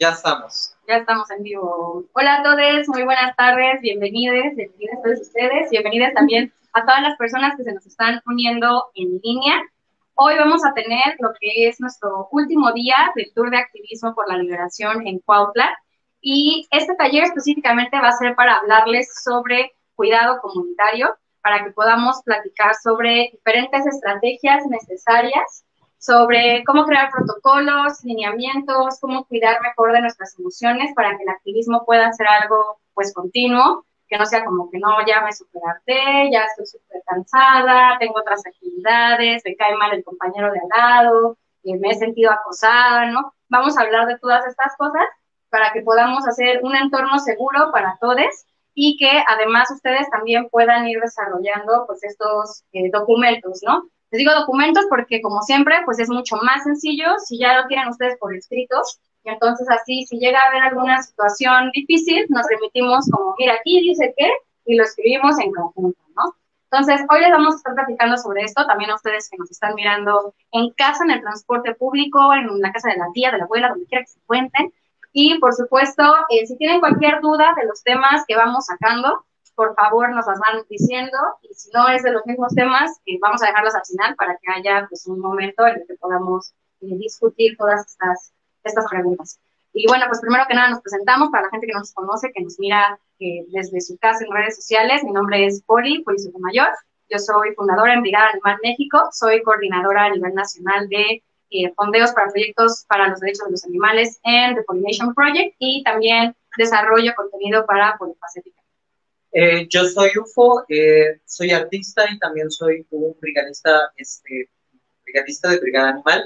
Ya estamos. Ya estamos en vivo. Hola a todos, muy buenas tardes, bienvenidas todos ustedes, bienvenidas también a todas las personas que se nos están uniendo en línea. Hoy vamos a tener lo que es nuestro último día del Tour de Activismo por la Liberación en Cuautla, y este taller específicamente va a ser para hablarles sobre cuidado comunitario, para que podamos platicar sobre diferentes estrategias necesarias, sobre cómo crear protocolos, lineamientos, cómo cuidar mejor de nuestras emociones para que el activismo pueda ser algo pues continuo, que no sea como que no, ya me superarté, ya estoy súper cansada, tengo otras actividades, me cae mal el compañero de al lado, me he sentido acosada, ¿no? Vamos a hablar de todas estas cosas para que podamos hacer un entorno seguro para todos y que además ustedes también puedan ir desarrollando pues estos documentos, ¿no? Les digo documentos porque, como siempre, pues es mucho más sencillo si ya lo tienen ustedes por escritos. Y entonces así, si llega a haber alguna situación difícil, nos remitimos como, mira, aquí dice qué, y lo escribimos en conjunto, ¿no? Entonces, hoy les vamos a estar platicando sobre esto, también a ustedes que nos están mirando en casa, en el transporte público, en la casa de la tía, de la abuela, donde quiera que se encuentren. Y, por supuesto, si tienen cualquier duda de los temas que vamos sacando, por favor nos las van diciendo, y si no es de los mismos temas, vamos a dejarlos al final para que haya pues un momento en el que podamos discutir todas estas preguntas. Y bueno, pues primero que nada nos presentamos para la gente que nos conoce, que nos mira desde su casa en redes sociales. Mi nombre es Poli Sotomayor, yo soy fundadora en Brigada Animal México, soy coordinadora a nivel nacional de fondeos para proyectos para los derechos de los animales en The Pollination Project, y también desarrollo contenido para Polifacética. Yo soy UFO, soy artista y también soy un brigadista, brigadista de Brigada Animal.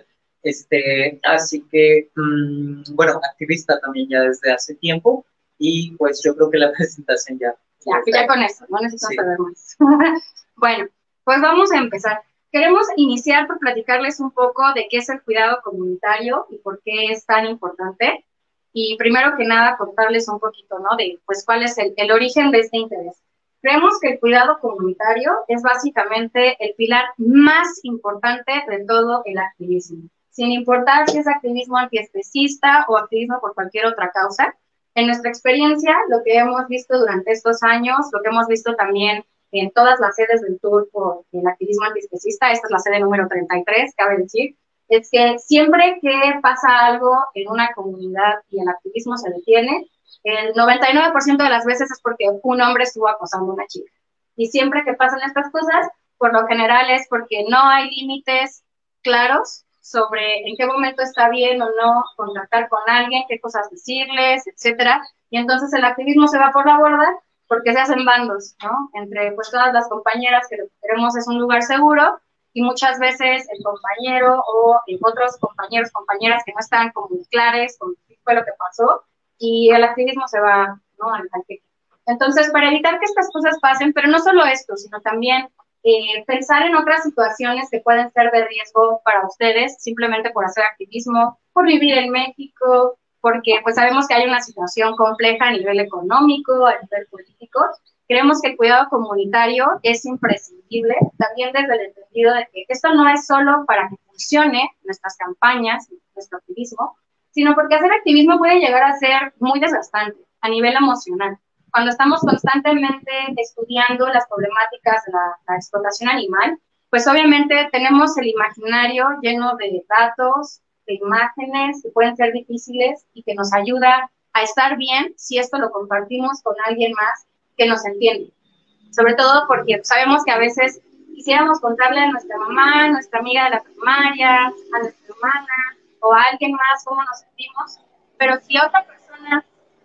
Así que, bueno, activista también ya desde hace tiempo, y pues yo creo que la presentación ya. Ya con eso, no necesito saber más. Bueno, pues vamos a empezar. Queremos iniciar por platicarles un poco de qué es el cuidado comunitario y por qué es tan importante. Y primero que nada, contarles un poquito, ¿no? De, pues, cuál es el origen de este interés. Creemos que el cuidado comunitario es básicamente el pilar más importante de todo el activismo. Sin importar si es activismo antiespecista o activismo por cualquier otra causa, en nuestra experiencia, lo que hemos visto durante estos años, lo que hemos visto también en todas las sedes del Tour por el activismo antiespecista, esta es la sede número 33, cabe decir, es que siempre que pasa algo en una comunidad y el activismo se detiene, el 99% de las veces es porque un hombre estuvo acosando a una chica. Y siempre que pasan estas cosas, por lo general es porque no hay límites claros sobre en qué momento está bien o no contactar con alguien, qué cosas decirles, etcétera. Y entonces el activismo se va por la borda porque se hacen bandos, ¿no? Entre pues todas las compañeras que lo que queremos es un lugar seguro, y muchas veces el compañero o otros compañeros, compañeras que no están como clares con qué fue lo que pasó, y el activismo se va, ¿no? Al pique. Entonces, para evitar que estas cosas pasen, pero no solo esto, sino también pensar en otras situaciones que pueden ser de riesgo para ustedes, simplemente por hacer activismo, por vivir en México, porque pues sabemos que hay una situación compleja a nivel económico, a nivel político. Creemos que el cuidado comunitario es imprescindible, también desde el entendido de que esto no es solo para que funcione nuestras campañas, nuestro activismo, sino porque hacer activismo puede llegar a ser muy desgastante a nivel emocional. Cuando estamos constantemente estudiando las problemáticas de la explotación animal, pues obviamente tenemos el imaginario lleno de datos, de imágenes que pueden ser difíciles y que nos ayuda a estar bien si esto lo compartimos con alguien más que nos entiende. Sobre todo porque sabemos que a veces quisiéramos contarle a nuestra mamá, a nuestra amiga de la primaria, a nuestra hermana o a alguien más cómo nos sentimos, pero si otra persona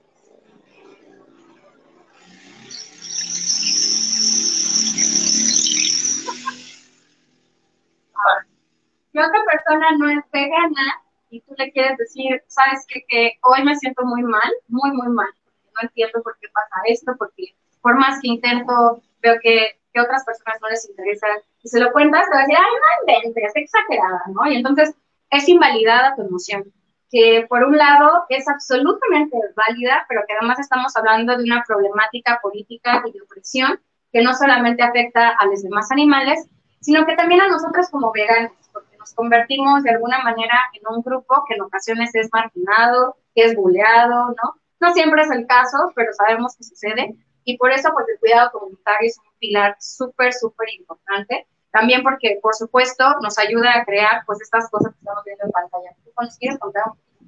si otra persona no es vegana y tú le quieres decir, sabes que hoy me siento muy mal, muy, muy mal, porque no entiendo por qué pasa esto, porque por más que intento, veo que a otras personas no les interesa, y se lo cuentas, te va a decir, ay, no inventes, es exagerada, ¿no? Y entonces es invalidada tu emoción, que por un lado es absolutamente válida, pero que además estamos hablando de una problemática política y de opresión que no solamente afecta a los demás animales, sino que también a nosotros como veganos, porque nos convertimos de alguna manera en un grupo que en ocasiones es marginado, que es buleado, ¿no? No siempre es el caso, pero sabemos que sucede. Y por eso, pues, el cuidado comunitario es un pilar súper, súper importante. También porque, por supuesto, nos ayuda a crear, pues, estas cosas que estamos viendo en pantalla. ¿Nos quieres contar?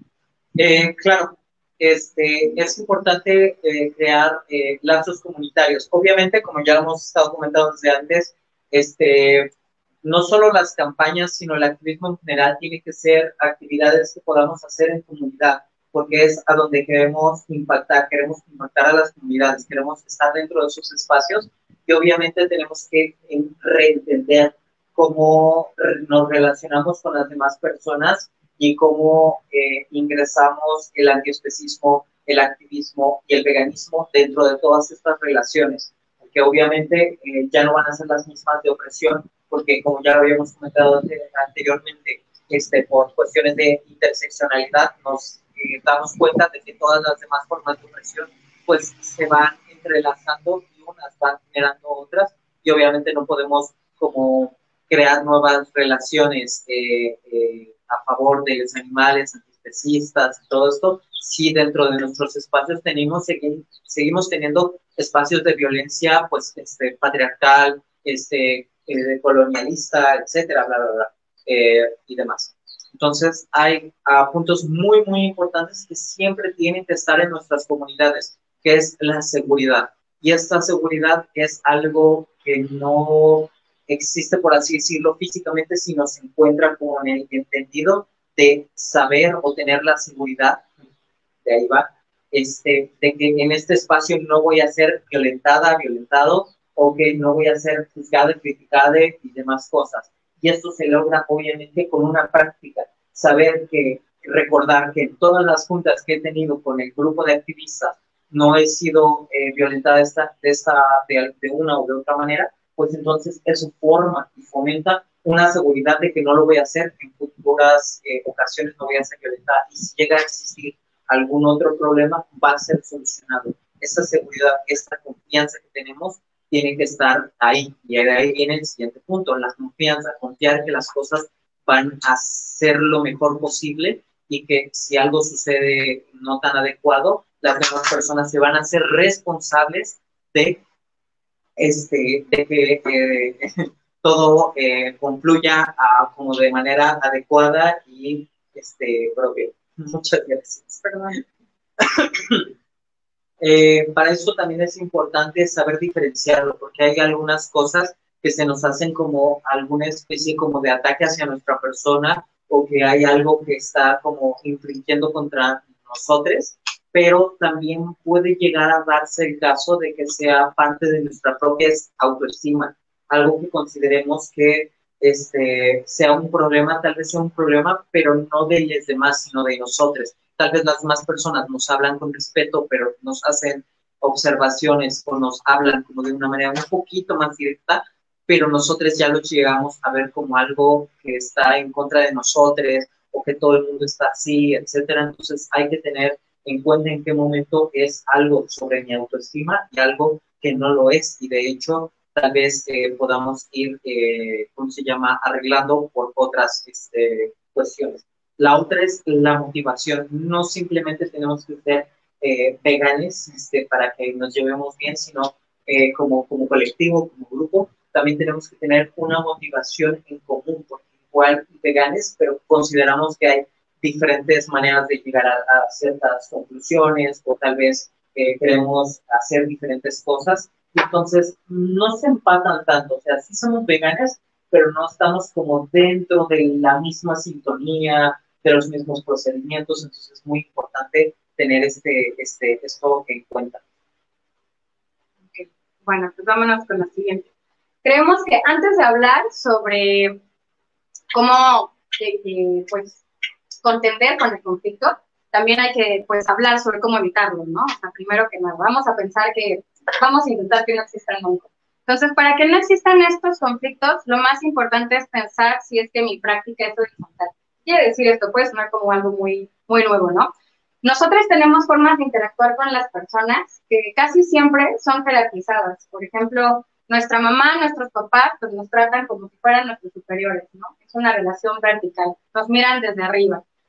Claro, es importante crear lazos comunitarios. Obviamente, como ya hemos estado comentando desde antes, no solo las campañas, sino el activismo en general tiene que ser actividades que podamos hacer en comunidad, porque es a donde queremos impactar a las comunidades, queremos estar dentro de esos espacios y obviamente tenemos que reentender cómo nos relacionamos con las demás personas y cómo ingresamos el antiespecismo, el activismo y el veganismo dentro de todas estas relaciones, que obviamente ya no van a ser las mismas de opresión, porque como ya lo habíamos comentado anteriormente, por cuestiones de interseccionalidad, nos damos cuenta de que todas las demás formas de opresión pues se van entrelazando y unas van generando otras y obviamente no podemos como crear nuevas relaciones a favor de los animales, antiespecistas y todo esto, si dentro de nuestros espacios seguimos teniendo espacios de violencia pues patriarcal, colonialista, etcétera, bla, bla, bla, y demás. Entonces, hay puntos muy, muy importantes que siempre tienen que estar en nuestras comunidades, que es la seguridad. Y esta seguridad es algo que no existe, por así decirlo, físicamente, sino se encuentra con el entendido de saber o tener la seguridad, de ahí va, de que en este espacio no voy a ser violentada, violentado, o que no voy a ser juzgada, criticada y demás cosas. Y esto se logra obviamente con una práctica, saber que, recordar que en todas las juntas que he tenido con el grupo de activistas no he sido violentada de una o de otra manera, pues entonces eso forma y fomenta una seguridad de que no lo voy a hacer en futuras ocasiones, no voy a ser violentada. Y si llega a existir algún otro problema, va a ser solucionado. Esta seguridad, esta confianza que tenemos, tiene que estar ahí. Y de ahí viene el siguiente punto, la confianza, confiar que las cosas van a ser lo mejor posible y que si algo sucede no tan adecuado, las demás personas se van a hacer responsables de, de que todo concluya como de manera adecuada y propia. Muchas gracias. Perdón. Para eso también es importante saber diferenciarlo, porque hay algunas cosas que se nos hacen como alguna especie como de ataque hacia nuestra persona o que hay algo que está como infringiendo contra nosotros, pero también puede llegar a darse el caso de que sea parte de nuestra propia autoestima, algo que consideremos que sea un problema, tal vez sea un problema, pero no de los demás, sino de nosotros. Tal vez las demás personas nos hablan con respeto, pero nos hacen observaciones o nos hablan como de una manera un poquito más directa, pero nosotros ya lo llegamos a ver como algo que está en contra de nosotros o que todo el mundo está así, etcétera. Entonces hay que tener en cuenta en qué momento es algo sobre mi autoestima y algo que no lo es. Y de hecho, tal vez podamos ir, ¿cómo se llama?, arreglando por otras cuestiones. La otra es la motivación. No simplemente tenemos que ser veganes para que nos llevemos bien, sino como colectivo, como grupo, también tenemos que tener una motivación en común, porque igual veganes, pero consideramos que hay diferentes maneras de llegar a ciertas conclusiones o tal vez queremos hacer diferentes cosas. Entonces, no se empatan tanto. O sea, sí somos veganes, pero no estamos como dentro de la misma sintonía, de los mismos procedimientos. Entonces, es muy importante tener esto en cuenta. Okay. Bueno, pues vámonos con la siguiente. Creemos que antes de hablar sobre cómo pues, contender con el conflicto, también hay que pues, hablar sobre cómo evitarlo, ¿no? O sea, primero que nada, vamos a pensar que vamos a intentar que no existan nunca. Entonces, para que no existan estos conflictos, lo más importante es pensar si es que mi práctica es horizontal. Quiere decir esto, puede sonar como algo muy, muy nuevo, ¿no? Nosotros tenemos formas de interactuar con las personas que casi siempre son jerarquizadas. Por ejemplo, nuestra mamá, nuestros papás, pues nos tratan como si fueran nuestros superiores, ¿no? Es una relación vertical, nos miran desde arriba.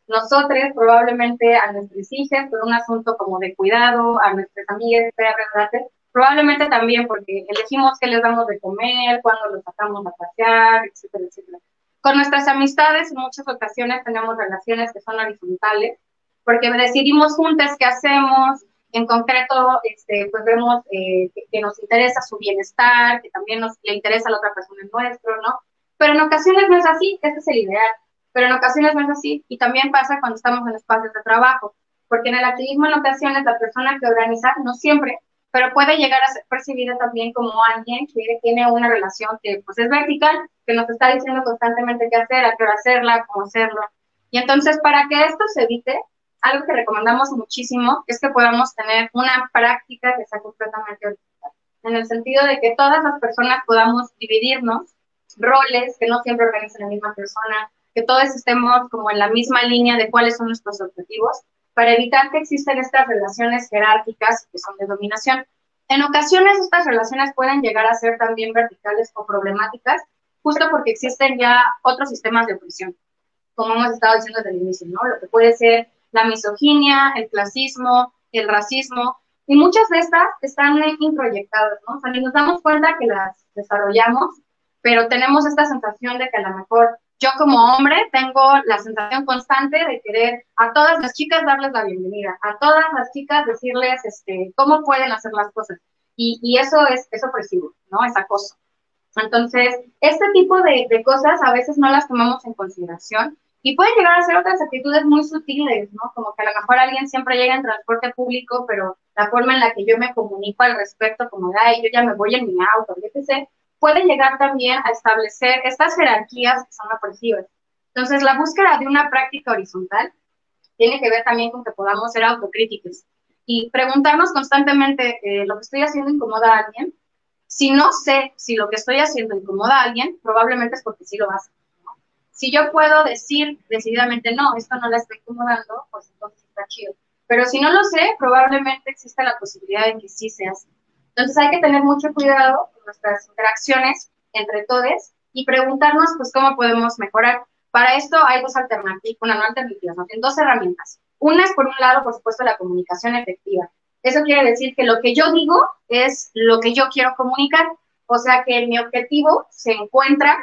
nosotros probablemente a nuestros hijos por un asunto como de cuidado, a nuestras amigas, perras, probablemente también porque elegimos qué les damos de comer, cuándo los sacamos a pasear, etcétera, etcétera. Con nuestras amistades en muchas ocasiones tenemos relaciones que son horizontales, porque decidimos juntas qué hacemos, en concreto, pues vemos que nos interesa su bienestar, que también le interesa a la otra persona el nuestro, ¿no? Pero en ocasiones no es así, ese es el ideal, pero en ocasiones no es así, y también pasa cuando estamos en espacios de trabajo, porque en el activismo en ocasiones la persona que organiza, no siempre, pero puede llegar a ser percibida también como alguien que tiene una relación que pues es vertical, que nos está diciendo constantemente qué hacer, a qué hora hacerla, cómo hacerlo. Y entonces, para que esto se evite, algo que recomendamos muchísimo es que podamos tener una práctica que sea completamente horizontal, en el sentido de que todas las personas podamos dividirnos roles, que no siempre organicen la misma persona, que todos estemos como en la misma línea de cuáles son nuestros objetivos, para evitar que existan estas relaciones jerárquicas que son de dominación. En ocasiones estas relaciones pueden llegar a ser también verticales o problemáticas, justo porque existen ya otros sistemas de opresión, como hemos estado diciendo desde el inicio, ¿no? Lo que puede ser la misoginia, el clasismo, el racismo, y muchas de estas están introyectadas, ¿no? O sea, ni nos damos cuenta que las desarrollamos, pero tenemos esta sensación de que a lo mejor yo como hombre tengo la sensación constante de querer a todas las chicas darles la bienvenida, a todas las chicas decirles cómo pueden hacer las cosas. Y eso es opresivo, ¿no? Es acoso. Entonces, este tipo de cosas a veces no las tomamos en consideración y pueden llegar a ser otras actitudes muy sutiles, ¿no? Como que a lo mejor alguien siempre llega en transporte público, pero la forma en la que yo me comunico al respecto, como de, ay, yo ya me voy en mi auto, yo qué sé, puede llegar también a establecer estas jerarquías que son opresivas. Entonces, la búsqueda de una práctica horizontal tiene que ver también con que podamos ser autocríticos y preguntarnos constantemente, ¿lo que estoy haciendo incomoda a alguien? Si no sé si lo que estoy haciendo incomoda a alguien, probablemente es porque sí lo hace, ¿no? Si yo puedo decir decididamente, no, esto no la está incomodando, pues entonces está chido. Pero si no lo sé, probablemente exista la posibilidad de que sí se hace. Entonces hay que tener mucho cuidado con nuestras interacciones entre todos y preguntarnos, pues, cómo podemos mejorar. Para esto hay dos alternativas, bueno, no alternativas, no, dos herramientas. Una es, por un lado, por supuesto, la comunicación efectiva. Eso quiere decir que lo que yo digo es lo que yo quiero comunicar. O sea que mi objetivo se encuentra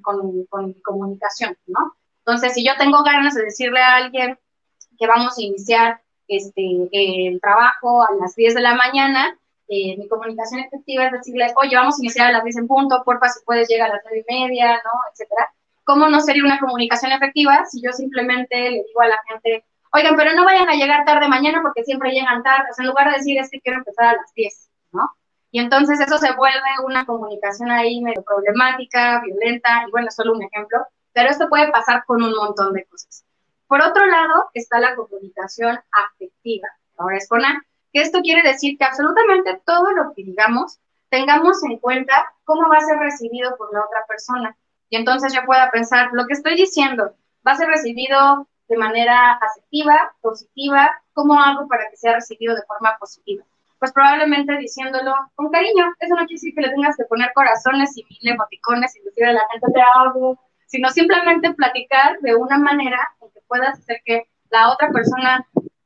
con mi comunicación, ¿no? Entonces, si yo tengo ganas de decirle a alguien que vamos a iniciar el trabajo a las 10 de la mañana, mi comunicación efectiva es decirles, oye, vamos a iniciar a las 10 en punto, porfa, si puedes llegar a las 9:30, ¿no? Etcétera. ¿Cómo no sería una comunicación efectiva si yo simplemente le digo a la gente, oigan, pero no vayan a llegar tarde mañana porque siempre llegan tarde? O sea, en lugar de decir, es que quiero empezar a las 10, ¿no? Y entonces eso se vuelve una comunicación ahí medio problemática, violenta, y bueno, es solo un ejemplo, pero esto puede pasar con un montón de cosas. Por otro lado, está la comunicación afectiva, ahora es con A, que esto quiere decir que absolutamente todo lo que digamos, tengamos en cuenta cómo va a ser recibido por la otra persona. Y entonces yo pueda pensar, lo que estoy diciendo va a ser recibido de manera afectiva, positiva, ¿cómo hago para que sea recibido de forma positiva? Pues probablemente diciéndolo con cariño. Eso no quiere decir que le tengas que poner corazones y mil emoticones y decirle a la gente te hago, sino simplemente platicar de una manera en que puedas hacer que la otra persona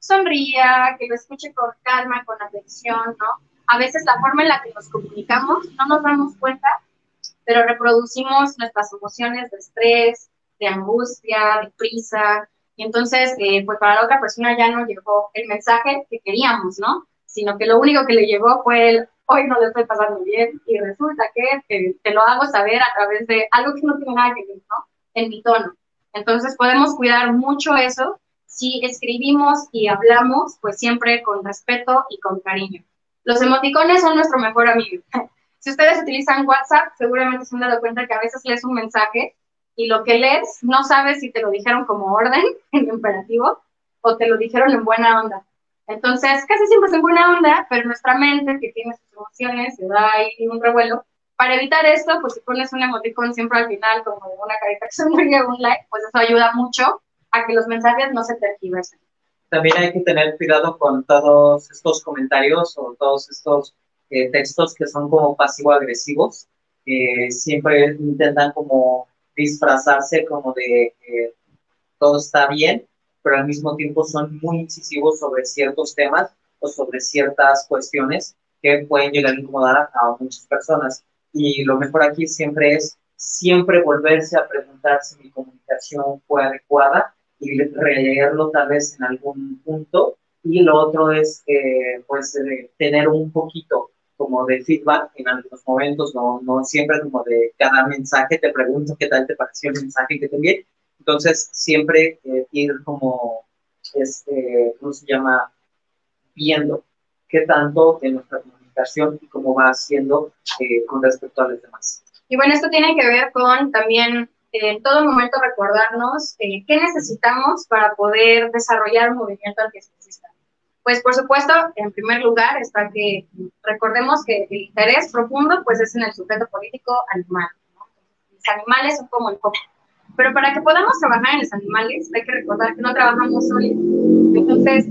sonría, que lo escuche con calma, con atención, ¿no? A veces la forma en la que nos comunicamos no nos damos cuenta, pero reproducimos nuestras emociones de estrés, de angustia, de prisa, y entonces, pues para la otra persona ya no llegó el mensaje que queríamos, ¿no? Sino que lo único que le llegó fue el, hoy no le estoy pasando bien, y resulta que te lo hago saber a través de algo que no tiene nada que ver, ¿no? En mi tono. Entonces podemos cuidar mucho eso si escribimos y hablamos, pues siempre con respeto y con cariño. Los emoticones son nuestro mejor amigo. Si ustedes utilizan WhatsApp, seguramente se han dado cuenta que a veces lees un mensaje y lo que lees no sabes si te lo dijeron como orden, en imperativo, o te lo dijeron en buena onda. Entonces, casi siempre es en buena onda, pero nuestra mente, que tiene sus emociones, se da ahí un revuelo. Para evitar esto, pues si pones un emoticón siempre al final, como de una carita que sonríe, un like, pues eso ayuda mucho a que los mensajes no se tergiversen. También hay que tener cuidado con todos estos comentarios o todos estos textos que son como pasivo-agresivos. Siempre intentan como disfrazarse como de todo está bien, pero al mismo tiempo son muy incisivos sobre ciertos temas o sobre ciertas cuestiones que pueden llegar a incomodar a muchas personas. Y lo mejor aquí siempre es siempre volverse a preguntar si mi comunicación fue adecuada y releerlo tal vez en algún punto. Y lo otro es, pues, tener un poquito como de feedback en algunos momentos, no siempre como de cada mensaje te pregunto qué tal te pareció el mensaje que te envié. Entonces, siempre ir como, ¿cómo se llama? Viendo qué tanto de nuestra comunicación y cómo va haciendo con respecto a los demás. Y bueno, esto tiene que ver con también en todo momento recordarnos qué necesitamos para poder desarrollar un movimiento antiespecista. Pues por supuesto, en primer lugar está que recordemos que el interés profundo pues es en el sujeto político animal, ¿no? Los animales son como el foco. Pero para que podamos trabajar en los animales hay que recordar que no trabajamos solos. Entonces,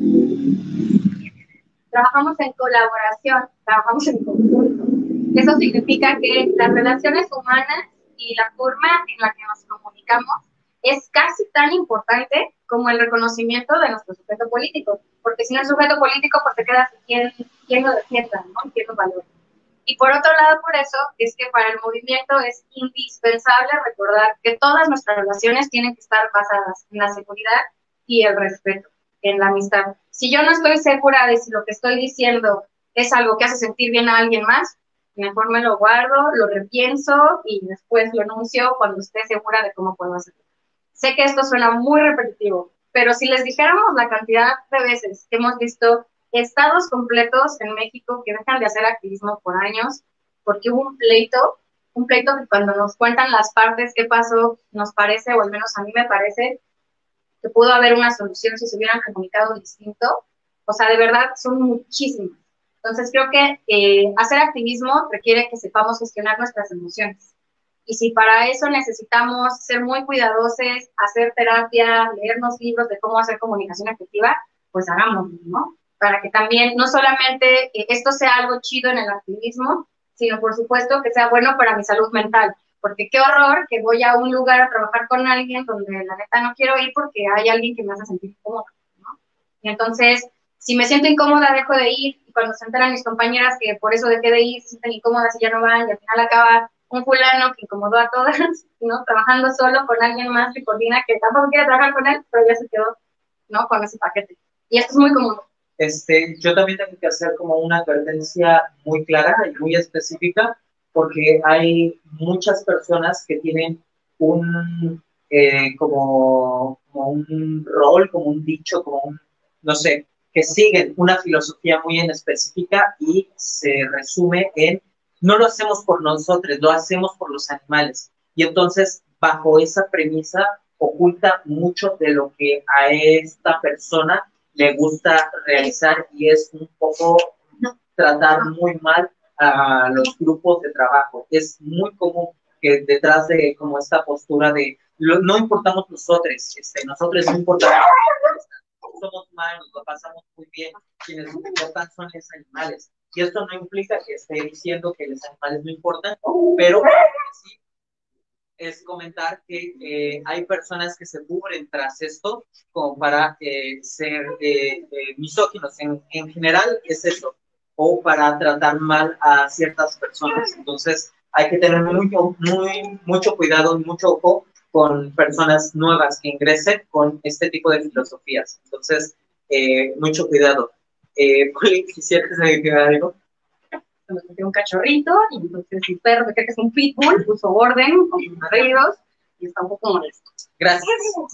trabajamos en colaboración, trabajamos en conjunto. Eso significa que las relaciones humanas y la forma en la que nos comunicamos es casi tan importante como el reconocimiento de nuestro sujeto político, porque si no el sujeto político pues te quedas quién lo defienda, ¿no? ¿Quién lo valora? Y por otro lado, por eso es que para el movimiento es indispensable recordar que todas nuestras relaciones tienen que estar basadas en la seguridad y el respeto, en la amistad. Si yo no estoy segura de si lo que estoy diciendo es algo que hace sentir bien a alguien más, mejor me lo guardo, lo repienso y después lo anuncio cuando esté segura de cómo puedo hacerlo. Sé que esto suena muy repetitivo, pero si les dijéramos la cantidad de veces que hemos visto estados completos en México que dejan de hacer activismo por años porque hubo un pleito que cuando nos cuentan las partes qué pasó, nos parece, o al menos a mí me parece, que pudo haber una solución si se hubieran comunicado distinto. O sea, de verdad, son muchísimas. Entonces, creo que hacer activismo requiere que sepamos gestionar nuestras emociones. Y si para eso necesitamos ser muy cuidadosos, hacer terapia, leernos libros de cómo hacer comunicación efectiva, pues hagámoslo, ¿no? Para que también no solamente esto sea algo chido en el activismo, sino por supuesto que sea bueno para mi salud mental. Porque qué horror que voy a un lugar a trabajar con alguien donde la neta no quiero ir porque hay alguien que me hace sentir incómoda, ¿no? Y entonces, si me siento incómoda, dejo de ir. Y cuando se enteran mis compañeras que por eso dejé de ir, se sienten incómodas y ya no van, y al final acaba un fulano que incomodó a todas, ¿no? Trabajando solo con alguien más que coordina, que tampoco quiere trabajar con él, pero ya se quedó, ¿no? Con ese paquete. Y esto es muy común. Yo también tengo que hacer como una advertencia muy clara y muy específica, porque hay muchas personas que tienen como un rol, como un dicho, no sé, que siguen una filosofía muy en específica y se resume en, no lo hacemos por nosotros, lo hacemos por los animales. Y entonces, bajo esa premisa, oculta mucho de lo que a esta persona le gusta realizar y es un poco tratar muy mal a los grupos de trabajo. Es muy común que detrás de como esta postura de no importamos nosotros, nosotros no importamos, somos humanos, lo pasamos muy bien, quienes no importan son los animales. Y esto no implica que esté diciendo que los animales no importan, pero sí es comentar que hay personas que se cubren tras esto como para ser misóginos. En general es eso, o para tratar mal a ciertas personas. Entonces hay que tener mucho cuidado y mucho ojo con personas nuevas que ingresen con este tipo de filosofías. Entonces, mucho cuidado. Quisiera que se me quede algo. Se nos metió un cachorrito y entonces el perro se cree que es un pitbull, puso orden con sus barridos y está un poco molesto. Gracias.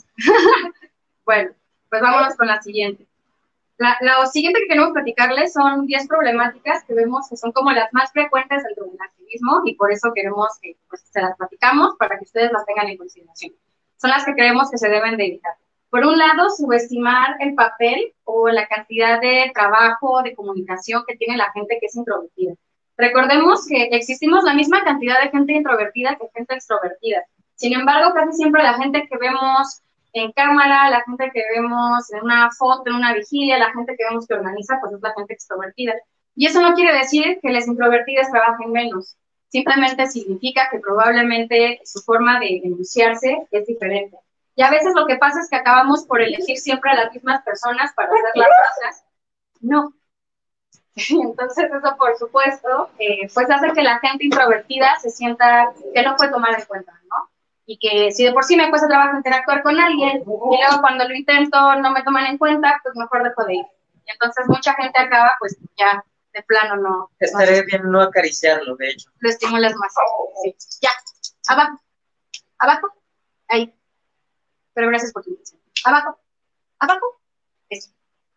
Bueno, pues vámonos con la siguiente. Lo siguiente que queremos platicarles son 10 problemáticas que vemos que son como las más frecuentes dentro del activismo y por eso queremos que pues, se las platicamos para que ustedes las tengan en consideración. Son las que creemos que se deben de evitar. Por un lado, subestimar el papel o la cantidad de trabajo, de comunicación que tiene la gente que es introvertida. Recordemos que existimos la misma cantidad de gente introvertida que gente extrovertida. Sin embargo, casi siempre la gente que vemos en cámara, la gente que vemos en una foto, en una vigilia, la gente que vemos que organiza, pues es la gente extrovertida. Y eso no quiere decir que las introvertidas trabajen menos. Simplemente significa que probablemente su forma de enunciarse es diferente. Y a veces lo que pasa es que acabamos por elegir siempre a las mismas personas para hacer las cosas. No. Entonces eso, por supuesto, pues hace que la gente introvertida se sienta que no puede tomar en cuenta, ¿no? Y que si de por sí me cuesta trabajo interactuar con alguien, y luego cuando lo intento no me toman en cuenta, pues mejor dejo de ir. Y entonces mucha gente acaba, pues ya, de plano no. Estaría bien no acariciarlo, de hecho. Lo estimulas más. Sí. Ya, abajo, abajo, ahí. Pero gracias por tu atención. Abajo, abajo, eso.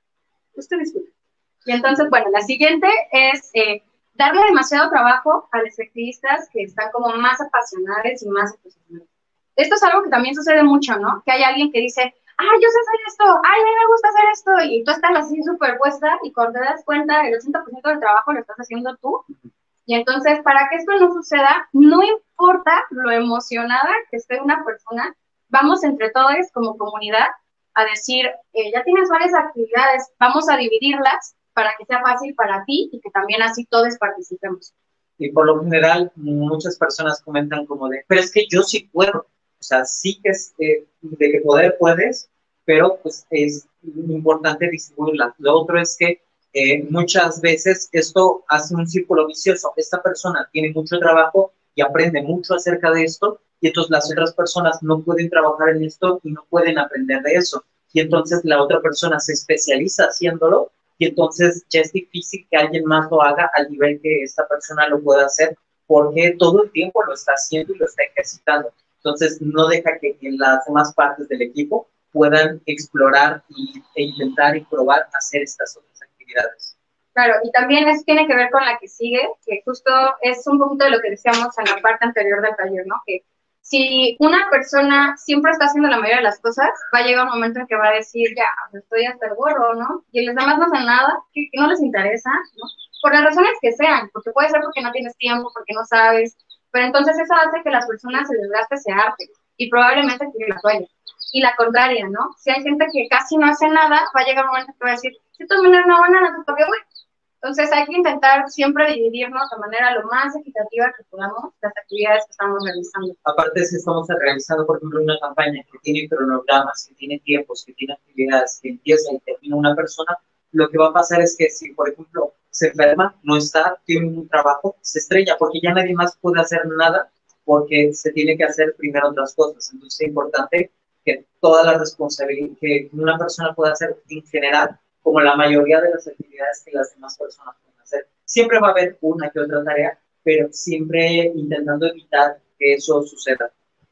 Usted disculpe. Y entonces, bueno, la siguiente es darle demasiado trabajo a los activistas que están como más apasionados y más apasionados. Esto es algo que también sucede mucho, ¿no? Que hay alguien que dice, ay, yo sé hacer esto, ay, a mí me gusta hacer esto, y tú estás así súper puesta y cuando te das cuenta, el 80% del trabajo lo estás haciendo tú. Y entonces, para que esto no suceda, no importa lo emocionada que esté una persona, vamos entre todos como comunidad a decir, ya tienes varias actividades, vamos a dividirlas para que sea fácil para ti y que también así todos participemos. Y por lo general, muchas personas comentan como de, pero es que yo sí puedo. O sea, sí que es de que poder puedes, pero pues es importante distribuirla. Lo otro es que muchas veces esto hace un círculo vicioso. Esta persona tiene mucho trabajo y aprende mucho acerca de esto, y entonces las otras personas no pueden trabajar en esto y no pueden aprender de eso. Y entonces la otra persona se especializa haciéndolo, y entonces ya es difícil que alguien más lo haga al nivel que esta persona lo pueda hacer, porque todo el tiempo lo está haciendo y lo está ejercitando. Entonces no deja que las demás partes del equipo puedan explorar e intentar y probar hacer estas otras actividades. Claro, y también eso tiene que ver con la que sigue, que justo es un poquito de lo que decíamos en la parte anterior del taller, ¿no? Que si una persona siempre está haciendo la mayoría de las cosas, va a llegar un momento en que va a decir, ya, estoy hasta el gorro, ¿no? Y los demás no hacen nada, que no les interesa, ¿no? Por las razones que sean, porque puede ser porque no tienes tiempo, porque no sabes, pero entonces eso hace que las personas se desgaste, se harten, y probablemente que la toalla. Y la contraria, ¿no? Si hay gente que casi no hace nada, va a llegar un momento en que va a decir, si tú no hago nada, ¿tú por qué voy? Entonces hay que intentar siempre dividirnos de manera lo más equitativa que podamos las actividades que estamos realizando. Aparte, si estamos realizando, por ejemplo, una campaña que tiene cronogramas, que tiene tiempos, que tiene actividades, que empieza y termina una persona, lo que va a pasar es que si, por ejemplo, se enferma, no está, tiene un trabajo, se estrella, porque ya nadie más puede hacer nada, porque se tiene que hacer primero otras cosas. Entonces es importante que toda la responsabilidad que una persona pueda hacer en general, como la mayoría de las actividades que las demás personas pueden hacer. Siempre va a haber una que otra tarea, pero siempre intentando evitar que eso suceda.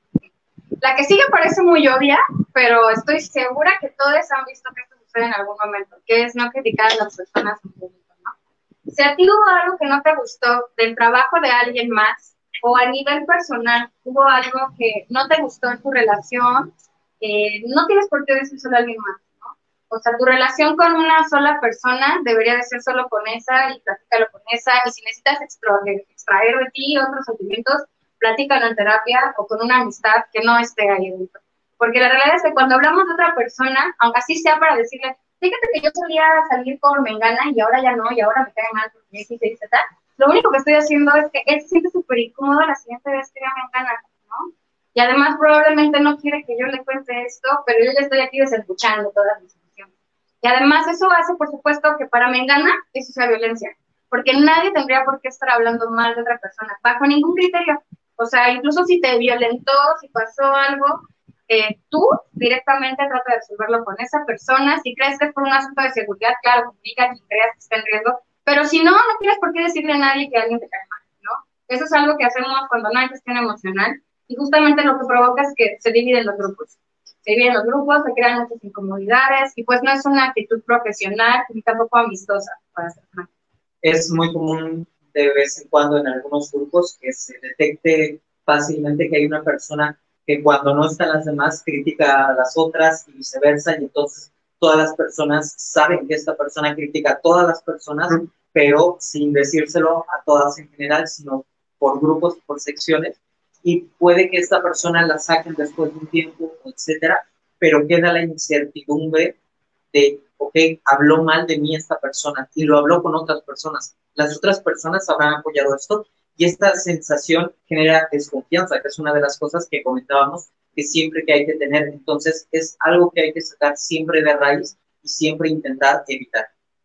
La que sigue parece muy obvia, pero estoy segura que todos han visto que esto sucede en algún momento, que es no criticar a las personas en público, ¿no? Si a ti hubo algo que no te gustó del trabajo de alguien más, o a nivel personal hubo algo que no te gustó en tu relación, no tienes por qué decírselo a alguien más. O sea, tu relación con una sola persona debería de ser solo con esa y platícalo con esa. Y si necesitas extraer de ti otros sentimientos, platícalo en terapia o con una amistad que no esté ahí dentro. Porque la realidad es que cuando hablamos de otra persona, aunque así sea para decirle, fíjate que yo solía salir con Mengana y ahora ya no, y ahora me cae mal porque sí se dice tal, lo único que estoy haciendo es que él se siente súper incómodo la siguiente vez que vea Mengana, ¿no? Y además probablemente no quiere que yo le cuente esto, pero yo ya estoy aquí desescuchando todas mis emociones. Y además eso hace, por supuesto, que para Mengana eso sea violencia, porque nadie tendría por qué estar hablando mal de otra persona, bajo ningún criterio. O sea, incluso si te violentó, si pasó algo, tú directamente trata de resolverlo con esa persona. Si crees que es por un asunto de seguridad, claro, comunica a quien creas que está en riesgo, pero si no, no tienes por qué decirle a nadie que alguien te cae mal, ¿no? Eso es algo que hacemos cuando no hay gestión emocional, y justamente lo que provoca es que se dividen los grupos. Se dividen los grupos, se crean muchas incomodidades, y pues no es una actitud profesional ni tampoco amistosa, para ser franco. Es muy común de vez en cuando en algunos grupos que se detecte fácilmente que hay una persona que cuando no están las demás critica a las otras y viceversa, y entonces todas las personas saben que esta persona critica a todas las personas, pero sin decírselo a todas en general, sino por grupos, por secciones, y puede que esta persona la saquen después de un tiempo, etcétera, pero queda la incertidumbre de, ok, habló mal de mí esta persona y lo habló con otras personas. Las otras personas habrán apoyado esto, y esta sensación genera desconfianza, que es una de las cosas que comentábamos, que siempre que hay que tener. Entonces, es algo que hay que sacar siempre de raíz y siempre intentar evitar.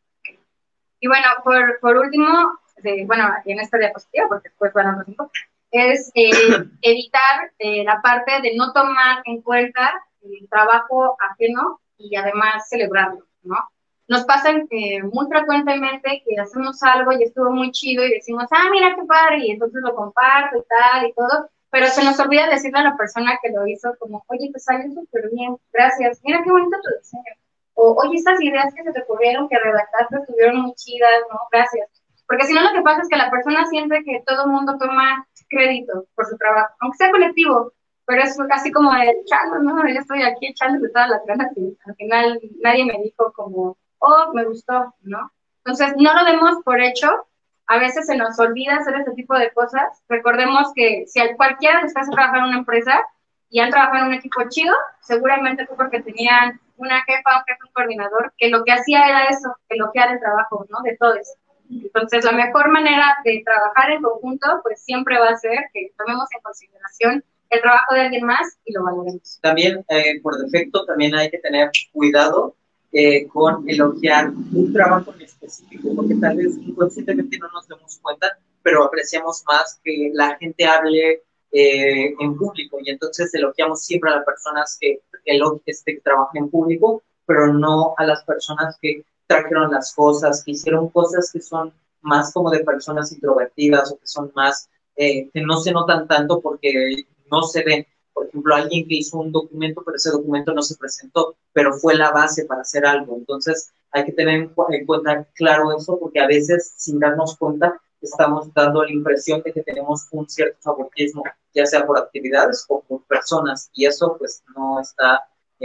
Y bueno, por último, bueno, en esta diapositiva, porque después van a los es evitar la parte de no tomar en cuenta el trabajo ajeno y además celebrarlo, ¿no? Nos pasa muy frecuentemente que hacemos algo y estuvo muy chido y decimos, ah, mira qué padre, y entonces lo comparto y tal y todo, pero se nos olvida decirle a la persona que lo hizo como, oye, te salió súper bien, gracias, mira qué bonito tu diseño. O, oye, estas ideas que se te ocurrieron, que redactaste, estuvieron muy chidas, ¿no? Gracias. Porque si no, lo que pasa es que la persona siente que todo el mundo toma crédito por su trabajo, aunque sea colectivo, pero es casi como de, chalo, ¿no? Yo estoy aquí echándole todas las ganas y al final nadie me dijo como, oh, me gustó, ¿no? Entonces, no lo demos por hecho. A veces se nos olvida hacer este tipo de cosas. Recordemos que si cualquiera de ustedes trabaja en una empresa y han trabajado en un equipo chido, seguramente fue porque tenían una jefa, un jefe, un coordinador, que lo que hacía era eso, elogiar el trabajo, ¿no? De todos. Entonces, la mejor manera de trabajar en conjunto, pues siempre va a ser que tomemos en consideración el trabajo de alguien más y lo valoremos. También, por defecto, también hay que tener cuidado con elogiar un trabajo en específico, porque tal vez inconscientemente no nos demos cuenta, pero apreciamos más que la gente hable en público, y entonces elogiamos siempre a las personas que trabajan en público, pero no a las personas que trajeron las cosas, que hicieron cosas que son más como de personas introvertidas o que son más, que no se notan tanto porque no se ven. Por ejemplo, alguien que hizo un documento, pero ese documento no se presentó, pero fue la base para hacer algo. Entonces, hay que tener en cuenta claro eso, porque a veces, sin darnos cuenta, estamos dando la impresión de que tenemos un cierto favoritismo, ya sea por actividades o por personas, y eso pues no está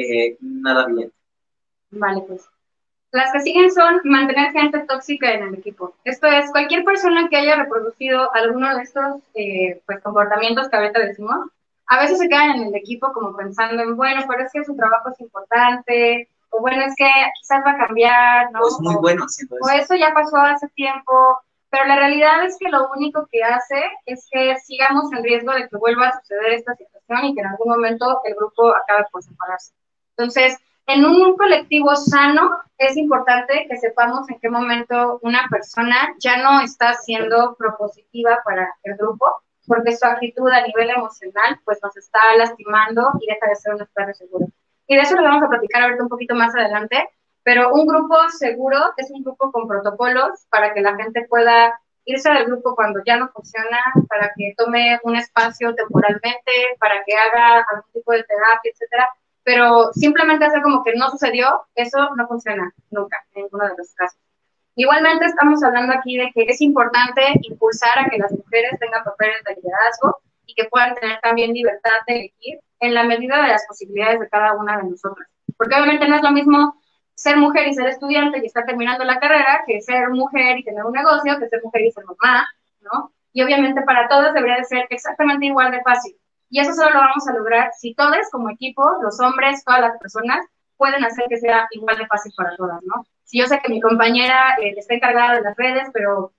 nada bien. Vale, pues. Las que siguen son mantener gente tóxica en el equipo. Esto es, cualquier persona que haya reproducido alguno de estos pues, comportamientos que ahorita decimos, a veces se quedan en el equipo como pensando en, bueno, pero es que su trabajo es importante, o bueno, es que quizás va a cambiar, ¿no? O es muy bueno haciendo eso. O eso ya pasó hace tiempo, pero la realidad es que lo único que hace es que sigamos en riesgo de que vuelva a suceder esta situación y que en algún momento el grupo acabe por separarse. Entonces, en un colectivo sano es importante que sepamos en qué momento una persona ya no está siendo propositiva para el grupo, porque su actitud a nivel emocional pues nos está lastimando y deja de ser un espacio seguro. Y de eso lo vamos a platicar ahorita un poquito más adelante, pero un grupo seguro es un grupo con protocolos para que la gente pueda irse del grupo cuando ya no funciona, para que tome un espacio temporalmente, para que haga algún tipo de terapia, etcétera. Pero simplemente hacer como que no sucedió, eso no funciona nunca, en ninguno de los casos. Igualmente estamos hablando aquí de que es importante impulsar a que las mujeres tengan papeles de liderazgo y que puedan tener también libertad de elegir en la medida de las posibilidades de cada una de nosotras. Porque obviamente no es lo mismo ser mujer y ser estudiante y estar terminando la carrera que ser mujer y tener un negocio, que ser mujer y ser mamá, ¿no? Y obviamente para todos debería de ser exactamente igual de fácil. Y eso solo lo vamos a lograr si todos como equipo, los hombres, todas las personas, pueden hacer que sea igual de fácil para todas, ¿no? Si yo sé que mi compañera está encargada de las redes, pero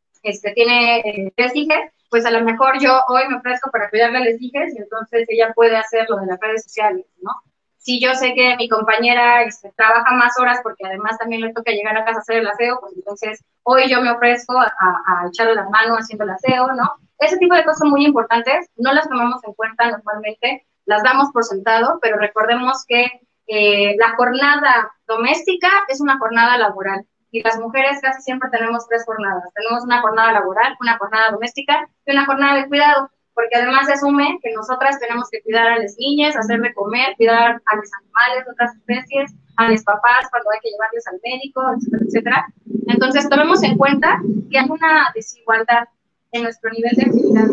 tiene 3 hijas, pues a lo mejor yo hoy me ofrezco para cuidarle a las hijas y entonces ella puede hacer lo de las redes sociales, ¿no? Si yo sé que mi compañera trabaja más horas porque además también le toca llegar a casa a hacer el aseo, pues entonces hoy yo me ofrezco a echarle la mano haciendo el aseo, ¿no? Ese tipo de cosas muy importantes, no las tomamos en cuenta normalmente, las damos por sentado, pero recordemos que la jornada doméstica es una jornada laboral y las mujeres casi siempre tenemos 3 jornadas. Tenemos una jornada laboral, una jornada doméstica y una jornada de cuidado, porque además se asume que nosotras tenemos que cuidar a las niñas, hacer de comer, cuidar a los animales de otras especies, a los papás cuando hay que llevarles al médico, etcétera, etcétera. Entonces, tomemos en cuenta que hay una desigualdad en nuestro nivel de actividad.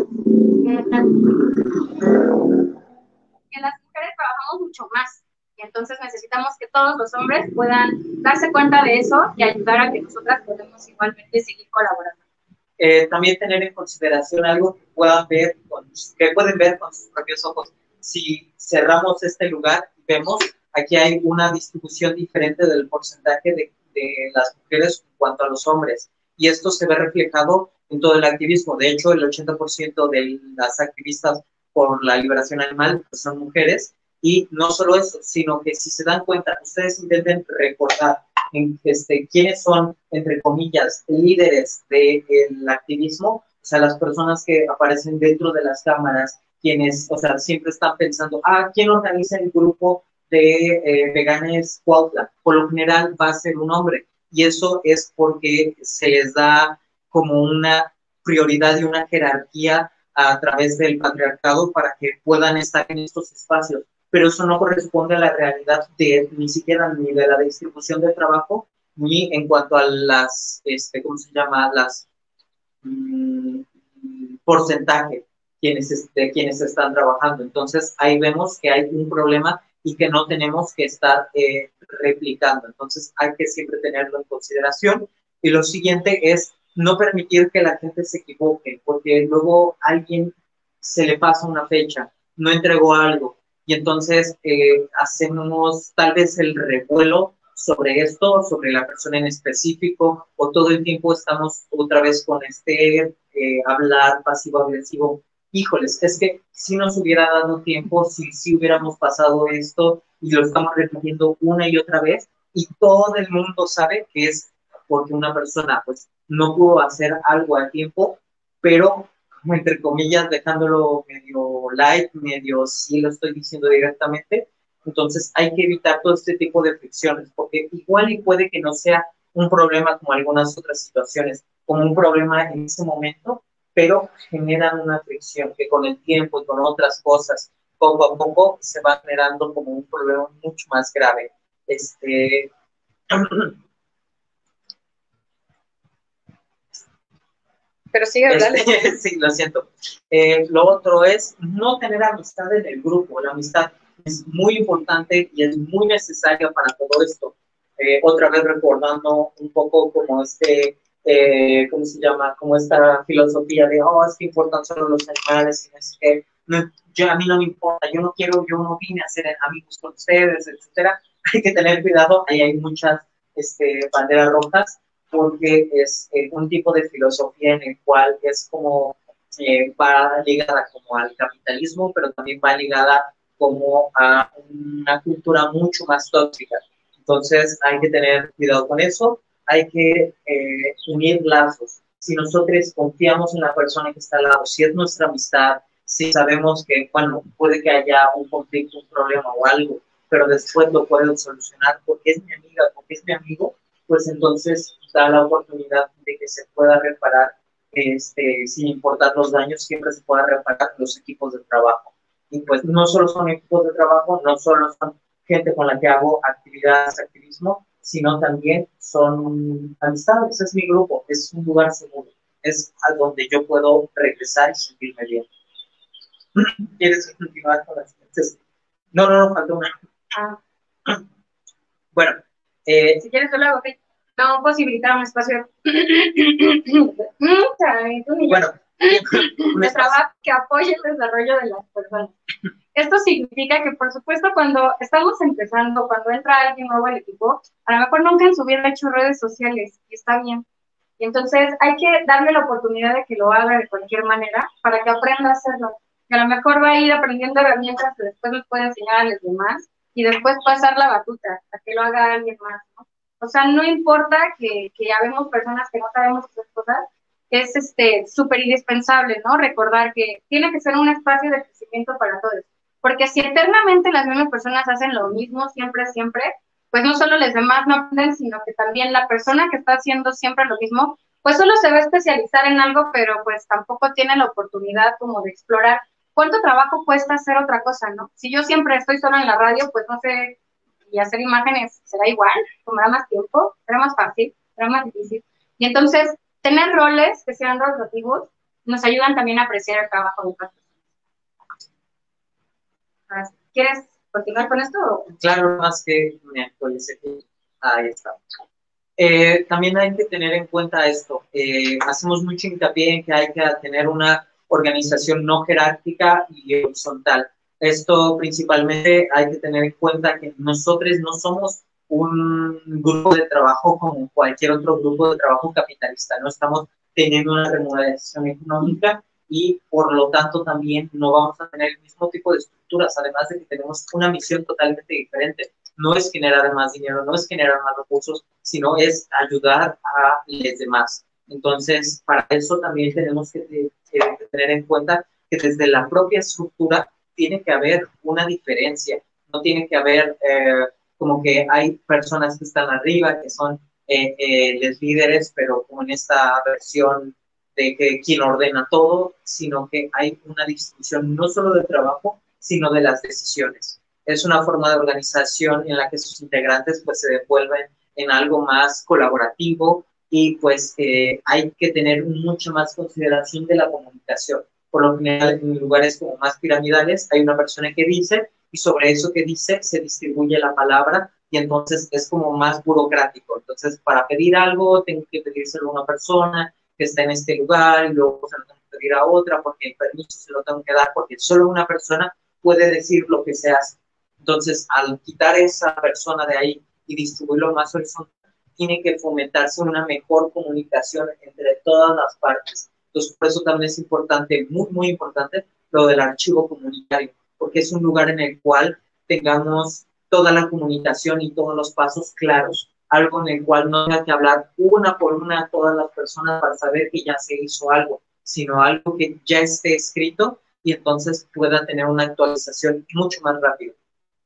Que las mujeres trabajamos mucho más y entonces necesitamos que todos los hombres puedan darse cuenta de eso y ayudar a que nosotras podamos igualmente seguir colaborando. También tener en consideración algo que puedan ver, que pueden ver con sus propios ojos. Si cerramos este lugar, vemos aquí hay una distribución diferente del porcentaje de las mujeres en cuanto a los hombres, y esto se ve reflejado en todo el activismo. De hecho, el 80% de las activistas por la liberación animal, pues son mujeres. Y no solo eso, sino que si se dan cuenta, ustedes intenten recordar quiénes son, entre comillas, líderes del activismo, o sea, las personas que aparecen dentro de las cámaras, quienes, o sea, siempre están pensando, ¿quién organiza el grupo de veganes Cuautla? Por lo general va a ser un hombre, y eso es porque se les da como una prioridad y una jerarquía a través del patriarcado para que puedan estar en estos espacios, pero eso no corresponde a la realidad de ni siquiera ni de la distribución de trabajo, ni en cuanto a las, ¿cómo se llama? Las porcentaje quienes están trabajando. Entonces, ahí vemos que hay un problema y que no tenemos que estar replicando. Entonces, hay que siempre tenerlo en consideración. Y lo siguiente es no permitir que la gente se equivoque, porque luego a alguien se le pasa una fecha, no entregó algo, y entonces hacemos tal vez el revuelo sobre esto, sobre la persona en específico, o todo el tiempo estamos otra vez con hablar pasivo-agresivo. Híjoles, es que si nos hubiera dado tiempo, si hubiéramos pasado esto y lo estamos repitiendo una y otra vez, y todo el mundo sabe que es porque una persona pues no pudo hacer algo a tiempo, pero entre comillas dejándolo medio light, medio sí lo estoy diciendo directamente. Entonces hay que evitar todo este tipo de fricciones, porque igual y puede que no sea un problema como algunas otras situaciones, como un problema en ese momento, pero generan una fricción que con el tiempo y con otras cosas, poco a poco se va generando como un problema mucho más grave. Pero sigue hablando. Sí, lo siento. Lo otro es no tener amistad en el grupo. La amistad es muy importante y es muy necesaria para todo esto. Otra vez recordando un poco como ¿cómo se llama? Como esta filosofía de, es que importan solo los animales y no es que, no, a mí no me importa, yo no vine a ser amigos con ustedes, etcétera. Hay que tener cuidado, ahí hay muchas banderas rojas, porque es un tipo de filosofía en el cual es como va ligada como al capitalismo, pero también va ligada como a una cultura mucho más tóxica. Entonces hay que tener cuidado con eso, hay que unir lazos. Si nosotros confiamos en la persona que está al lado, si es nuestra amistad, si sabemos que, bueno, puede que haya un conflicto, un problema o algo, pero después lo pueden solucionar porque es mi amiga, porque es mi amigo, pues entonces da la oportunidad de que se pueda reparar, sin importar los daños, siempre se pueda reparar los equipos de trabajo. Y pues no solo son equipos de trabajo, no solo son gente con la que hago actividades, activismo, sino también son amistades, es mi grupo, es un lugar seguro, es a donde yo puedo regresar y sentirme bien. ¿Quieres continuar con las siguientes? No, falta una. Bueno, si quieres yo lo hago, okay. No posibilitar un espacio bueno, de trabajo que apoye el desarrollo de las personas. Esto significa que, por supuesto, cuando estamos empezando, cuando entra alguien nuevo al equipo, a lo mejor nunca en su vida ha hecho redes sociales, y está bien. Y entonces hay que darle la oportunidad de que lo haga de cualquier manera para que aprenda a hacerlo. Que a lo mejor va a ir aprendiendo herramientas que después les puede enseñar a los demás y después pasar la batuta a que lo haga alguien más, ¿no? O sea, no importa que ya vemos personas que no sabemos hacer cosas, es súper indispensable, ¿no? Recordar que tiene que ser un espacio de crecimiento para todos. Porque si eternamente las mismas personas hacen lo mismo siempre, pues no solo los demás no aprenden, sino que también la persona que está haciendo siempre lo mismo, pues solo se va a especializar en algo, pero pues tampoco tiene la oportunidad como de explorar cuánto trabajo cuesta hacer otra cosa, ¿no? Si yo siempre estoy solo en la radio, pues no sé, y hacer imágenes será igual, tomará más tiempo, será más fácil, será más difícil. Y entonces, tener roles que sean rotativos nos ayudan también a apreciar el trabajo de otras personas. ¿Quieres continuar con esto? Claro, más que me actualicé. Ahí está. También hay que tener en cuenta esto. Hacemos mucho hincapié en que hay que tener una organización no jerárquica y horizontal. Esto principalmente hay que tener en cuenta que nosotros no somos un grupo de trabajo como cualquier otro grupo de trabajo capitalista. No estamos teniendo una remuneración económica y por lo tanto también no vamos a tener el mismo tipo de estructuras, además de que tenemos una misión totalmente diferente. No es generar más dinero, no es generar más recursos, sino es ayudar a los demás. Entonces, para eso también tenemos que tener en cuenta que desde la propia estructura tiene que haber una diferencia, no tiene que haber como que hay personas que están arriba, que son los líderes, pero como en esta versión de que quien ordena todo, sino que hay una distribución no solo de trabajo, sino de las decisiones. Es una forma de organización en la que sus integrantes pues se devuelven en algo más colaborativo y pues hay que tener mucha más consideración de la comunicación. Por lo general, en lugares como más piramidales, hay una persona que dice y sobre eso que dice se distribuye la palabra y entonces es como más burocrático. Entonces, para pedir algo, tengo que pedírselo a una persona que está en este lugar y luego se lo tengo que pedir a otra porque el permiso se lo tengo que dar porque solo una persona puede decir lo que se hace. Entonces, al quitar esa persona de ahí y distribuirlo más horizontal, tiene que fomentarse una mejor comunicación entre todas las partes. Entonces, por eso también es importante, muy, muy importante, lo del archivo comunitario, porque es un lugar en el cual tengamos toda la comunicación y todos los pasos claros, algo en el cual no tenga que hablar una por una a todas las personas para saber que ya se hizo algo, sino algo que ya esté escrito y entonces pueda tener una actualización mucho más rápido.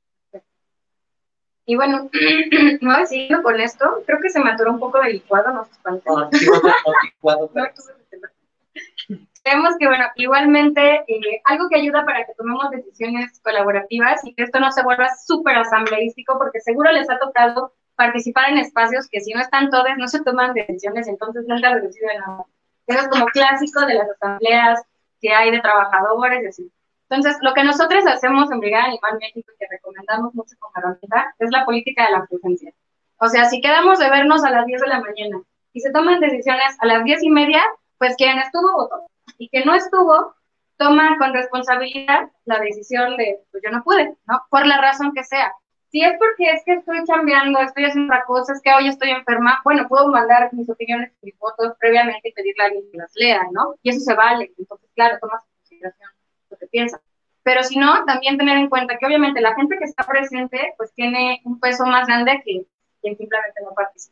Y bueno, no siguiendo con esto, creo que se me atoró un poco de licuado, no se espanten. Creemos que, bueno, igualmente, algo que ayuda para que tomemos decisiones colaborativas y que esto no se vuelva súper asambleístico, porque seguro les ha tocado participar en espacios que si no están todos, no se toman decisiones, entonces nunca se decide nada. Eso es como clásico de las asambleas que hay de trabajadores y así. Entonces, lo que nosotros hacemos en Brigada Animal México y que recomendamos mucho con herramienta es la política de la presencia. O sea, si quedamos de vernos a las 10 de la mañana y se toman decisiones a las 10:30, pues quien estuvo votó. Y que no estuvo, toma con responsabilidad la decisión de, pues yo no pude, ¿no? Por la razón que sea. Si es porque es que estoy cambiando, estoy haciendo otra cosa, es que hoy estoy enferma, bueno, puedo mandar mis opiniones y mis votos previamente y pedirle a alguien que las lea, ¿no? Y eso se vale. Entonces, claro, tomas en consideración lo que piensas. Pero si no, también tener en cuenta que obviamente la gente que está presente, pues tiene un peso más grande que quien simplemente no participa.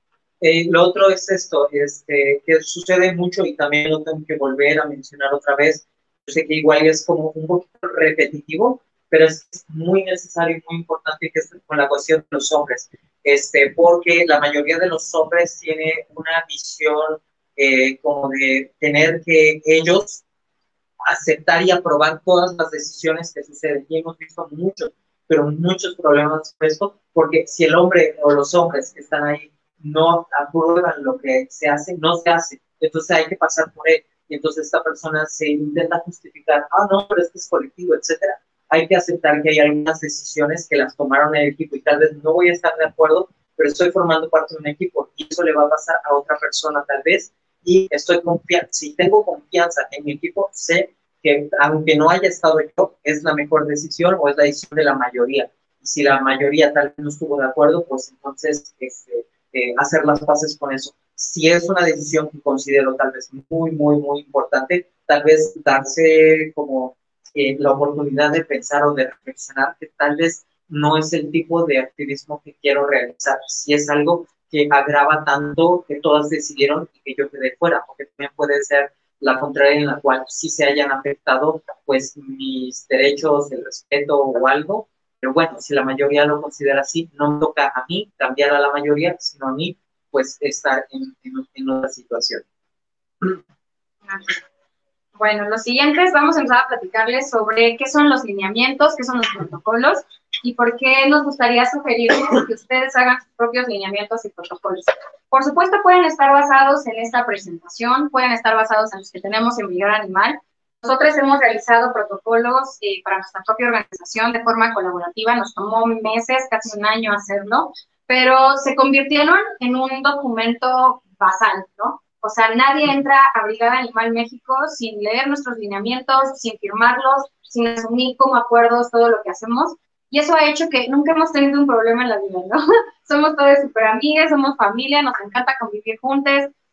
Lo otro es esto, que sucede mucho y también lo tengo que volver a mencionar otra vez. Yo sé que igual es como un poquito repetitivo, pero es muy necesario y muy importante que esté con la cuestión de los hombres, porque la mayoría de los hombres tiene una visión como de tener que ellos aceptar y aprobar todas las decisiones que suceden. Y hemos visto muchos, pero muchos problemas con esto, porque si el hombre o los hombres que están ahí no aprueban lo que se hace, no se hace. Entonces hay que pasar por él. Y entonces esta persona se intenta justificar, no, pero esto es colectivo, etcétera. Hay que aceptar que hay algunas decisiones que las tomaron el equipo y tal vez no voy a estar de acuerdo, pero estoy formando parte de un equipo y eso le va a pasar a otra persona tal vez y estoy confiando, si tengo confianza en mi equipo, sé que aunque no haya estado yo, es la mejor decisión o es la decisión de la mayoría. Y si la mayoría tal vez no estuvo de acuerdo, pues entonces hacer las paces con eso. Si es una decisión que considero tal vez muy, muy, muy importante, tal vez darse como la oportunidad de pensar o de reflexionar que tal vez no es el tipo de activismo que quiero realizar. Si es algo que agrava tanto que todas decidieron y que yo quedé fuera, porque también puede ser la contraria en la cual sí se hayan afectado pues mis derechos, el respeto o algo, pero bueno, si la mayoría lo considera así, no me toca a mí cambiar a la mayoría, sino a mí pues estar en otra situación. Bueno, los siguientes vamos a empezar a platicarles sobre qué son los lineamientos, qué son los protocolos y por qué nos gustaría sugerirles que ustedes hagan sus propios lineamientos y protocolos. Por supuesto, pueden estar basados en esta presentación, pueden estar basados en los que tenemos en Brigada Animal. Nosotros hemos realizado protocolos para nuestra propia organización de forma colaborativa, nos tomó meses, casi un año hacerlo, pero se convirtieron en un documento basal, ¿no? O sea, nadie entra a Brigada Animal México sin leer nuestros lineamientos, sin firmarlos, sin asumir como acuerdos todo lo que hacemos. Y eso ha hecho que nunca hemos tenido un problema en la vida, ¿no? Somos todos súper amigas, somos familia, nos encanta convivir juntos,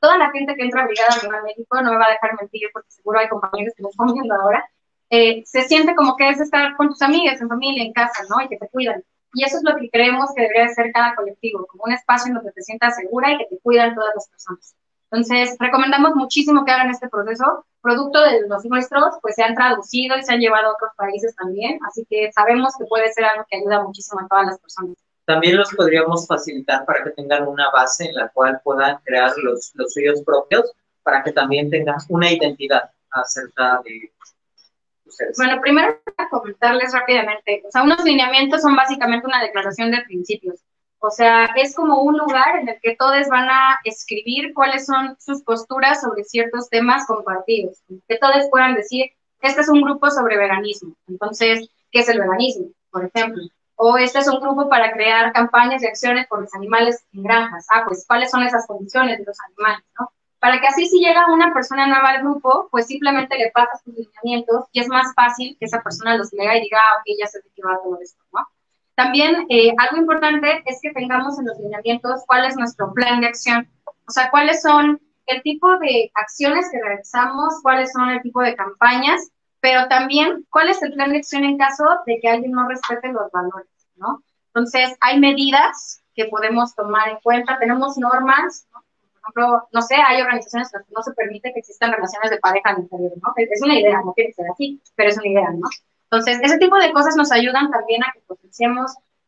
toda la gente que entra a Brigada Animal México, no me va a dejar mentir porque seguro hay compañeros que nos están viendo ahora, se siente como que es estar con tus amigas, en familia, en casa, ¿no? Y que te cuidan. Y eso es lo que creemos que debería de ser cada colectivo, como un espacio en donde te sientas segura y que te cuidan todas las personas. Entonces, recomendamos muchísimo que hagan este proceso. Producto de los nuestros, pues se han traducido y se han llevado a otros países también, así que sabemos que puede ser algo que ayuda muchísimo a todas las personas. También los podríamos facilitar para que tengan una base en la cual puedan crear los suyos propios, para que también tengan una identidad acerca de ustedes. Bueno, primero para comentarles rápidamente, o sea, unos lineamientos son básicamente una declaración de principios. O sea, es como un lugar en el que todos van a escribir cuáles son sus posturas sobre ciertos temas compartidos. Que todos puedan decir, este es un grupo sobre veganismo. Entonces, ¿qué es el veganismo? Por ejemplo. O este es un grupo para crear campañas y acciones por los animales en granjas. Ah, pues, ¿cuáles son esas condiciones de los animales, no? Para que así si llega una persona nueva al grupo, pues simplemente le pasa sus lineamientos y es más fácil que esa persona los lea y diga, ah, ok, ya sé de qué va todo esto, ¿no? También algo importante es que tengamos en los lineamientos cuál es nuestro plan de acción, o sea, cuáles son el tipo de acciones que realizamos, cuáles son el tipo de campañas, pero también cuál es el plan de acción en caso de que alguien no respete los valores, ¿no? Entonces, hay medidas que podemos tomar en cuenta, tenemos normas, ¿no? Por ejemplo, no sé, hay organizaciones en las que no se permite que existan relaciones de pareja al interior, ¿no? Es una idea, no tiene que ser así, pero es una idea, ¿no? Entonces, ese tipo de cosas nos ayudan también a que potenciemos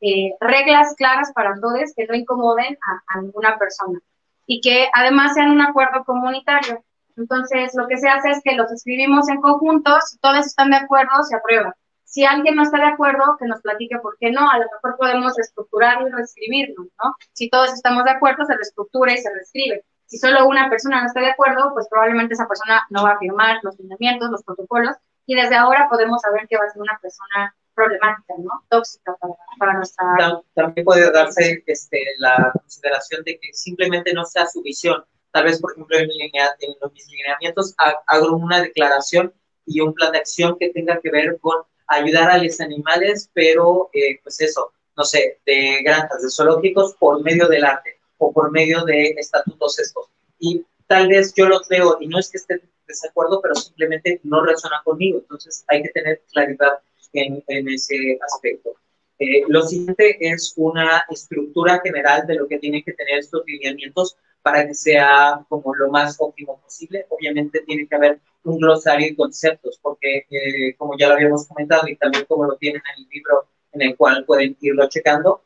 reglas claras para todos que no incomoden a ninguna persona y que además sean un acuerdo comunitario. Entonces, lo que se hace es que los escribimos en conjunto, si todos están de acuerdo, se aprueba. Si alguien no está de acuerdo, que nos platique por qué no, a lo mejor podemos reestructurarlo y reescribirlo, ¿no? Si todos estamos de acuerdo, se reestructura y se reescribe. Si solo una persona no está de acuerdo, pues probablemente esa persona no va a firmar los lineamientos, los protocolos, y desde ahora podemos saber que va a ser una persona problemática, ¿no? Tóxica para nuestra... También puede darse la consideración de que simplemente no sea su visión. Tal vez, por ejemplo, en mis lineamientos hago una declaración y un plan de acción que tenga que ver con ayudar a los animales, pero pues eso, no sé, de granjas, de zoológicos, por medio del arte o por medio de estatutos estos. Y tal vez yo los leo y no es que esté de desacuerdo, pero simplemente no resuena conmigo. Entonces hay que tener claridad en ese aspecto. Lo siguiente es una estructura general de lo que tienen que tener estos lineamientos para que sea como lo más óptimo posible. Obviamente tiene que haber un glosario de conceptos, porque como ya lo habíamos comentado y también como lo tienen en el libro en el cual pueden irlo checando,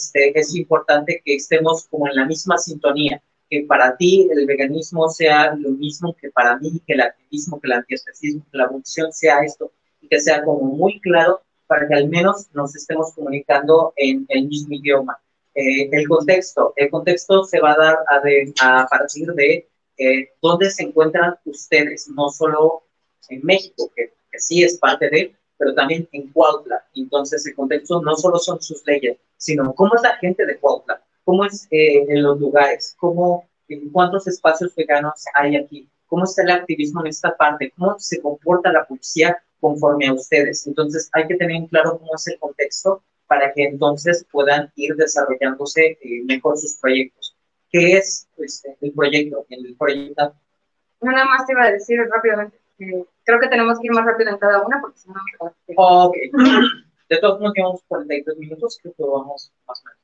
es importante que estemos como en la misma sintonía, que para ti el veganismo sea lo mismo que para mí, que el activismo, que el antiespecismo, que la abolición sea esto, y que sea como muy claro para que al menos nos estemos comunicando en el mismo idioma. El contexto se va a dar a partir de dónde se encuentran ustedes, no solo en México, que sí es parte de, pero también en Cuautla. Entonces, el contexto no solo son sus leyes, sino cómo es la gente de Cuautla, cómo es en los lugares, cuántos espacios veganos hay aquí, cómo está el activismo en esta parte, cómo se comporta la policía conforme a ustedes. Entonces, hay que tener en claro cómo es el contexto para que entonces puedan ir desarrollándose mejor sus proyectos. ¿Qué es pues, el proyecto? El proyecto. Nada más te iba a decir rápidamente que creo que tenemos que ir más rápido en cada una porque si no me quedo. Ok. De todos modos, llevamos 42 minutos, creo que vamos más o menos.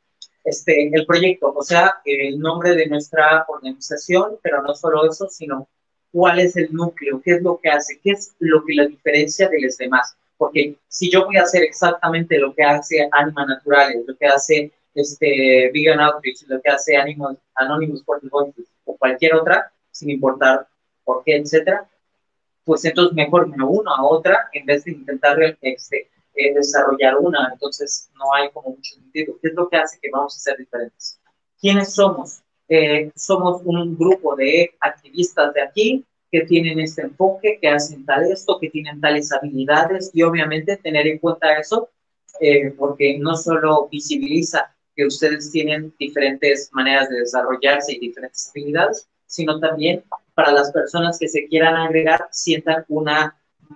El proyecto, o sea, el nombre de nuestra organización, pero no solo eso, sino cuál es el núcleo, qué es lo que hace, qué es lo que la diferencia de los demás. Porque si yo voy a hacer exactamente lo que hace Anima Naturales, lo que hace Vegan Outreach, lo que hace Anonymous for the Voices o cualquier otra, sin importar por qué, etcétera, pues entonces mejor me uno a otra en vez de intentar desarrollar una. Entonces no hay como mucho sentido. ¿Qué es lo que hace que vamos a ser diferentes? ¿Quiénes somos? Somos un grupo de activistas de aquí que tienen este enfoque, que hacen tal esto, que tienen tales habilidades y obviamente tener en cuenta eso porque no solo visibiliza que ustedes tienen diferentes maneras de desarrollarse y diferentes habilidades, sino también para las personas que se quieran agregar sientan una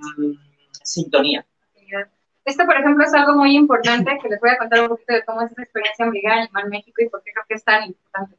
sintonía. Esto, por ejemplo, es algo muy importante que les voy a contar un poquito de cómo es esa experiencia en Brigada Animal México y por qué creo que es tan importante.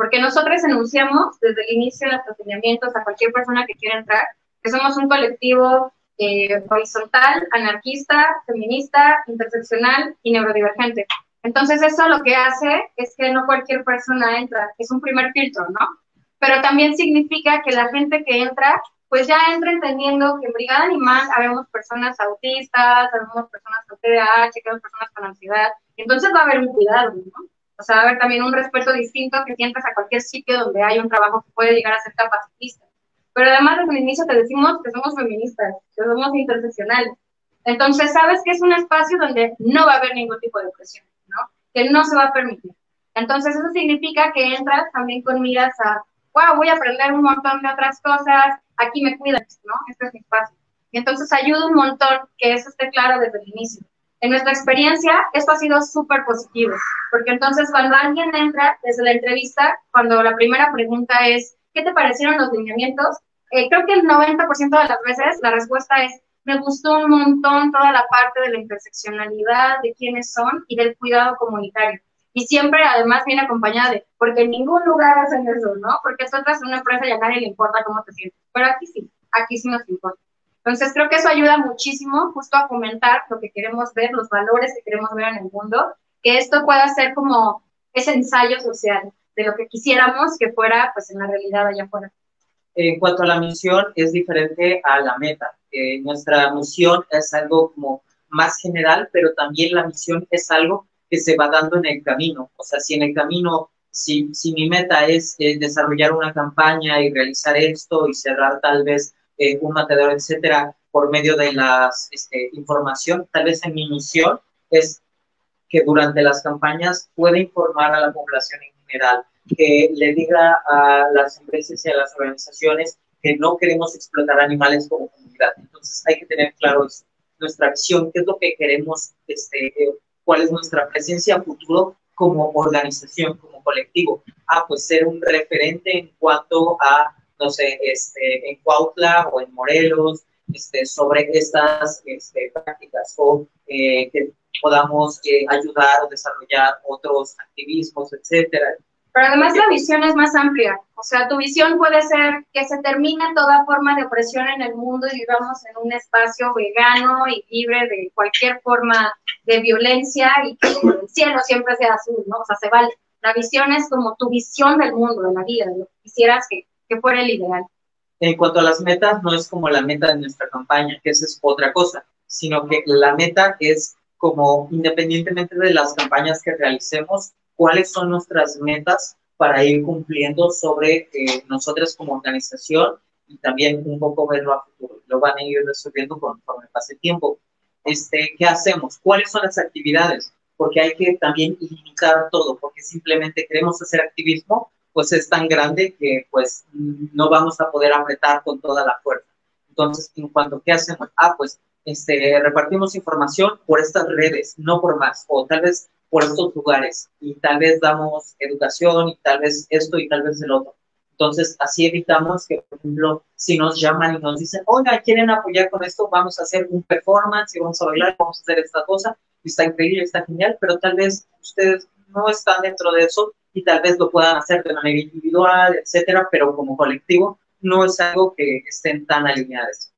porque nosotros enunciamos desde el inicio de los lineamientos a cualquier persona que quiera entrar, que somos un colectivo horizontal, anarquista, feminista, interseccional y neurodivergente. Entonces eso lo que hace es que no cualquier persona entra, es un primer filtro, ¿no? Pero también significa que la gente que entra, pues ya entra entendiendo que en Brigada Animal habemos personas autistas, habemos personas con TDAH, habemos personas con ansiedad, entonces va a haber un cuidado, ¿no? O sea, va a haber también un respeto distinto que sientas a cualquier sitio donde hay un trabajo que puede llegar a ser capacitista. Pero además desde el inicio te decimos que somos feministas, que somos interseccionales. Entonces sabes que es un espacio donde no va a haber ningún tipo de opresión, ¿no? Que no se va a permitir. Entonces eso significa que entras también con miras a, wow, voy a aprender un montón de otras cosas, aquí me cuidan, ¿no? Este es mi espacio. Y entonces ayuda un montón que eso esté claro desde el inicio. En nuestra experiencia, esto ha sido súper positivo, porque entonces cuando alguien entra desde la entrevista, cuando la primera pregunta es, ¿qué te parecieron los lineamientos? Creo que el 90% de las veces la respuesta es, me gustó un montón toda la parte de la interseccionalidad, de quiénes son y del cuidado comunitario. Y siempre además viene acompañada de, porque en ningún lugar hacen eso, ¿no? Porque tú estás en una empresa y a nadie le importa cómo te sientes. Pero aquí sí nos importa. Entonces creo que eso ayuda muchísimo justo a fomentar lo que queremos ver, los valores que queremos ver en el mundo, que esto pueda ser como ese ensayo social de lo que quisiéramos que fuera pues en la realidad allá afuera. En cuanto a la misión, es diferente a la meta. Nuestra misión es algo como más general, pero también la misión es algo que se va dando en el camino. O sea, si en el camino, si mi meta es desarrollar una campaña y realizar esto y cerrar tal vez un matadero, etcétera, por medio de la información, tal vez en mi misión es que durante las campañas pueda informar a la población en general, que le diga a las empresas y a las organizaciones que no queremos explotar animales como comunidad. Entonces hay que tener claro eso, nuestra visión, qué es lo que queremos, cuál es nuestra presencia a futuro como organización, como colectivo. Pues ser un referente en cuanto a, no sé, en Cuautla o en Morelos, sobre estas prácticas, o que podamos ayudar o desarrollar otros activismos, etcétera. Pero además la visión es más amplia. O sea, tu visión puede ser que se termine toda forma de opresión en el mundo y vivamos en un espacio vegano y libre de cualquier forma de violencia y que el cielo siempre sea azul, ¿no? O sea, se vale. La visión es como tu visión del mundo, de la vida, de lo que quisieras que fuera el ideal. En cuanto a las metas, no es como la meta de nuestra campaña, que esa es otra cosa, sino que la meta es como, independientemente de las campañas que realicemos, cuáles son nuestras metas para ir cumpliendo sobre nosotras como organización y también un poco verlo a futuro. Lo van a ir resolviendo conforme pase el tiempo. ¿Qué hacemos? ¿Cuáles son las actividades? Porque hay que también limitar todo, porque simplemente queremos hacer activismo, pues es tan grande que pues no vamos a poder apretar con toda la fuerza. Entonces, en cuanto, ¿qué hacemos? Pues repartimos información por estas redes, no por más, o tal vez por estos lugares, y tal vez damos educación, y tal vez esto, y tal vez el otro. Entonces, así evitamos que, por ejemplo, si nos llaman y nos dicen, oiga, ¿quieren apoyar con esto? Vamos a hacer un performance, y vamos a bailar, vamos a hacer esta cosa, y está increíble, está genial, pero tal vez ustedes no están dentro de eso, y tal vez lo puedan hacer de manera individual, etcétera, pero como colectivo no es algo que estén tan alineados.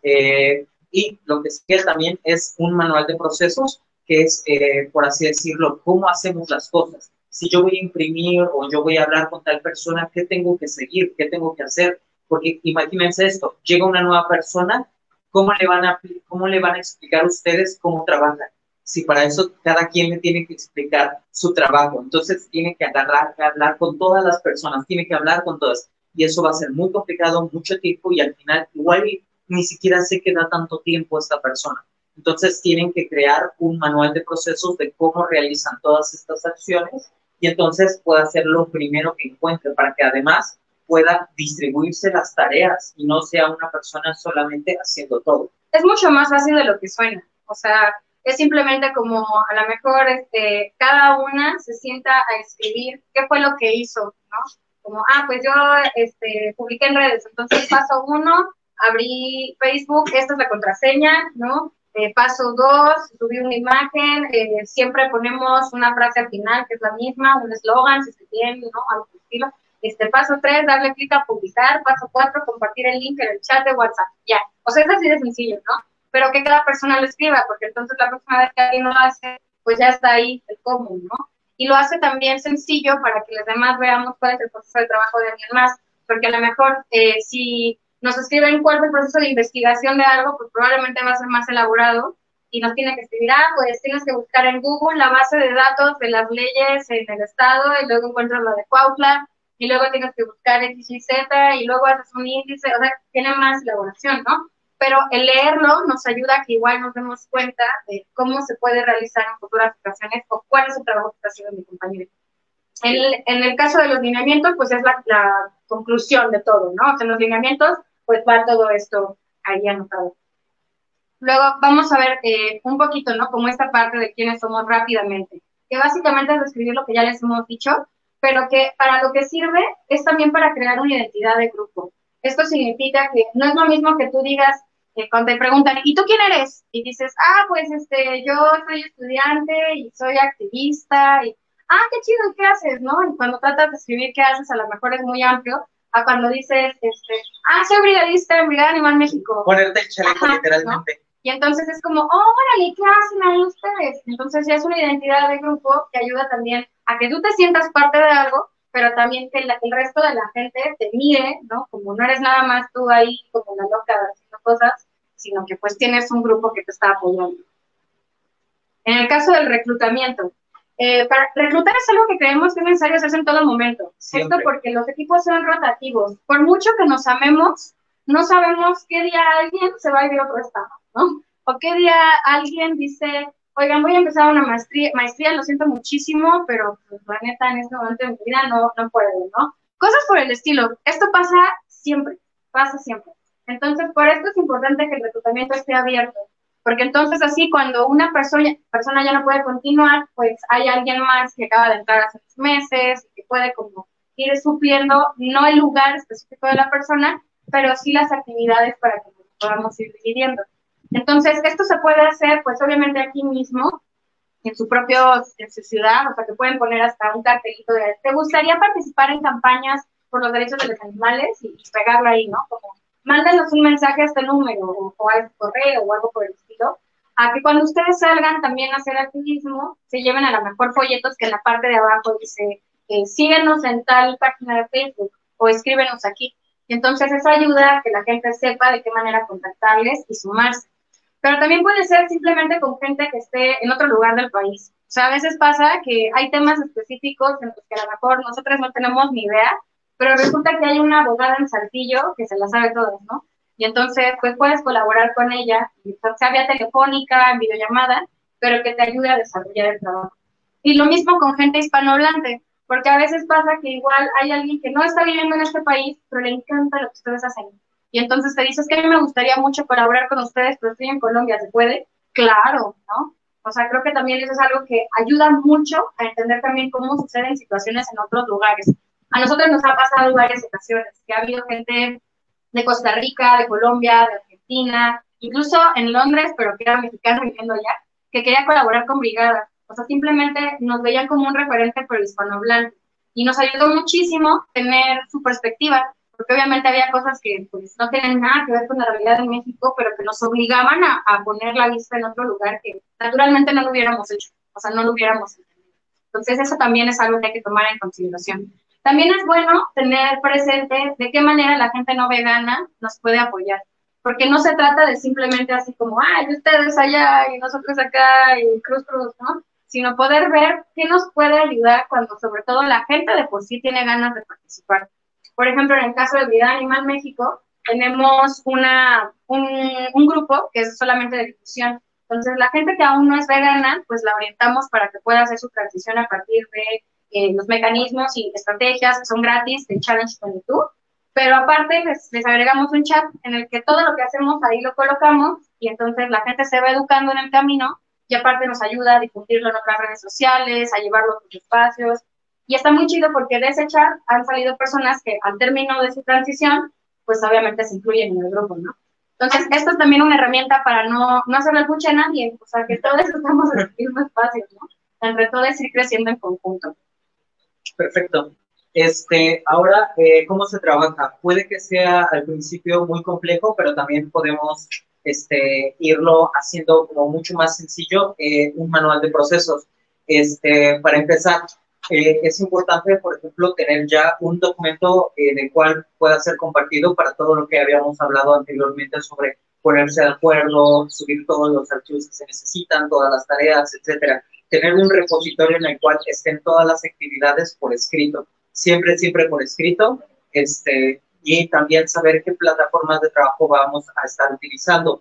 Y lo que sigue también es un manual de procesos, que es, por así decirlo, cómo hacemos las cosas. Si yo voy a imprimir o yo voy a hablar con tal persona, ¿qué tengo que seguir? ¿Qué tengo que hacer? Porque imagínense esto, llega una nueva persona, ¿cómo le van a explicar a ustedes cómo trabajan? Si para eso cada quien le tiene que explicar su trabajo, entonces tiene que hablar con todas las personas, tiene que hablar con todas, y eso va a ser muy complicado, mucho tiempo, y al final igual ni siquiera se queda tanto tiempo esta persona. Entonces tienen que crear un manual de procesos de cómo realizan todas estas acciones, y entonces pueda hacer lo primero que encuentre, para que además pueda distribuirse las tareas y no sea una persona solamente haciendo todo. Es mucho más fácil de lo que suena. O sea, es simplemente como a lo mejor cada una se sienta a escribir qué fue lo que hizo, ¿no? Como, pues yo publiqué en redes, entonces paso 1, abrí Facebook, esta es la contraseña, ¿no? Paso 2, subir una imagen, siempre ponemos una frase al final que es la misma, un eslogan, si se tiene, ¿no? Algo por el estilo. Paso 3, darle clic a publicar. Paso 4, compartir el link en el chat de WhatsApp. Ya, o sea, es así de sencillo, ¿no? Pero que cada persona lo escriba, porque entonces la próxima vez que alguien lo hace, pues ya está ahí el cómo, ¿no? Y lo hace también sencillo para que los demás veamos cuál es el proceso de trabajo de alguien más, porque a lo mejor si nos escriben cuál es el proceso de investigación de algo, pues probablemente va a ser más elaborado y nos tiene que escribir, pues tienes que buscar en Google la base de datos de las leyes en el estado y luego encuentras la de Cuautla y luego tienes que buscar X y Z y luego haces un índice, o sea, tiene más elaboración, ¿no? Pero el leerlo nos ayuda a que igual nos demos cuenta de cómo se puede realizar en futuras ocasiones o cuál es el trabajo que está haciendo mi compañero. En el caso de los lineamientos, pues es la conclusisea de todo, ¿no? O sea, en los lineamientos, pues va todo esto ahí anotado. Luego vamos a ver un poquito, ¿no? Como esta parte de quiénes somos rápidamente, que básicamente es describir lo que ya les hemos dicho, pero que para lo que sirve es también para crear una identidad de grupo. Esto significa que no es lo mismo que tú digas, cuando te preguntan, ¿y tú quién eres? Y dices, pues yo soy estudiante y soy activista, y, qué chido, ¿qué haces? ¿No? Y cuando tratas de escribir qué haces, a lo mejor es muy amplio, a cuando dices, soy brigadista en Brigada Animal México. Ponerte el chaleco, literalmente. ¿No? Y entonces es como, órale, ¿qué hacen ahí ustedes? Entonces ya es una identidad de grupo que ayuda también a que tú te sientas parte de algo, pero también que el resto de la gente te mire, ¿no? Como no eres nada más tú ahí como la loca haciendo cosas, sino que pues tienes un grupo que te está apoyando. En el caso del reclutamiento, para reclutar es algo que creemos que es necesario hacerse en todo momento. Siempre. Esto porque los equipos son rotativos. Por mucho que nos amemos, no sabemos qué día alguien se va a ir a otro estado, ¿no? O qué día alguien dice, oigan, voy a empezar una maestría, lo siento muchísimo, pero pues, la neta en este momento de mi vida no puedo, ¿no? Cosas por el estilo. Esto pasa siempre, pasa siempre. Entonces, por esto es importante que el reclutamiento esté abierto. Porque entonces así cuando una persona ya no puede continuar, pues hay alguien más que acaba de entrar hace 6 meses y que puede como ir supliendo, no el lugar específico de la persona, pero sí las actividades para que nos podamos ir dividiendo. Entonces, esto se puede hacer, pues obviamente aquí mismo, en su ciudad, o sea, que pueden poner hasta un cartelito de, ¿te gustaría participar en campañas por los derechos de los animales? Y pegarlo ahí, ¿no? Como, mándanos un mensaje a este número, o a este correo, o algo por el estilo, a que cuando ustedes salgan también a hacer activismo, se lleven a lo mejor folletos que en la parte de abajo dice, síguenos en tal página de Facebook, o escríbenos aquí. Y entonces eso ayuda a que la gente sepa de qué manera contactarles y sumarse. Pero también puede ser simplemente con gente que esté en otro lugar del país. O sea, a veces pasa que hay temas específicos en los que a lo mejor nosotros no tenemos ni idea, pero resulta que hay una abogada en Saltillo que se la sabe todas, ¿no? Y entonces, pues puedes colaborar con ella, sea vía telefónica, en videollamada, pero que te ayude a desarrollar el trabajo. Y lo mismo con gente hispanohablante, porque a veces pasa que igual hay alguien que no está viviendo en este país, pero le encanta lo que ustedes hacen. Y entonces te dices que a mí me gustaría mucho colaborar con ustedes, pero estoy en Colombia, ¿se puede? Claro, ¿no? O sea, creo que también eso es algo que ayuda mucho a entender también cómo suceden situaciones en otros lugares. A nosotros nos ha pasado en varias ocasiones, que ha habido gente de Costa Rica, de Colombia, de Argentina, incluso en Londres, pero que era mexicano viviendo allá, que quería colaborar con Brigada. O sea, simplemente nos veían como un referente por el hispanohablante. Y nos ayudó muchísimo tener su perspectiva, porque obviamente había cosas que pues, no tienen nada que ver con la realidad de México, pero que nos obligaban a poner la vista en otro lugar que naturalmente no lo hubiéramos hecho, o sea, no lo hubiéramos entendido. Entonces eso también es algo que hay que tomar en consideración. También es bueno tener presente de qué manera la gente no vegana nos puede apoyar, porque no se trata de simplemente así como, ustedes allá y nosotros acá y cruz, ¿no? Sino poder ver qué nos puede ayudar cuando sobre todo la gente de por sí tiene ganas de participar. Por ejemplo, en el caso de Brigada Animal México, tenemos un grupo que es solamente de difusión. Entonces, la gente que aún no es vegana, pues la orientamos para que pueda hacer su transición a partir de los mecanismos y estrategias que son gratis de Challenge 22. Pero aparte, les agregamos un chat en el que todo lo que hacemos ahí lo colocamos y entonces la gente se va educando en el camino y aparte nos ayuda a difundirlo en otras redes sociales, a llevarlo a otros espacios. Y está muy chido porque de ese chat han salido personas que al término de su transición, pues obviamente se incluyen en el grupo, ¿no? Entonces, esto es también una herramienta para no hacerle el puche a nadie, o sea, que todos estamos en el mismo espacio, ¿no? Entre todos ir creciendo en conjunto. Perfecto. Ahora, ¿cómo se trabaja? Puede que sea al principio muy complejo, pero también podemos irlo haciendo como mucho más sencillo, un manual de procesos. Para empezar, es importante, por ejemplo, tener ya un documento del cual pueda ser compartido para todo lo que habíamos hablado anteriormente sobre ponerse de acuerdo, subir todos los archivos que se necesitan, todas las tareas, etcétera. Tener un repositorio en el cual estén todas las actividades por escrito, siempre por escrito, y también saber qué plataformas de trabajo vamos a estar utilizando.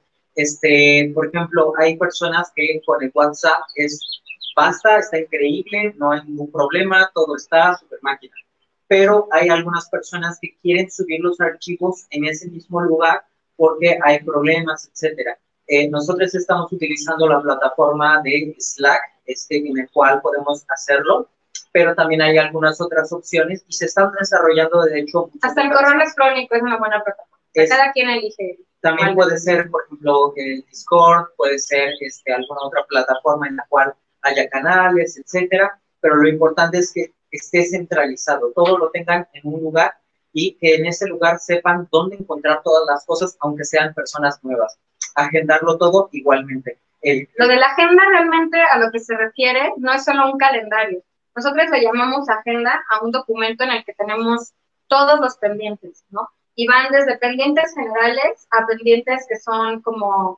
Por ejemplo, hay personas que con el WhatsApp basta, está increíble, no hay ningún problema, todo está súper máquina. Pero hay algunas personas que quieren subir los archivos en ese mismo lugar porque hay problemas, etcétera. Nosotros estamos utilizando la plataforma de Slack, en el cual podemos hacerlo, pero también hay algunas otras opciones y se están desarrollando, de hecho. Hasta el correo electrónico es una buena plataforma. Cada quien elige. También puede ser, por ejemplo, el Discord, puede ser alguna otra plataforma en la cual haya canales, etcétera, pero lo importante es que esté centralizado, todo lo tengan en un lugar y que en ese lugar sepan dónde encontrar todas las cosas, aunque sean personas nuevas. Agendarlo todo igualmente. Lo de la agenda realmente a lo que se refiere no es solo un calendario. Nosotros le llamamos agenda a un documento en el que tenemos todos los pendientes, ¿no? Y van desde pendientes generales a pendientes que son como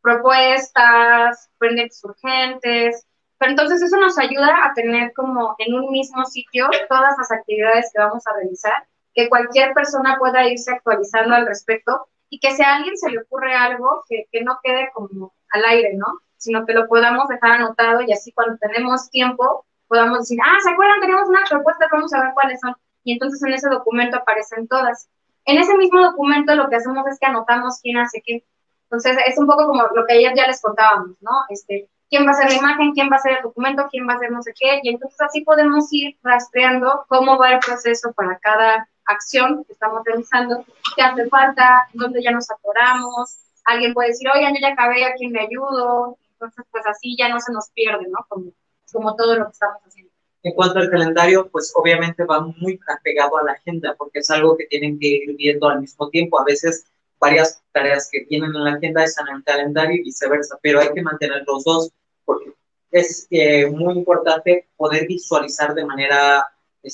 propuestas, pendientes urgentes. Pero entonces eso nos ayuda a tener como en un mismo sitio todas las actividades que vamos a realizar, que cualquier persona pueda irse actualizando al respecto y que si a alguien se le ocurre algo, que no quede como al aire, ¿no? Sino que lo podamos dejar anotado y así cuando tenemos tiempo podamos decir, ¿se acuerdan? Teníamos una propuesta, vamos a ver cuáles son. Y entonces en ese documento aparecen todas. En ese mismo documento lo que hacemos es que anotamos quién hace qué. Entonces es un poco como lo que ayer ya les contábamos, ¿no? Quién va a hacer la imagen, quién va a hacer el documento, quién va a hacer no sé qué. Y entonces así podemos ir rastreando cómo va el proceso para cada acción que estamos realizando, qué hace falta, dónde ya nos atoramos. Alguien puede decir, oye, yo ya acabé, ¿a quién me ayudo? Entonces, pues así ya no se nos pierde, ¿no? Como todo lo que estamos haciendo. En cuanto al calendario, pues obviamente va muy apegado a la agenda, porque es algo que tienen que ir viendo al mismo tiempo. A veces varias tareas que tienen en la agenda están en el calendario y viceversa, pero hay que mantener los dos, porque es muy importante poder visualizar de manera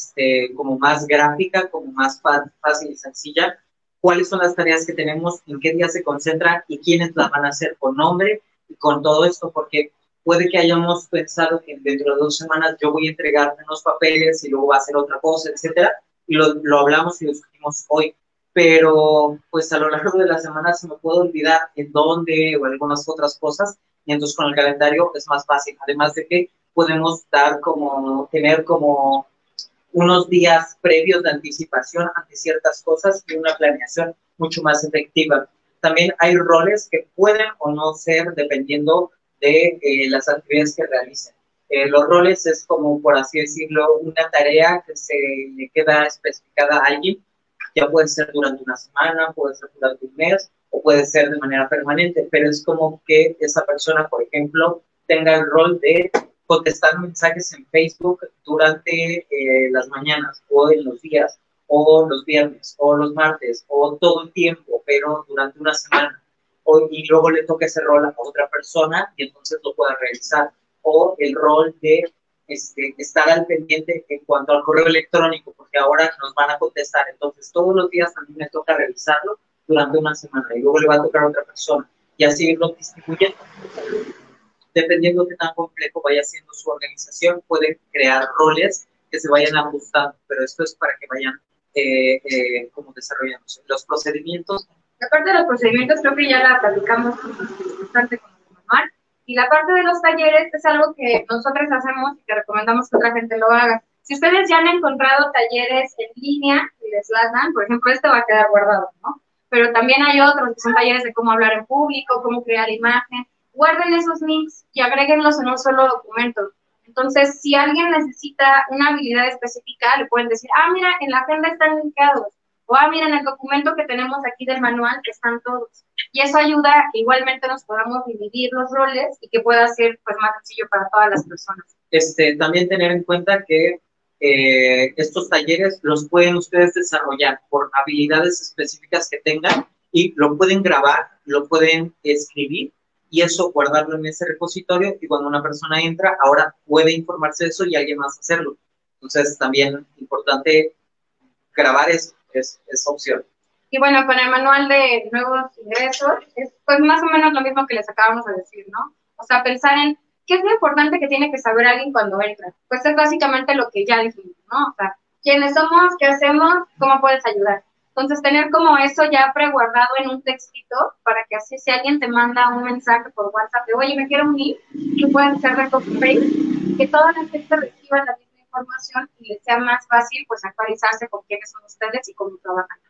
como más gráfica, como más fácil y sencilla, cuáles son las tareas que tenemos, en qué días se concentran y quiénes las van a hacer con nombre y con todo esto, porque puede que hayamos pensado que dentro de 2 semanas yo voy a entregar unos papeles y luego va a hacer otra cosa, etcétera, y lo hablamos y lo discutimos hoy, pero pues a lo largo de la semana se me puede olvidar en dónde o algunas otras cosas, y entonces con el calendario es más fácil, además de que podemos tener como unos días previos de anticipación ante ciertas cosas y una planeación mucho más efectiva. También hay roles que pueden o no ser dependiendo de las actividades que realicen. Los roles es como, por así decirlo, una tarea que se le queda especificada a alguien, ya puede ser durante una semana, puede ser durante un mes, o puede ser de manera permanente, pero es como que esa persona, por ejemplo, tenga el rol de contestar mensajes en Facebook durante las mañanas, o en los días, o los viernes, o los martes, o todo el tiempo, pero durante una semana. Y luego le toca ese rol a otra persona y entonces lo pueda realizar. O el rol de estar al pendiente en cuanto al correo electrónico, porque ahora nos van a contestar. Entonces, todos los días a mí me toca revisarlo durante una semana y luego le va a tocar a otra persona. Y así lo distribuyen. Dependiendo de qué tan complejo vaya siendo su organización, pueden crear roles que se vayan ajustando, pero esto es para que vayan como desarrollándose. Los procedimientos. La parte de los procedimientos creo que ya la platicamos bastante con Omar. Y la parte de los talleres es algo que nosotros hacemos y que recomendamos que otra gente lo haga. Si ustedes ya han encontrado talleres en línea y les las dan, por ejemplo, este va a quedar guardado, ¿no? Pero también hay otros que son talleres de cómo hablar en público, cómo crear imagen. Guarden esos links y agréguenlos en un solo documento. Entonces, si alguien necesita una habilidad específica, le pueden decir, mira, en la agenda están linkeados. O, mira, en el documento que tenemos aquí del manual que están todos. Y eso ayuda a que igualmente nos podamos dividir los roles y que pueda ser pues más sencillo para todas las personas. También tener en cuenta que estos talleres los pueden ustedes desarrollar por habilidades específicas que tengan y lo pueden grabar, lo pueden escribir y eso guardarlo en ese repositorio y cuando una persona entra, ahora puede informarse de eso y alguien más hacerlo. Entonces, también importante grabar eso, es opción. Y bueno, con el manual de nuevos ingresos, es pues más o menos lo mismo que les acabamos de decir, ¿no? O sea, pensar en qué es lo importante que tiene que saber alguien cuando entra. Pues es básicamente lo que ya dijimos, ¿no? O sea, quiénes somos, qué hacemos, cómo puedes ayudar. Entonces, tener como eso ya preguardado en un textito para que así si alguien te manda un mensaje por WhatsApp de, oye, me quiero unir, tú puedes hacer de copy-paste, que toda la gente reciba la misma información y les sea más fácil pues actualizarse con quiénes son ustedes y cómo trabajan.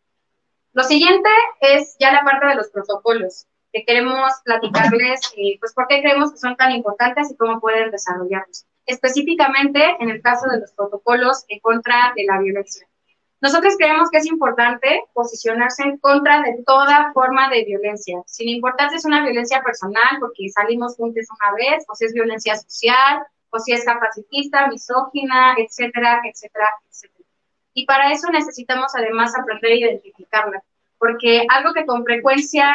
Lo siguiente es ya la parte de los protocolos, que queremos platicarles, pues por qué creemos que son tan importantes y cómo pueden desarrollarlos. Específicamente en el caso de los protocolos en contra de la violencia. Nosotros creemos que es importante posicionarse en contra de toda forma de violencia, sin importar si es una violencia personal, porque salimos juntos una vez, o si es violencia social, o si es capacitista, misógina, etcétera, etcétera, etcétera. Y para eso necesitamos además aprender a identificarla, porque algo que con frecuencia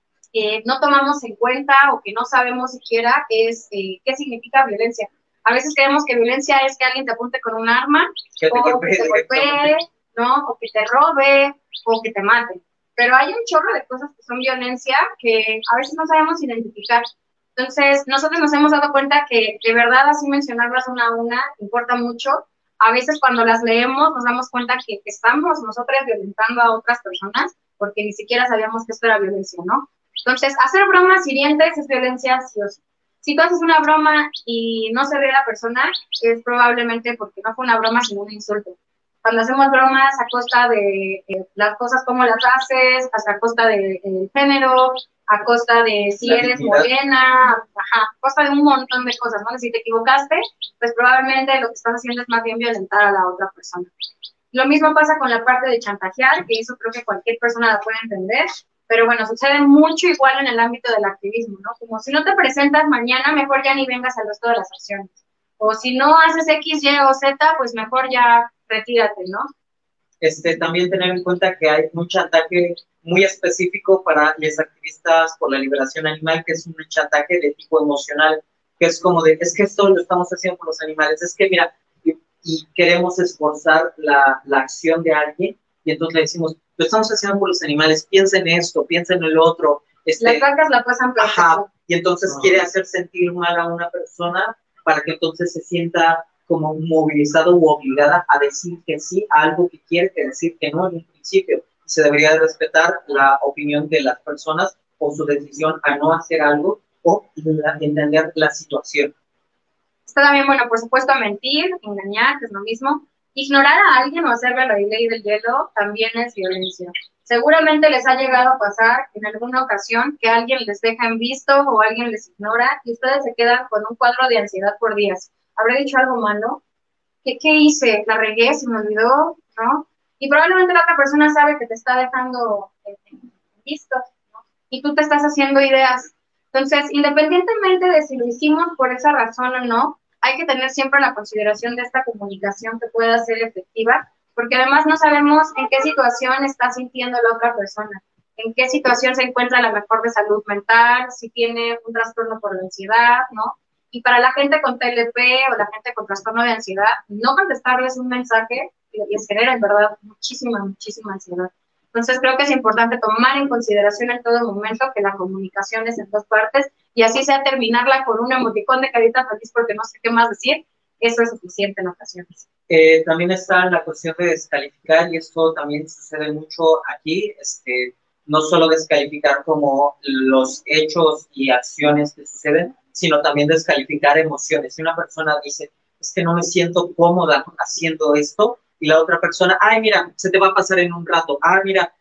no tomamos en cuenta o que no sabemos siquiera es qué significa violencia. A veces creemos que violencia es que alguien te apunte con un arma, o que te golpee, ¿no? O que te robe, o que te mate. Pero hay un chorro de cosas que son violencia que a veces no sabemos identificar. Entonces, nosotros nos hemos dado cuenta que de verdad así mencionarlas una a una importa mucho. A veces cuando las leemos nos damos cuenta que estamos nosotras violentando a otras personas porque ni siquiera sabíamos que esto era violencia, ¿no? Entonces, hacer bromas hirientes es violencia sí o sí. Si tú haces una broma y no se ríe la persona, es probablemente porque no fue una broma, sino un insulto. Cuando hacemos bromas a costa de las cosas como las haces, a costa del género, a costa de si eres morena, a costa de un montón de cosas, ¿no? Si te equivocaste, pues probablemente lo que estás haciendo es más bien violentar a la otra persona. Lo mismo pasa con la parte de chantajear, que eso creo que cualquier persona la puede entender, pero bueno, sucede mucho igual en el ámbito del activismo, ¿no? Como si no te presentas mañana, mejor ya ni vengas al resto de las acciones. O si no haces X, Y o Z, pues mejor ya retírate, ¿no? También tener en cuenta que hay un chantaje muy específico para los activistas por la liberación animal, que es un chantaje de tipo emocional, que es como de, es que esto lo estamos haciendo por los animales, es que mira, y queremos esforzar la acción de alguien, y entonces le decimos, lo estamos haciendo por los animales, piensa en esto, piensa en el otro. Las vacas la pasan por y entonces quiere hacer sentir mal a una persona para que entonces se sienta como movilizado u obligada a decir que sí a algo que quiere, que decir que no en un principio. Se debería respetar la opinión de las personas o su decisión a no hacer algo o entender la situación. Está también, bueno, por supuesto, mentir, engañar, que es lo mismo. Ignorar a alguien o hacerle la ley del hielo también es violencia. Seguramente les ha llegado a pasar en alguna ocasión que alguien les deja en visto o alguien les ignora y ustedes se quedan con un cuadro de ansiedad por días. ¿Habré dicho algo malo? ¿Qué hice? ¿La regué? ¿Se me olvidó? ¿No? Y probablemente la otra persona sabe que te está dejando en visto, ¿no? Y tú te estás haciendo ideas. Entonces, independientemente de si lo hicimos por esa razón o no, hay que tener siempre la consideración de esta comunicación que pueda ser efectiva, porque además no sabemos en qué situación está sintiendo la otra persona, en qué situación se encuentra la mejor de salud mental, si tiene un trastorno por la ansiedad, ¿no? Y para la gente con TLP o la gente con trastorno de ansiedad, no contestarles un mensaje les genera en verdad muchísima, muchísima ansiedad. Entonces creo que es importante tomar en consideración en todo momento que la comunicación es en dos partes y así sea terminarla con un emoticón de carita feliz porque no sé qué más decir, eso es suficiente en ocasiones. También está la cuestión de descalificar y esto también sucede mucho aquí, no solo descalificar como los hechos y acciones que suceden, sino también descalificar emociones. Si una persona dice, es que no me siento cómoda haciendo esto, y la otra persona, ay, mira, se te va a pasar en un rato, mira,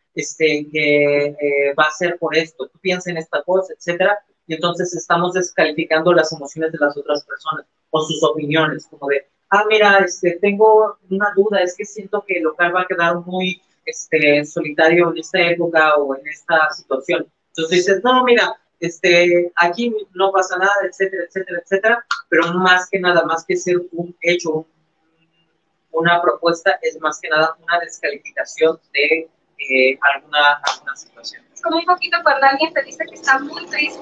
que va a ser por esto, tú piensas en esta cosa, etcétera, y entonces estamos descalificando las emociones de las otras personas o sus opiniones, como de, mira, tengo una duda, es que siento que el local va a quedar muy solitario en esta época o en esta situación. Entonces dices, no, mira, aquí no pasa nada, etcétera, etcétera, etcétera, pero más que nada, más que ser un hecho, una propuesta, es más que nada una descalificación de alguna situación. Es como un poquito cuando alguien te dice que está muy triste,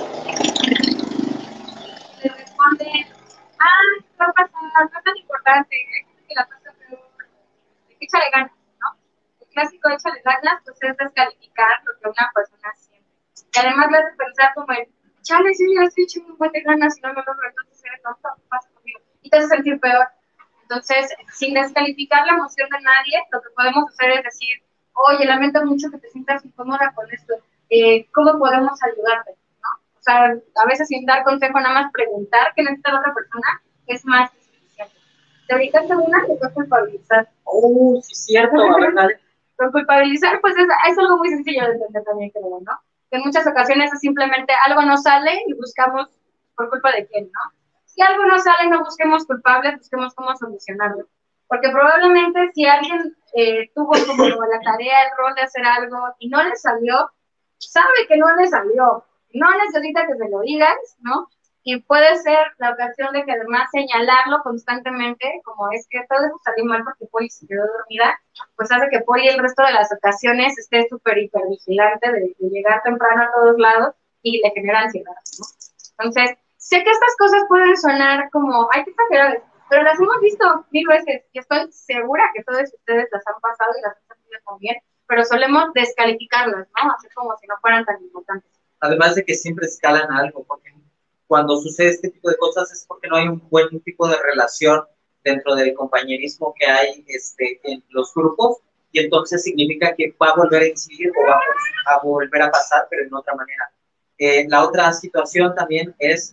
te responde, no pasa nada, no es tan importante, hay gente que la pasa peor, échale ganas, ¿no? El clásico échale ganas, pues es descalificar lo que una persona siente. Y además le hace pensar como el, chale, sí, yo estoy echando un buen de ganas y no me logro, entonces eres tonto, ¿qué pasa conmigo? Y te hace sentir peor. Entonces, sin descalificar la emoción de nadie, lo que podemos hacer es decir, oye, lamento mucho que te sientas incómoda con esto, ¿cómo podemos ayudarte? ¿No? O sea, a veces sin dar consejo, nada más preguntar qué necesita la otra persona, es más suficiente. Te dedicaste una que fue culpabilizar. Sí, cierto, a ver, dale. Con culpabilizar, pues es algo muy sencillo de entender también, creo, ¿no? Que en muchas ocasiones es simplemente algo no sale y buscamos por culpa de quién, ¿no? Si algo no sale, no busquemos culpables, busquemos cómo solucionarlo. Porque probablemente si alguien tuvo como la tarea, el rol de hacer algo y no le salió, sabe que no le salió. No necesita que se lo digas, ¿no? Y puede ser la ocasión de que además señalarlo constantemente, como es que todo eso salió mal porque Poli se quedó dormida, pues hace que Poli el resto de las ocasiones esté súper hipervigilante de llegar temprano a todos lados y le genera ansiedad, ¿no? Entonces, sé que estas cosas pueden sonar como, ay, qué exageradas, pero las hemos visto 1000 veces y estoy segura que todos ustedes las han pasado y las han sentido también, pero solemos descalificarlas, ¿no? Así como si no fueran tan importantes. Además de que siempre escalan algo, porque cuando sucede este tipo de cosas es porque no hay un buen tipo de relación dentro del compañerismo que hay en los grupos, y entonces significa que va a volver a incidir o va a volver a pasar, pero en otra manera. La otra situación también es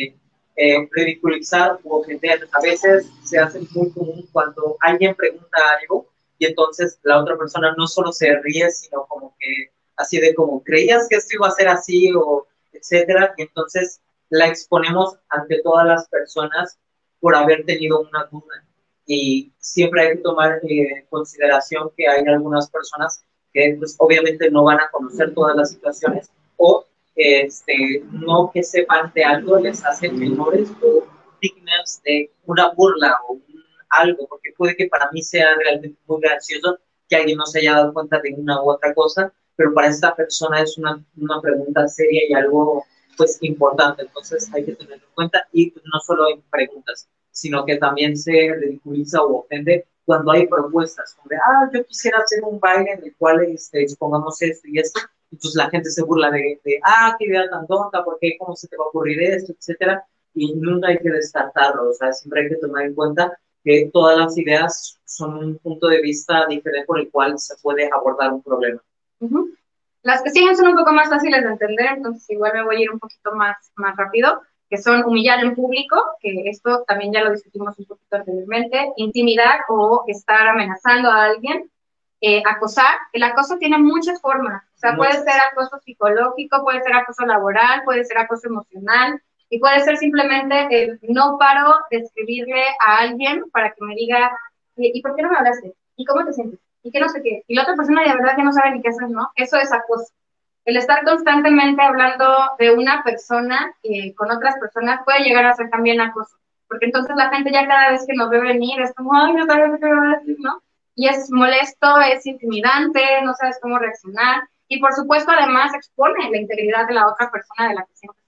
ridiculizar o ofender. A veces se hace muy común cuando alguien pregunta algo y entonces la otra persona no solo se ríe, sino como que así de como, ¿creías que esto iba a ser así? O etcétera. Y entonces la exponemos ante todas las personas por haber tenido una duda. Y siempre hay que tomar consideración que hay algunas personas que pues, obviamente no van a conocer todas las situaciones o no que sepan de algo les hacen menores o dignas de una burla o algo, porque puede que para mí sea realmente muy gracioso que alguien no se haya dado cuenta de una u otra cosa, pero para esta persona es una pregunta seria y algo pues importante, entonces hay que tenerlo en cuenta y pues, no solo en preguntas, sino que también se ridiculiza o ofende cuando hay propuestas, donde, yo quisiera hacer un baile en el cual expongamos esto y esto, entonces la gente se burla qué idea tan tonta, ¿por qué? ¿Cómo se te va a ocurrir esto? Etcétera, y nunca hay que descartarlo, o sea, siempre hay que tomar en cuenta que todas las ideas son un punto de vista diferente por el cual se puede abordar un problema. Uh-huh. Las que siguen son un poco más fáciles de entender, entonces igual me voy a ir un poquito más rápido, que son humillar en público, que esto también ya lo discutimos un poquito anteriormente, intimidar o estar amenazando a alguien, acosar. El acoso tiene muchas formas, o sea, puede ser acoso psicológico, puede ser acoso laboral, puede ser acoso emocional, y puede ser simplemente no paro de escribirle a alguien para que me diga, ¿y por qué no me hablaste? ¿Y cómo te sientes? Y que no sé qué, y la otra persona de verdad que no sabe ni qué hacer, ¿no? Eso es acoso. El estar constantemente hablando de una persona con otras personas puede llegar a ser también acoso, porque entonces la gente ya cada vez que nos ve venir es como, ay, no sabes qué va a decir, ¿no? Y es molesto, es intimidante, no sabes cómo reaccionar, y por supuesto además expone la integridad de la otra persona de la que siempre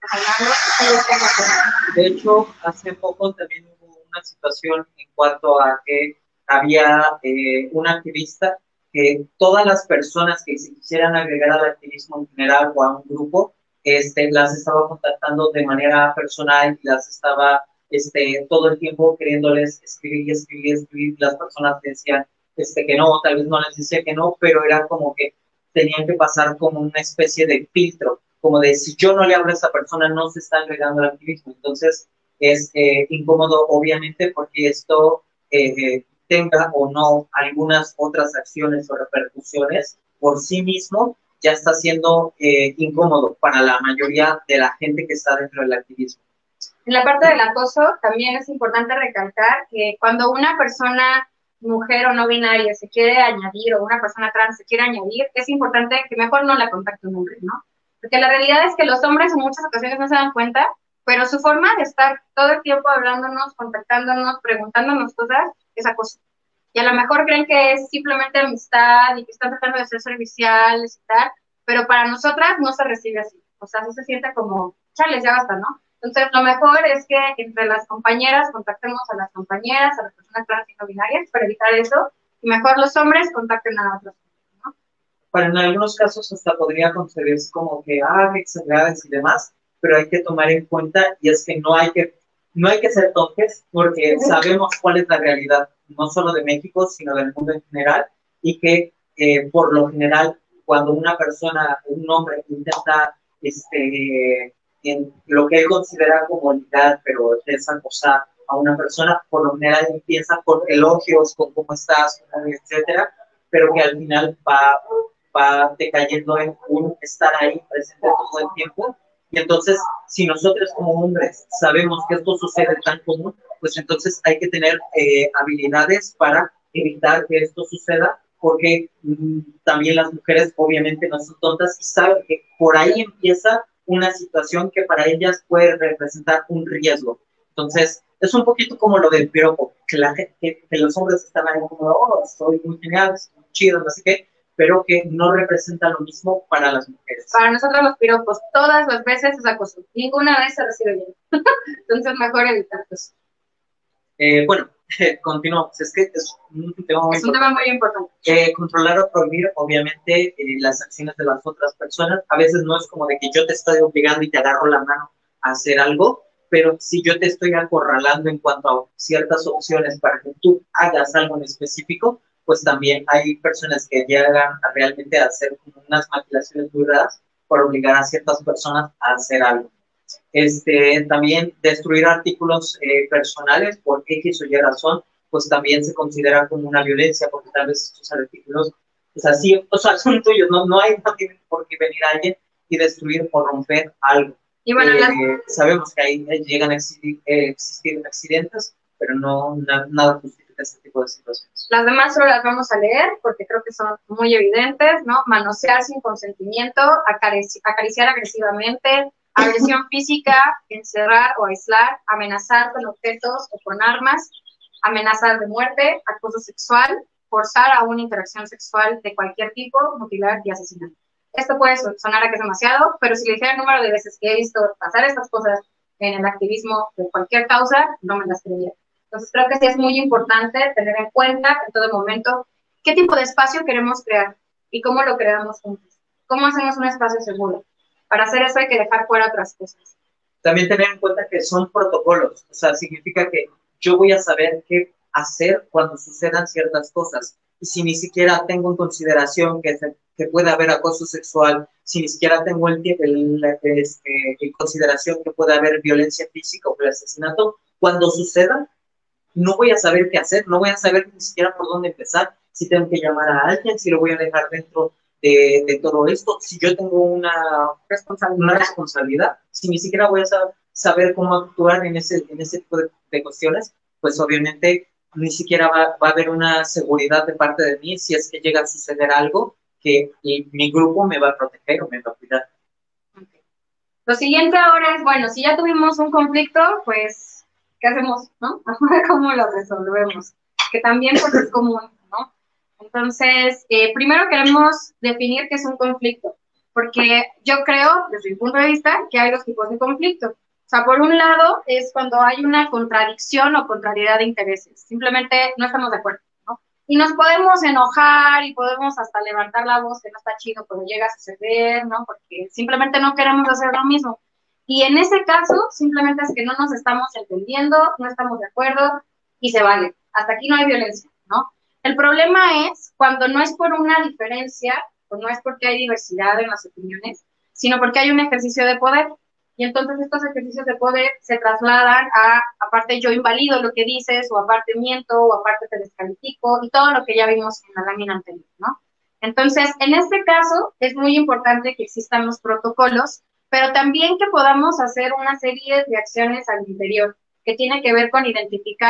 estás hablando. De hecho, hace poco también hubo una situación en cuanto a que había un activista que todas las personas que se quisieran agregar al activismo en general o a un grupo, las estaba contactando de manera personal y las estaba todo el tiempo queriéndoles escribir. Las personas decían que no, tal vez no les decía que no, pero era como que tenían que pasar como una especie de filtro, como de si yo no le hablo a esa persona, no se está agregando al activismo. Entonces, es incómodo, obviamente, porque esto tenga o no algunas otras acciones o repercusiones por sí mismo, ya está siendo incómodo para la mayoría de la gente que está dentro del activismo. En la parte del acoso también es importante recalcar que cuando una persona mujer o no binaria se quiere añadir o una persona trans se quiere añadir, es importante que mejor no la contacte un hombre, ¿no? Porque la realidad es que los hombres en muchas ocasiones no se dan cuenta, pero su forma de estar todo el tiempo hablándonos, contactándonos, preguntándonos cosas, es acoso. Y a lo mejor creen que es simplemente amistad y que están tratando de ser serviciales y tal, pero para nosotras no se recibe así. O sea, sí se siente como, chales, ya basta, ¿no? Entonces, lo mejor es que entre las compañeras contactemos a las compañeras, a las personas trans y no binarias para evitar eso, y mejor los hombres contacten a otros, ¿no? Para en algunos casos hasta podría concebirse como que, que exageradas y demás, pero hay que tomar en cuenta y es que no hay que ser toques porque sabemos cuál es la realidad, no solo de México, sino del mundo en general, y que por lo general cuando una persona, un hombre intenta en lo que él considera comodidad, pero es acosar a una persona, por lo general empieza con elogios, con cómo estás, etcétera, pero que al final va decayendo en un estar ahí presente todo el tiempo. Y entonces, si nosotros como hombres sabemos que esto sucede tan común, pues entonces hay que tener habilidades para evitar que esto suceda, porque también las mujeres obviamente no son tontas y saben que por ahí empieza una situación que para ellas puede representar un riesgo. Entonces, es un poquito como lo del piropo, que los hombres están ahí como, oh, soy muy genial, soy muy chido, no sé qué, pero que no representa lo mismo para las mujeres. Para nosotros los piropos, todas las veces es acoso. Ninguna vez se recibe bien. Entonces, mejor evitar eso. Bueno, continuamos. Es que es un tema muy es un tema muy importante. Controlar o prohibir, obviamente, las acciones de las otras personas. A veces no es como de que yo te estoy obligando y te agarro la mano a hacer algo, pero si yo te estoy acorralando en cuanto a ciertas opciones para que tú hagas algo en específico, pues también hay personas que llegan a realmente a hacer como unas maquilaciones muy raras por obligar a ciertas personas a hacer algo. También destruir artículos personales por X o Y razón, pues también se considera como una violencia, porque tal vez estos artículos, pues así, o sea, son tuyos, no hay por qué venir alguien y destruir o romper algo. Y bueno, sabemos que ahí llegan a existir accidentes, pero nada justifica este tipo de situaciones. Las demás solo las vamos a leer porque creo que son muy evidentes, ¿no? Manosear sin consentimiento, acariciar agresivamente, agresión física, encerrar o aislar, amenazar con objetos o con armas, amenazar de muerte, acoso sexual, forzar a una interacción sexual de cualquier tipo, mutilar y asesinar. Esto puede sonar a que es demasiado, pero si le dijera el número de veces que he visto pasar estas cosas en el activismo de cualquier causa, no me las creería. Entonces creo que sí es muy importante tener en cuenta en todo momento qué tipo de espacio queremos crear y cómo lo creamos juntos. ¿Cómo hacemos un espacio seguro? Para hacer eso hay que dejar fuera otras cosas. También tener en cuenta que son protocolos, o sea, significa que yo voy a saber qué hacer cuando sucedan ciertas cosas. Y si ni siquiera tengo en consideración que puede haber acoso sexual, si ni siquiera tengo en consideración que puede haber violencia física o el asesinato, cuando suceda, no voy a saber qué hacer, no voy a saber ni siquiera por dónde empezar, si tengo que llamar a alguien, si lo voy a dejar dentro de todo esto, si yo tengo una responsabilidad, si ni siquiera voy a saber cómo actuar en ese tipo de cuestiones, pues obviamente ni siquiera va a haber una seguridad de parte de mí si es que llega a suceder algo que mi grupo me va a proteger o me va a cuidar. Okay. Lo siguiente ahora es, bueno, si ya tuvimos un conflicto, pues, ¿qué hacemos, no? ¿Cómo lo resolvemos? Que también pues, es común, ¿no? Entonces, primero queremos definir qué es un conflicto, porque yo creo, desde mi punto de vista, que hay dos tipos de conflicto. O sea, por un lado es cuando hay una contradicción o contrariedad de intereses, simplemente no estamos de acuerdo, ¿no? Y nos podemos enojar y podemos hasta levantar la voz, que no está chido, pero llega a suceder, ¿no? Porque simplemente no queremos hacer lo mismo. Y en ese caso, simplemente es que no nos estamos entendiendo, no estamos de acuerdo y se vale. Hasta aquí no hay violencia, ¿no? El problema es cuando no es por una diferencia, o no es porque hay diversidad en las opiniones, sino porque hay un ejercicio de poder. Y entonces estos ejercicios de poder se trasladan aparte yo invalido lo que dices, o aparte miento, o aparte te descalifico, y todo lo que ya vimos en la lámina anterior, ¿no? Entonces, en este caso, es muy importante que existan los protocolos, pero también que podamos hacer una serie de acciones al interior, que tiene que ver con identificar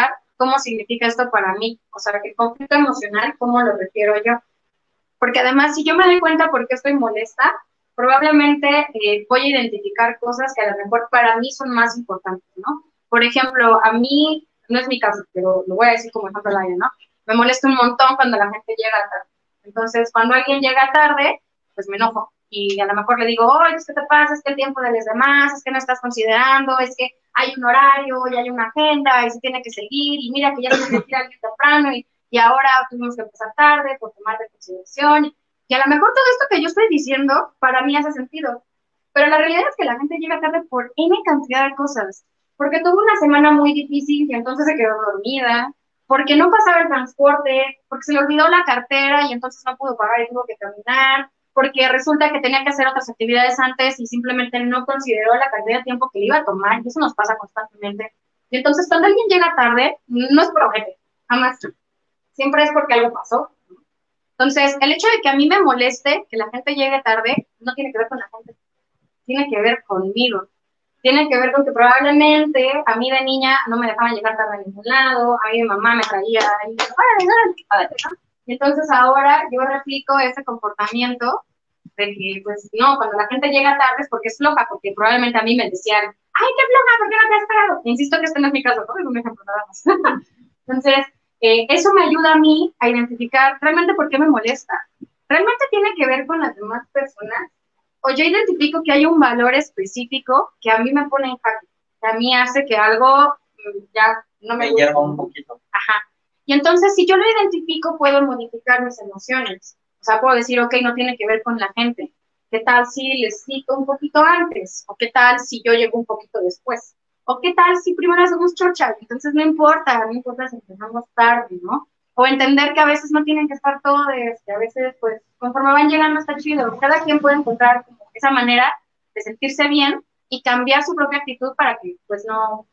cómo significa esto para mí, o sea, el conflicto emocional, cómo lo refiero yo. Porque además, si yo me doy cuenta por qué estoy molesta, probablemente voy a identificar cosas que a lo mejor para mí son más importantes, ¿no? Por ejemplo, a mí, no es mi caso, pero lo voy a decir como ejemplo al aire, ¿no? Me molesta un montón cuando la gente llega tarde. Entonces, cuando alguien llega tarde, pues me enojo. Y a lo mejor le digo, oye, ¿qué te pasa? Es que el tiempo de los demás, es que no estás considerando, es que hay un horario y hay una agenda y se tiene que seguir y mira que ya tiene que ir alguien temprano y ahora tuvimos que empezar tarde por tomar de consideración. Y a lo mejor todo esto que yo estoy diciendo para mí hace sentido, pero la realidad es que la gente llega tarde por N cantidad de cosas, porque tuvo una semana muy difícil y entonces se quedó dormida, porque no pasaba el transporte, porque se le olvidó la cartera y entonces no pudo pagar y tuvo que caminar, porque resulta que tenía que hacer otras actividades antes y simplemente no consideró la cantidad de tiempo que le iba a tomar, y eso nos pasa constantemente. Y entonces cuando alguien llega tarde, no es por ojete, jamás. Siempre es porque algo pasó. Entonces, el hecho de que a mí me moleste que la gente llegue tarde no tiene que ver con la gente, tiene que ver conmigo. Tiene que ver con que probablemente a mí de niña no me dejaban llegar tarde a ningún lado, a mí mi mamá me traía y y entonces ahora yo replico ese comportamiento de que, pues, no, cuando la gente llega tarde es porque es floja, porque probablemente a mí me decían, ay, qué floja, ¿por qué no te has parado? Insisto que este no es mi caso, no es un ejemplo nada más. Entonces, eso me ayuda a mí a identificar realmente por qué me molesta. ¿Realmente tiene que ver con las demás personas? O yo identifico que hay un valor específico que a mí me pone en jaque, que a mí hace que algo ya no me guste. Un poquito. Ajá. Y entonces, si yo lo identifico, puedo modificar mis emociones. O sea, puedo decir, ok, no tiene que ver con la gente. ¿Qué tal si les cito un poquito antes? ¿O qué tal si yo llego un poquito después? ¿O qué tal si primero hacemos chocha? Entonces no importa si empezamos tarde, ¿no? O entender que a veces no tienen que estar todos, que a veces, pues, conforme van llegando está chido. Cada quien puede encontrar como esa manera de sentirse bien y cambiar su propia actitud para que, pues,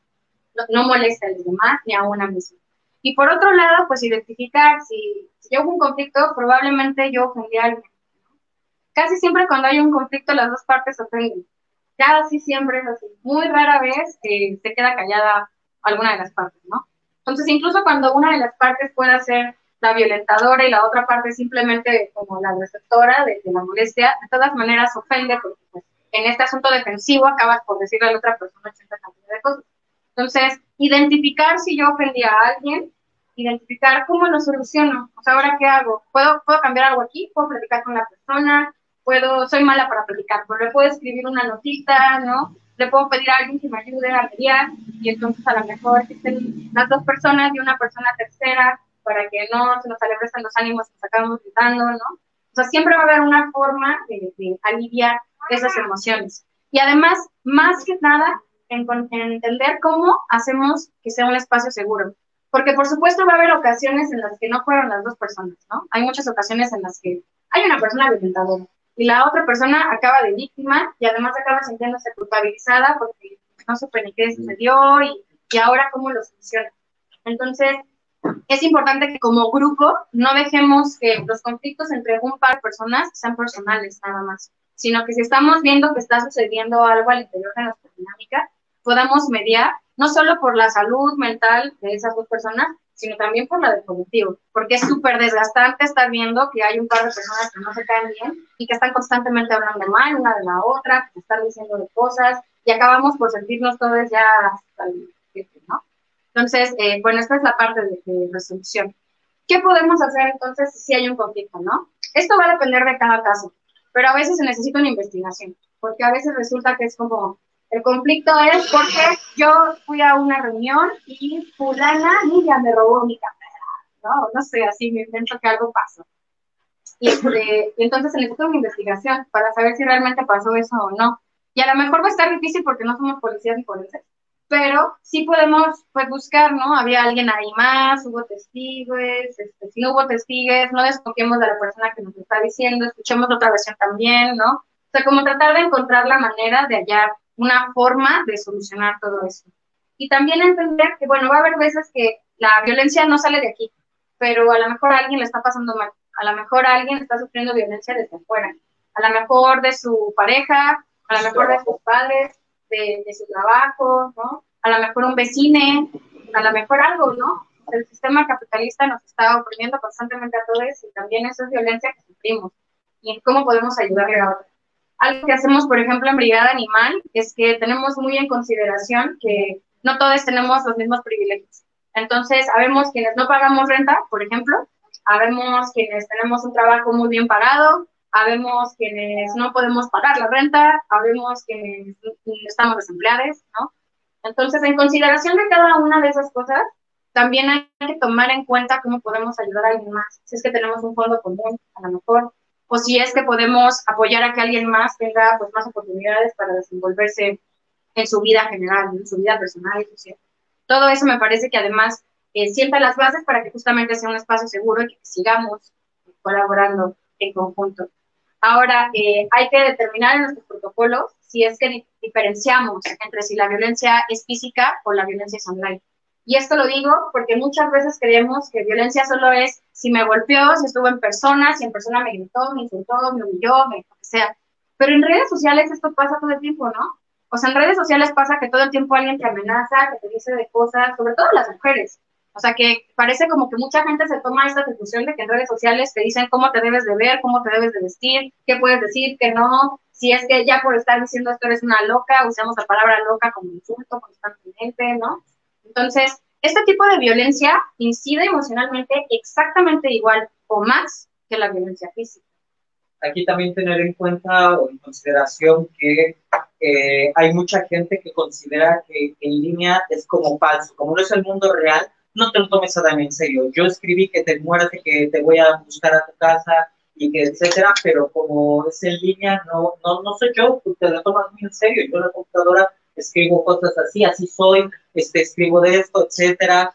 no moleste a los demás ni a una misma. Y por otro lado, pues identificar si hubo un conflicto, probablemente yo ofendí a alguien. Casi siempre cuando hay un conflicto las dos partes ofenden. Casi siempre es así. Muy rara vez se queda callada alguna de las partes, ¿no? Entonces, incluso cuando una de las partes pueda ser la violentadora y la otra parte simplemente como la receptora de la molestia, de todas maneras ofende porque pues, en este asunto defensivo acabas por decirle a la otra persona 80 cantidad de cosas. Entonces, identificar si yo ofendí a alguien, identificar cómo lo soluciono. O sea, ¿ahora qué hago? ¿Puedo cambiar algo aquí? ¿Puedo platicar con la persona? Soy mala para platicar, pero le puedo escribir una notita, ¿no? Le puedo pedir a alguien que me ayude a mediar y entonces a lo mejor estén las dos personas y una persona tercera para que no se nos alebrecen los ánimos y nos acabamos gritando, ¿no? O sea, siempre va a haber una forma de aliviar esas emociones. Y además, más que nada, en entender cómo hacemos que sea un espacio seguro. Porque por supuesto va a haber ocasiones en las que no fueron las dos personas, ¿no? Hay muchas ocasiones en las que hay una persona violentadora y la otra persona acaba de víctima y además acaba sintiéndose culpabilizada porque no supe ni qué sucedió y ahora cómo lo soluciona. Entonces, es importante que como grupo no dejemos que los conflictos entre un par de personas sean personales nada más, sino que si estamos viendo que está sucediendo algo al interior de nuestra dinámica, podamos mediar, no solo por la salud mental de esas dos personas, sino también por la del colectivo, porque es súper desgastante estar viendo que hay un par de personas que no se caen bien y que están constantemente hablando mal una de la otra, que están diciendo de cosas, y acabamos por sentirnos todos ya hasta el jefe, ¿no? Entonces, bueno, esta es la parte de resolución. ¿Qué podemos hacer entonces si hay un conflicto, no? Esto va a depender de cada caso, pero a veces se necesita una investigación, porque a veces resulta que es como, el conflicto es porque yo fui a una reunión y fulana, niña, me robó mi cartera, ¿no? No sé, así me invento que algo pasó. Y entonces se necesita una investigación para saber si realmente pasó eso o no. Y a lo mejor va a estar difícil porque no somos policías ni policías, pero sí podemos pues buscar, ¿no? Había alguien ahí más, hubo testigos, si no hubo testigos, no desconfiemos de la persona que nos está diciendo, escuchemos otra versión también, ¿no? O sea, como tratar de encontrar la manera de hallar una forma de solucionar todo eso. Y también entender que, bueno, va a haber veces que la violencia no sale de aquí, pero a lo mejor a alguien le está pasando mal, a lo mejor alguien está sufriendo violencia desde afuera, a lo mejor de su pareja, a lo mejor de sus padres, de su trabajo, ¿no? A lo mejor un vecino, a lo mejor algo, ¿no? O el sistema capitalista nos está oprimiendo constantemente a todos y también eso es violencia que sufrimos y cómo podemos ayudarle a otros. Algo que hacemos, por ejemplo, en Brigada Animal es que tenemos muy en consideración que no todos tenemos los mismos privilegios. Entonces, habemos quienes no pagamos renta, por ejemplo, habemos quienes tenemos un trabajo muy bien pagado, habemos quienes no podemos pagar la renta, habemos quienes estamos desempleados, ¿no? Entonces, en consideración de cada una de esas cosas, también hay que tomar en cuenta cómo podemos ayudar a alguien más. Si es que tenemos un fondo común, a lo mejor, o si es que podemos apoyar a que alguien más tenga pues, más oportunidades para desenvolverse en su vida general, en su vida personal y social. Todo eso me parece que además sienta las bases para que justamente sea un espacio seguro y que sigamos colaborando en conjunto. Ahora, hay que determinar en nuestros protocolos si es que diferenciamos entre si la violencia es física o la violencia es online. Y esto lo digo porque muchas veces creemos que violencia solo es si me golpeó, si estuvo en persona, si en persona me gritó, me insultó, me humilló, lo que sea. Pero en redes sociales esto pasa todo el tiempo, ¿no? O sea, en redes sociales pasa que todo el tiempo alguien te amenaza, que te dice de cosas, sobre todo las mujeres. O sea, que parece como que mucha gente se toma esta conclusión de que en redes sociales te dicen cómo te debes de ver, cómo te debes de vestir, qué puedes decir, qué no. Si es que ya por estar diciendo esto eres una loca, usamos la palabra loca como insulto constantemente, ¿no? Entonces, este tipo de violencia incide emocionalmente exactamente igual o más que la violencia física. Aquí también tener en cuenta o en consideración que hay mucha gente que considera que en línea es como falso, como no es el mundo real, no te lo tomes tan en serio. Yo escribí que te mueras y que te voy a buscar a tu casa y que etcétera, pero como es en línea, no soy yo, tú te lo tomas muy en serio. Yo en la computadora escribo cosas así, así soy, escribo de esto, etcétera.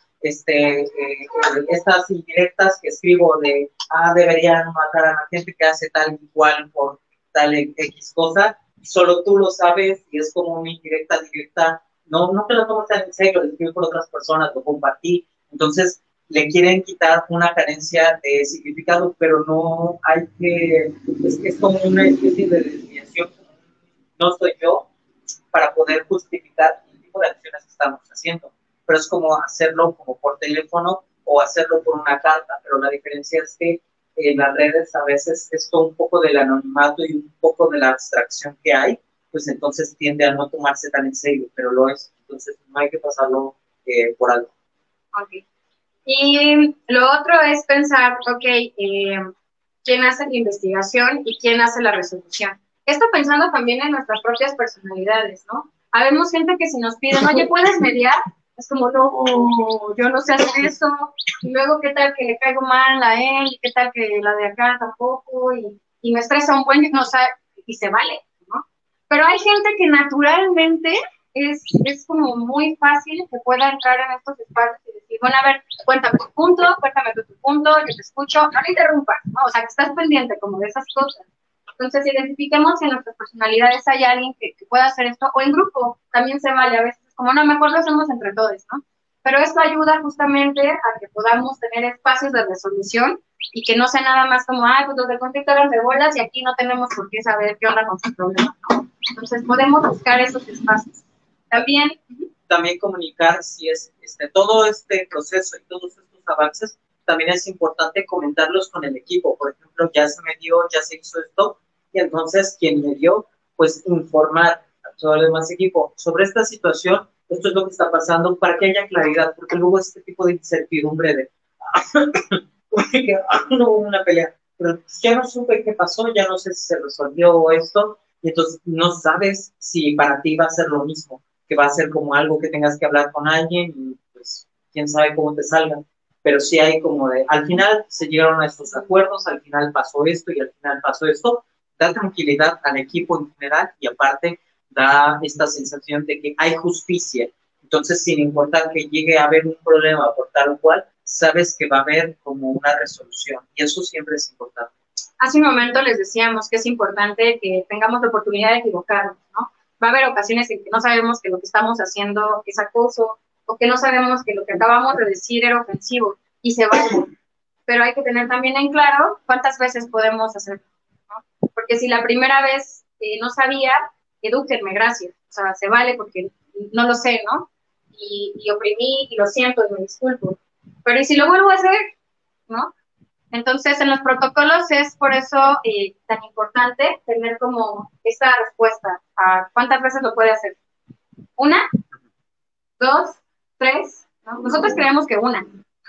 Estas indirectas que escribo de, deberían matar a la gente que hace tal y cual por tal X cosa, solo tú lo sabes y es como una indirecta directa, no te lo tomas tan en serio, lo escribí por otras personas, lo compartí, entonces le quieren quitar una carencia de significado, pero no hay que, es como una especie de desviación, no soy yo, para poder justificar el tipo de acciones que estamos haciendo. Pero es como hacerlo como por teléfono o hacerlo por una carta, pero la diferencia es que en las redes a veces esto un poco del anonimato y un poco de la abstracción que hay, pues entonces tiende a no tomarse tan en serio, pero lo es, entonces no hay que pasarlo por algo. Okay. Y lo otro es pensar, ok, ¿quién hace la investigación y quién hace la resolución? Esto pensando también en nuestras propias personalidades, ¿no? Habemos gente que si nos piden, oye, ¿puedes mediar? Es como, no, yo no sé hacer eso. Y luego, ¿qué tal que le caigo mal a él? ¿Y qué tal que la de acá tampoco? Y me estresa un buen, no sabe, y se vale, ¿no? Pero hay gente que naturalmente es como muy fácil que pueda entrar en estos espacios y decir, bueno, a ver, cuéntame tu punto, cuéntame tu punto, yo te escucho, no le interrumpas, ¿no? O sea, que estás pendiente como de esas cosas. Entonces, identifiquemos si en nuestras personalidades hay alguien que pueda hacer esto, o en grupo, también se vale, a veces como, no, mejor lo hacemos entre todos, ¿no? Pero esto ayuda justamente a que podamos tener espacios de resolución y que no sea nada más como, pues los del conflicto eran de bolas y aquí no tenemos por qué saber qué onda con sus problemas, ¿no? Entonces, podemos buscar esos espacios. También comunicar si es todo este proceso y todos estos avances, también es importante comentarlos con el equipo. Por ejemplo, ya se me dio, ya se hizo esto, y entonces quien me dio, pues informar a todo el demás equipo sobre esta situación, esto es lo que está pasando, para que haya claridad, porque luego este tipo de incertidumbre de no hubo una pelea, pero ya no supe qué pasó, ya no sé si se resolvió esto, y entonces no sabes si para ti va a ser lo mismo, que va a ser como algo que tengas que hablar con alguien y pues quién sabe cómo te salga, pero sí hay como de, al final se llegaron a estos acuerdos, al final pasó esto y al final pasó esto, da tranquilidad al equipo en general y aparte da esta sensación de que hay justicia, entonces sin importar que llegue a haber un problema por tal o cual, sabes que va a haber como una resolución y eso siempre es importante. Hace un momento les decíamos que es importante que tengamos la oportunidad de equivocarnos, ¿no? Va a haber ocasiones en que no sabemos que lo que estamos haciendo es acoso o que no sabemos que lo que acabamos de decir era ofensivo y se vale. Pero hay que tener también en claro cuántas veces podemos hacerlo, ¿no? Porque si la primera vez no sabía, edúquenme, gracias. O sea, se vale porque no lo sé, ¿no? Y oprimí y lo siento y me disculpo. Pero ¿y si lo vuelvo a hacer? ¿No? Entonces, en los protocolos es por eso tan importante tener como esa respuesta a cuántas veces lo puede hacer. ¿Una? ¿Dos? ¿Tres? ¿No? Nosotros creemos que una,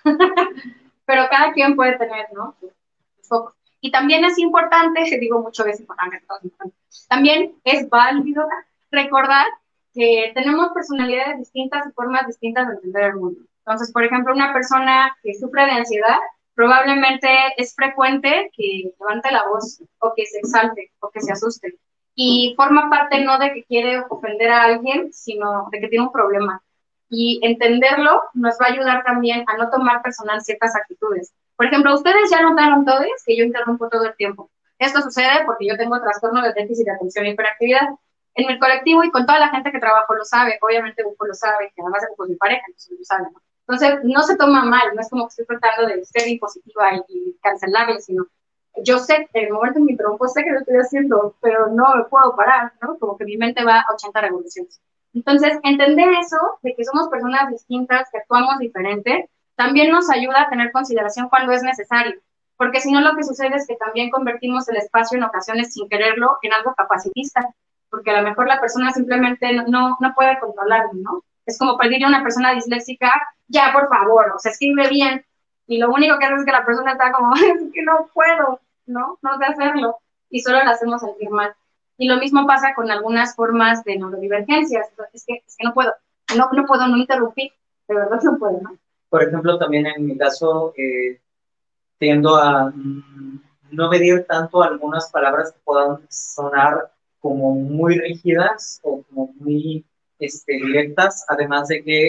pero cada quien puede tener, ¿no? Sus focos. Y también es importante, digo mucho es importante, también es válido recordar que tenemos personalidades distintas y formas distintas de entender el mundo. Entonces, por ejemplo, una persona que sufre de ansiedad, probablemente es frecuente que levante la voz o que se exalte o que se asuste. Y forma parte no de que quiere ofender a alguien, sino de que tiene un problema. Y entenderlo nos va a ayudar también a no tomar personal ciertas actitudes. Por ejemplo, ustedes ya notaron todos que yo interrumpo todo el tiempo. Esto sucede porque yo tengo trastorno de déficit de atención e hiperactividad. En mi colectivo y con toda la gente que trabajo lo sabe, obviamente Hugo lo sabe, que además es mi pareja, entonces lo sabe, ¿no? Entonces, no se toma mal, no es como que estoy tratando de ser impositiva y cancelarle, sino yo sé, en el momento en que interrumpo, sé que lo estoy haciendo, pero no lo puedo parar, ¿no? Como que mi mente va a 80 revoluciones. Entonces, entender eso, de que somos personas distintas, que actuamos diferente, también nos ayuda a tener consideración cuando es necesario, porque si no lo que sucede es que también convertimos el espacio en ocasiones sin quererlo en algo capacitista, porque a lo mejor la persona simplemente no puede controlarlo, ¿no? Es como pedirle a una persona disléxica, ya, por favor, o sea, escribe bien, y lo único que hace es que la persona está como, es que no puedo, ¿no? No sé hacerlo, y solo la hacemos sentir mal. Y lo mismo pasa con algunas formas de neurodivergencias, es que no puedo, no puedo no interrumpir, de verdad no puedo, ¿no? Por ejemplo, también en mi caso, tiendo a no medir tanto algunas palabras que puedan sonar como muy rígidas o como muy directas, además de que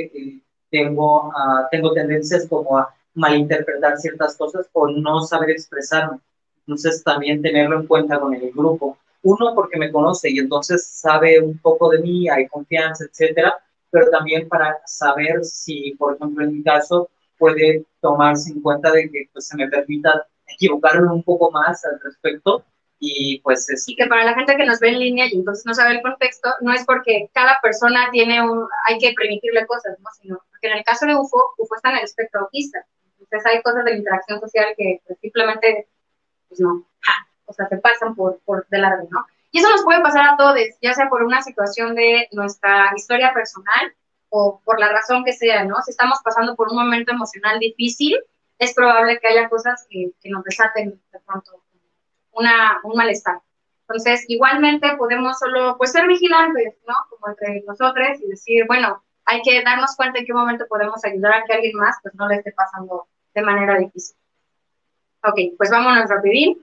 tengo tendencias como a malinterpretar ciertas cosas o no saber expresarme. Entonces también tenerlo en cuenta con el grupo. Uno, porque me conoce y entonces sabe un poco de mí, hay confianza, etcétera, pero también para saber si, por ejemplo, en mi caso, puede tomarse en cuenta de que pues, se me permita equivocarme un poco más al respecto y pues y que para la gente que nos ve en línea y entonces no sabe el contexto, no es porque cada persona hay que permitirle cosas, ¿no? Sino porque en el caso de UFO está en el espectro autista. Entonces hay cosas de la interacción social que pues, simplemente, pues no, o sea, se pasan por de largo, ¿no? Y eso nos puede pasar a todos, ya sea por una situación de nuestra historia personal o por la razón que sea, ¿no? Si estamos pasando por un momento emocional difícil, es probable que haya cosas que nos desaten de pronto un malestar. Entonces, igualmente podemos solo, pues, ser vigilantes, ¿no? Como entre nosotros y decir, bueno, hay que darnos cuenta en qué momento podemos ayudar a que alguien más, pues, no le esté pasando de manera difícil. Ok, pues vámonos rapidín.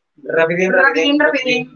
Rapidín.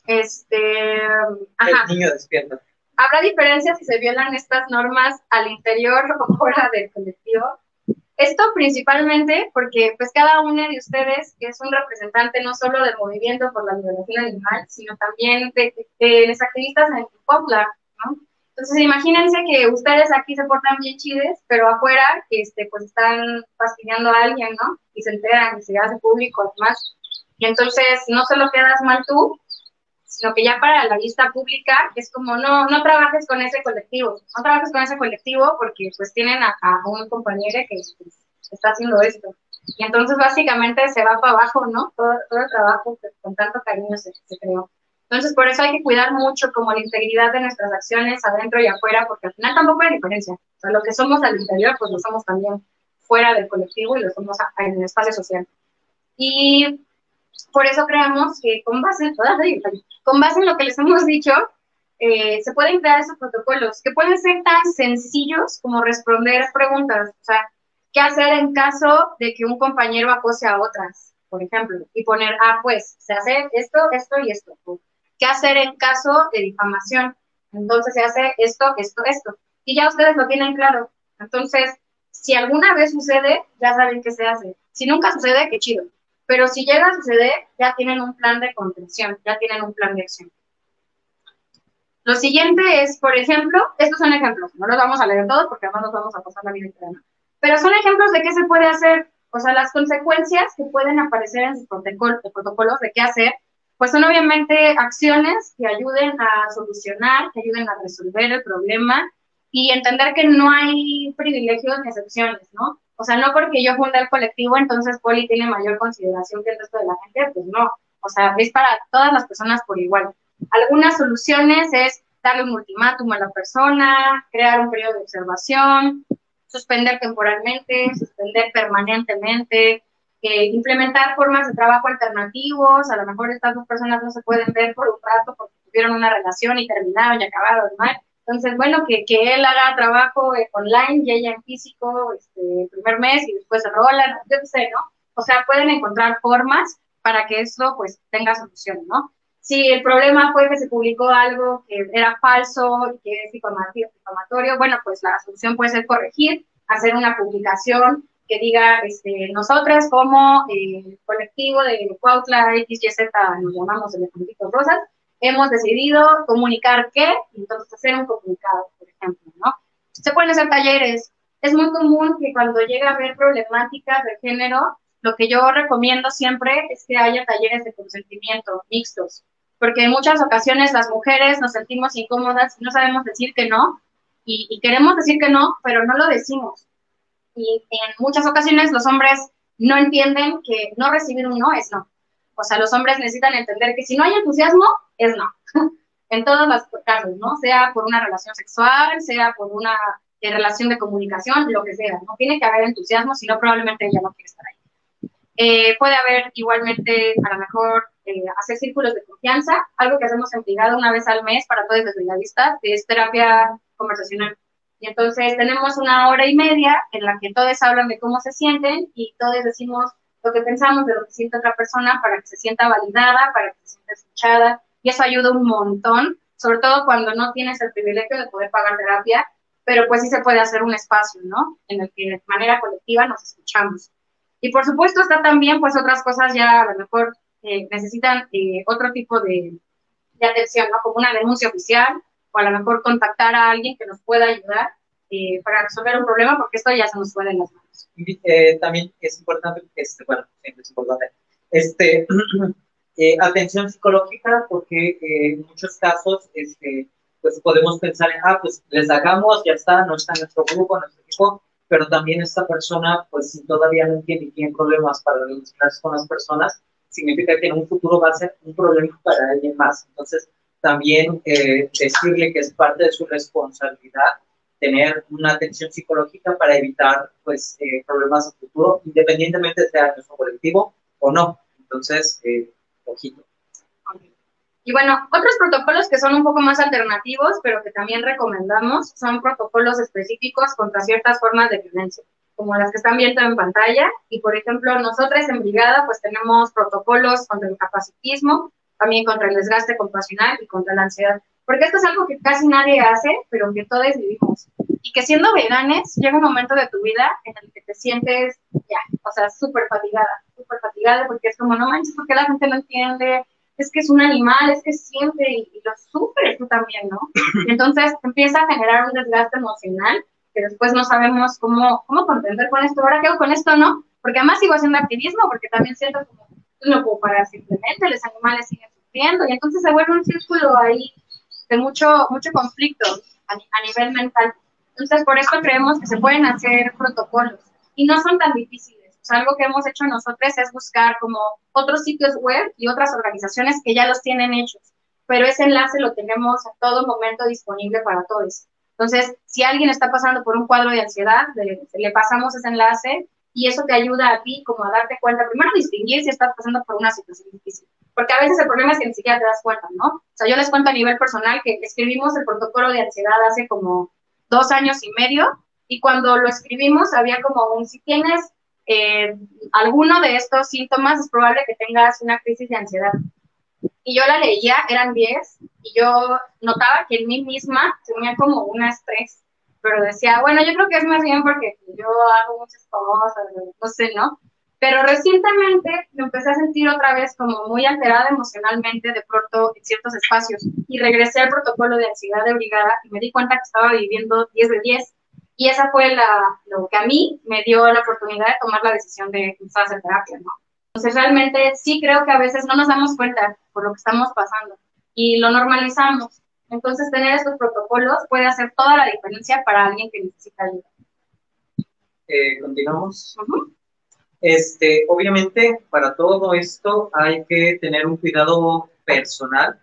Ajá. El niño despierta. ¿Habrá diferencias si se violan estas normas al interior o fuera del colectivo? Esto principalmente porque pues cada uno de ustedes es un representante no solo del movimiento por la liberación animal, sino también de los activistas en Poplar, ¿no? Entonces imagínense que ustedes aquí se portan bien chides, pero afuera pues están fastidiando a alguien, ¿no? Y se enteran y se hace público además. Y entonces no solo quedas mal tú, sino que ya para la vista pública es como no trabajes con ese colectivo, no trabajes con ese colectivo porque pues tienen a un compañero que pues, está haciendo esto. Y entonces básicamente se va para abajo, ¿no? Todo el trabajo que con tanto cariño se creó. Entonces por eso hay que cuidar mucho como la integridad de nuestras acciones adentro y afuera, porque al final tampoco hay diferencia. O sea, lo que somos al interior, pues lo somos también fuera del colectivo y lo somos en el espacio social. Y por eso creemos que con base en lo que les hemos dicho, se pueden crear esos protocolos que pueden ser tan sencillos como responder preguntas. O sea, ¿qué hacer en caso de que un compañero acose a otras, por ejemplo? Y poner, pues, se hace esto, esto y esto. ¿Qué hacer en caso de difamación? Entonces se hace esto, esto, esto. Y ya ustedes lo tienen claro. Entonces, si alguna vez sucede, ya saben qué se hace. Si nunca sucede, qué chido. Pero si llega a suceder, ya tienen un plan de contención, ya tienen un plan de acción. Lo siguiente es, por ejemplo, estos son ejemplos, no los vamos a leer todos porque además nos vamos a pasar la vida entera, ¿no? Pero son ejemplos de qué se puede hacer, o sea, las consecuencias que pueden aparecer en sus protocolos de qué hacer, pues son obviamente acciones que ayuden a solucionar, que ayuden a resolver el problema y entender que no hay privilegios ni excepciones, ¿no? O sea, no porque yo fundé el colectivo, entonces Poli tiene mayor consideración que el resto de la gente, pues no. O sea, es para todas las personas por igual. Algunas soluciones es darle un ultimátum a la persona, crear un periodo de observación, suspender temporalmente, suspender permanentemente, implementar formas de trabajo alternativos. A lo mejor estas dos personas no se pueden ver por un rato porque tuvieron una relación y terminaron y acabaron mal. Entonces, bueno, que él haga trabajo online y ella en físico el primer mes y después se rolan, yo qué sé, ¿no? O sea, pueden encontrar formas para que esto pues tenga solución, ¿no? Si el problema fue que se publicó algo que era falso y que es difamatorio, bueno, pues la solución puede ser corregir, hacer una publicación que diga, nosotras como colectivo de Cuautla XYZ, nos llamamos Elefantitos Rosas, hemos decidido comunicar qué, y entonces hacer un comunicado, por ejemplo, ¿no? Se pueden hacer talleres. Es muy común que cuando llega a haber problemáticas de género, lo que yo recomiendo siempre es que haya talleres de consentimiento mixtos, porque en muchas ocasiones las mujeres nos sentimos incómodas y no sabemos decir que no, y queremos decir que no, pero no lo decimos. Y en muchas ocasiones los hombres no entienden que no recibir un no es no. O sea, los hombres necesitan entender que si no hay entusiasmo, es no. En todos los casos, ¿no? Sea por una relación sexual, sea por una relación de comunicación, lo que sea. No tiene que haber entusiasmo, sino probablemente ella no quiere estar ahí. Puede haber igualmente, a lo mejor, hacer círculos de confianza, algo que hacemos en privado una vez al mes para todos los brigadistas, que es terapia conversacional. Y entonces tenemos 1 hora y media en la que todos hablan de cómo se sienten y todos decimos lo que pensamos de lo que siente otra persona para que se sienta validada, para que se sienta escuchada, y eso ayuda un montón, sobre todo cuando no tienes el privilegio de poder pagar terapia, pero pues sí se puede hacer un espacio, ¿no? En el que de manera colectiva nos escuchamos. Y por supuesto está también pues otras cosas ya a lo mejor necesitan otro tipo de atención, ¿no? Como una denuncia oficial o a lo mejor contactar a alguien que nos pueda ayudar para resolver un problema porque esto ya se nos fue de las manos. También es importante, bueno, siempre es importante, atención psicológica porque en muchos casos pues podemos pensar en, pues les hagamos, ya está, no está en nuestro grupo, en nuestro equipo, pero también esta persona, pues si todavía no tiene problemas para relacionarse con las personas, significa que en un futuro va a ser un problema para alguien más. Entonces, también decirle que es parte de su responsabilidad tener una atención psicológica para evitar pues problemas a futuro, independientemente sea en nuestro colectivo o no. Entonces, ojito. Y bueno, otros protocolos que son un poco más alternativos, pero que también recomendamos, son protocolos específicos contra ciertas formas de violencia, como las que están viendo en pantalla. Y, por ejemplo, nosotros en Brigada, pues tenemos protocolos contra el capacitismo, también contra el desgaste compasional y contra la ansiedad. Porque esto es algo que casi nadie hace, pero que todos vivimos. Y que siendo veganes, llega un momento de tu vida en el que te sientes ya, o sea, súper fatigada, porque es como, no manches, porque la gente no entiende, es que es un animal, es que siente y lo sufres tú también, ¿no? Entonces empieza a generar un desgaste emocional que después no sabemos cómo contender con esto. ¿Ahora qué hago con esto, no? Porque además sigo haciendo activismo, porque también siento como, no puedo parar simplemente, los animales siguen sufriendo, y entonces se vuelve un círculo ahí de mucho conflicto a nivel mental. Entonces, por eso creemos que se pueden hacer protocolos y no son tan difíciles. O sea, algo que hemos hecho nosotros es buscar como otros sitios web y otras organizaciones que ya los tienen hechos, pero ese enlace lo tenemos a todo momento disponible para todos. Entonces, si alguien está pasando por un cuadro de ansiedad, le pasamos ese enlace y eso te ayuda a ti como a darte cuenta, primero distinguir si estás pasando por una situación difícil, porque a veces el problema es que ni siquiera te das cuenta, ¿no? O sea, yo les cuento a nivel personal que escribimos el protocolo de ansiedad hace como 2 años y medio, y cuando lo escribimos había como si tienes alguno de estos síntomas, es probable que tengas una crisis de ansiedad. Y yo la leía, eran 10, y yo notaba que en mí misma tenía como un estrés, pero decía, bueno, yo creo que es más bien porque yo hago muchas cosas, no sé, ¿no? Pero recientemente me empecé a sentir otra vez como muy alterada emocionalmente de pronto en ciertos espacios, y regresé al protocolo de ansiedad de Brigada y me di cuenta que estaba viviendo 10 de 10. Y esa fue lo que a mí me dio la oportunidad de tomar la decisión de empezar a hacer terapia, ¿no? Entonces realmente sí creo que a veces no nos damos cuenta por lo que estamos pasando y lo normalizamos. Entonces tener estos protocolos puede hacer toda la diferencia para alguien que necesita ayuda. Continuamos. Ujú. Obviamente, para todo esto hay que tener un cuidado personal.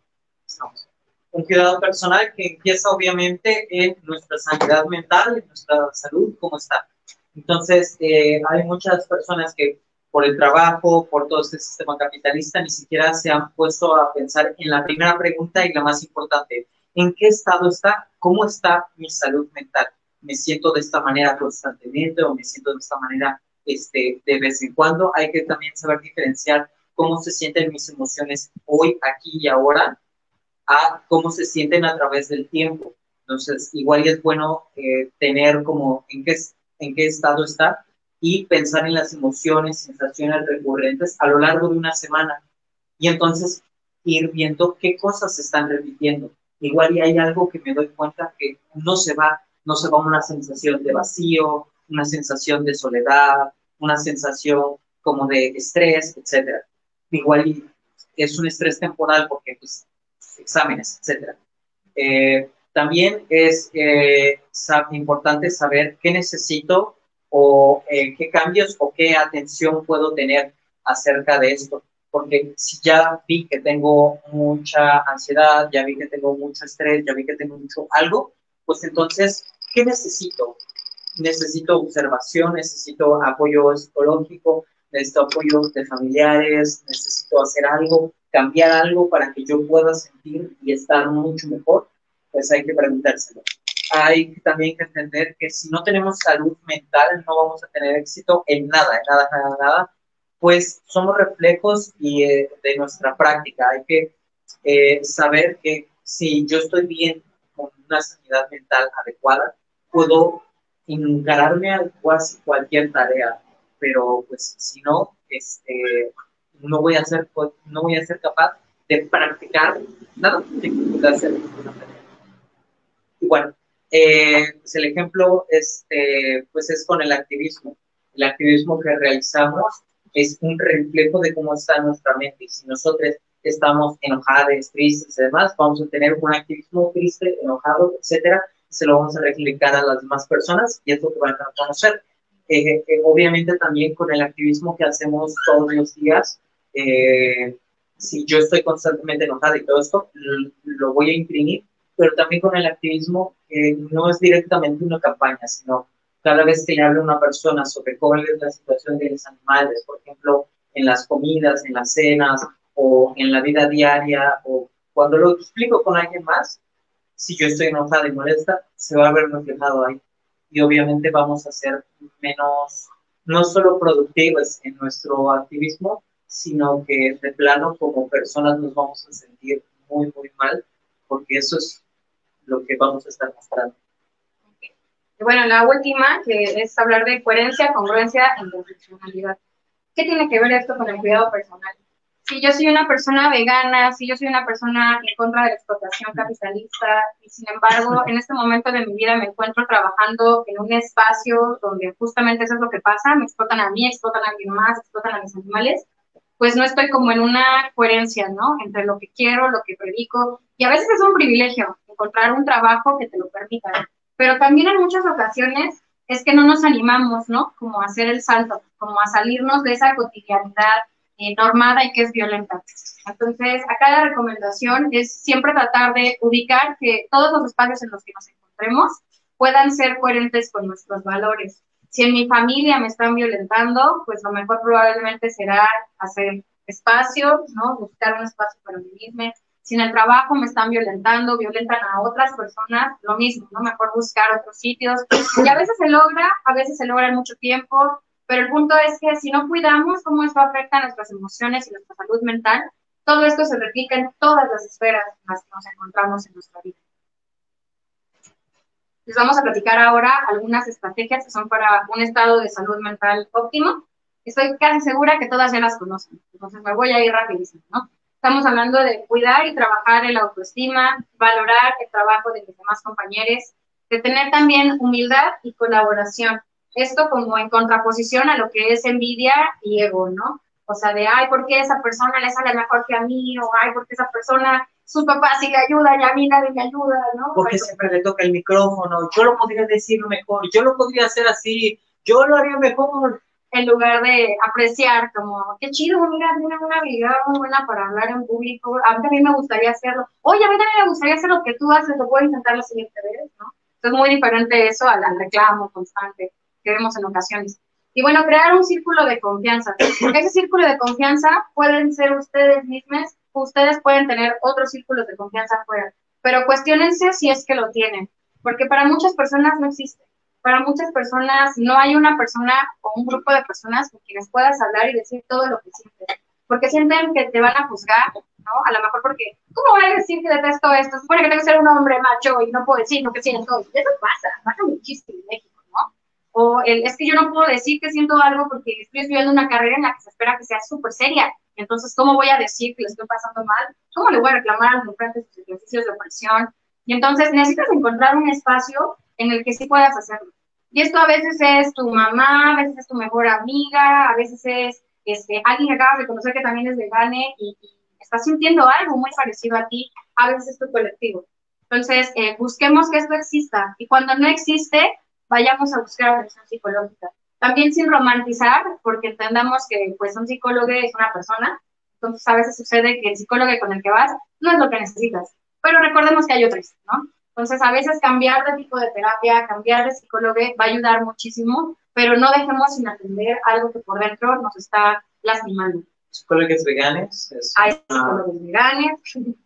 Un cuidado personal que empieza obviamente en nuestra sanidad mental, en nuestra salud, cómo está. Entonces, hay muchas personas que por el trabajo, por todo este sistema capitalista, ni siquiera se han puesto a pensar en la primera pregunta y la más importante, ¿en qué estado está? ¿Cómo está mi salud mental? ¿Me siento de esta manera constantemente o me siento de esta manera de vez en cuando? Hay que también saber diferenciar cómo se sienten mis emociones hoy, aquí y ahora, a cómo se sienten a través del tiempo. Entonces, igual es bueno tener como en qué estado está y pensar en las emociones, sensaciones recurrentes a lo largo de una semana. Y entonces ir viendo qué cosas se están repitiendo. Igual y hay algo que me doy cuenta que no se va una sensación de vacío, una sensación de soledad, una sensación como de estrés, etcétera. Igual y es un estrés temporal porque pues exámenes, etcétera. También es importante saber qué necesito o qué cambios o qué atención puedo tener acerca de esto. Porque si ya vi que tengo mucha ansiedad, ya vi que tengo mucho estrés, ya vi que tengo mucho algo, pues entonces, ¿qué necesito? Necesito observación, necesito apoyo psicológico, necesito apoyo de familiares, necesito hacer algo, cambiar algo para que yo pueda sentir y estar mucho mejor, pues hay que preguntárselo. Hay también que entender que si no tenemos salud mental no vamos a tener éxito en nada, en nada, nada, nada, pues somos reflejos de nuestra práctica. Hay que saber que si yo estoy bien con una sanidad mental adecuada, puedo encararme a casi cualquier tarea, pero pues si no, no voy a ser capaz de practicar nada de hacer una tarea. Y bueno, pues el ejemplo pues es con el activismo. El activismo que realizamos es un reflejo de cómo está nuestra mente. Y si nosotros estamos enojados, tristes y demás, vamos a tener un activismo triste, enojado, etcétera, y se lo vamos a replicar a las demás personas y es lo que van a conocer. Obviamente también con el activismo que hacemos todos los días, si yo estoy constantemente enojado y todo esto, lo voy a imprimir, pero también con el activismo no es directamente una campaña, sino cada vez que le hablo a una persona sobre cómo es la situación de los animales, por ejemplo, en las comidas, en las cenas o en la vida diaria, o cuando lo explico con alguien más, si yo estoy enojada y molesta, se va a ver reflejado ahí. Y obviamente vamos a ser menos, no solo productivos en nuestro activismo, sino que de plano como personas nos vamos a sentir muy, muy mal, porque eso es lo que vamos a estar mostrando. Bueno, la última, que es hablar de coherencia, congruencia e intencionalidad. ¿Qué tiene que ver esto con el cuidado personal? Si yo soy una persona vegana, si yo soy una persona en contra de la explotación capitalista, y sin embargo, en este momento de mi vida me encuentro trabajando en un espacio donde justamente eso es lo que pasa, me explotan a mí, explotan a alguien más, explotan a mis animales, pues no estoy como en una coherencia, ¿no? Entre lo que quiero, lo que predico, y a veces es un privilegio encontrar un trabajo que te lo permita, ¿no? Pero también en muchas ocasiones es que no nos animamos, ¿no? Como a hacer el salto, como a salirnos de esa cotidianidad normada y que es violenta. Entonces, acá la recomendación es siempre tratar de ubicar que todos los espacios en los que nos encontremos puedan ser coherentes con nuestros valores. Si en mi familia me están violentando, pues lo mejor probablemente será hacer espacio, ¿no? Buscar un espacio para vivirme. Si en el trabajo me están violentando, violentan a otras personas, lo mismo, ¿no? Mejor buscar otros sitios. Y a veces se logra en mucho tiempo, pero el punto es que si no cuidamos cómo esto afecta a nuestras emociones y nuestra salud mental, todo esto se replica en todas las esferas en las que nos encontramos en nuestra vida. Les vamos a platicar ahora algunas estrategias que son para un estado de salud mental óptimo. Estoy casi segura que todas ya las conocen, entonces me voy a ir rapidísimo, ¿no? Estamos hablando de cuidar y trabajar el autoestima, valorar el trabajo de los demás compañeros, de tener también humildad y colaboración. Esto como en contraposición a lo que es envidia y ego, ¿no? O sea, de, ay, ¿por qué esa persona le sale mejor que a mí? O, ay, ¿por qué esa persona, sus papás sí le ayudan y a mí nadie me ayuda, ¿no? Porque siempre le toca el micrófono, yo lo podría decir mejor, yo lo podría hacer así, yo lo haría mejor. En lugar de apreciar como, qué chido, mira, tiene una habilidad muy buena para hablar en público, a mí también me gustaría hacerlo, oye, a mí también me gustaría hacer lo que tú haces, lo puedo intentar la siguiente vez, ¿no? Entonces, muy diferente eso al reclamo constante que vemos en ocasiones. Y bueno, crear un círculo de confianza. Ese círculo de confianza pueden ser ustedes mismos, ustedes pueden tener otros círculos de confianza afuera, pero cuestionense si es que lo tienen, porque para muchas personas no existe. Para muchas personas no hay una persona o un grupo de personas con quienes puedas hablar y decir todo lo que sientes, porque sienten que te van a juzgar, ¿no? A lo mejor porque, ¿cómo voy a decir que detesto esto? Se supone que tengo que ser un hombre macho y no puedo decir lo que siento. Y eso pasa muchísimo en México, ¿no? O es que yo no puedo decir que siento algo porque estoy estudiando una carrera en la que se espera que sea súper seria. Entonces, ¿cómo voy a decir que le estoy pasando mal? ¿Cómo le voy a reclamar a mi frente sus ejercicios de opresión? Y entonces necesitas encontrar un espacio en el que sí puedas hacerlo. Y esto a veces es tu mamá, a veces es tu mejor amiga, a veces es alguien que acabas de conocer que también es vegane y está sintiendo algo muy parecido a ti, a veces es tu colectivo. Entonces, busquemos que esto exista y cuando no existe, vayamos a buscar atención psicológica. También sin romantizar, porque entendamos que pues un psicólogo es una persona, entonces a veces sucede que el psicólogo con el que vas no es lo que necesitas, pero recordemos que hay otros, ¿no? Entonces, a veces cambiar de tipo de terapia, cambiar de psicólogo va a ayudar muchísimo, pero no dejemos sin atender algo que por dentro nos está lastimando. Psicólogos veganes. Hay psicólogos veganes.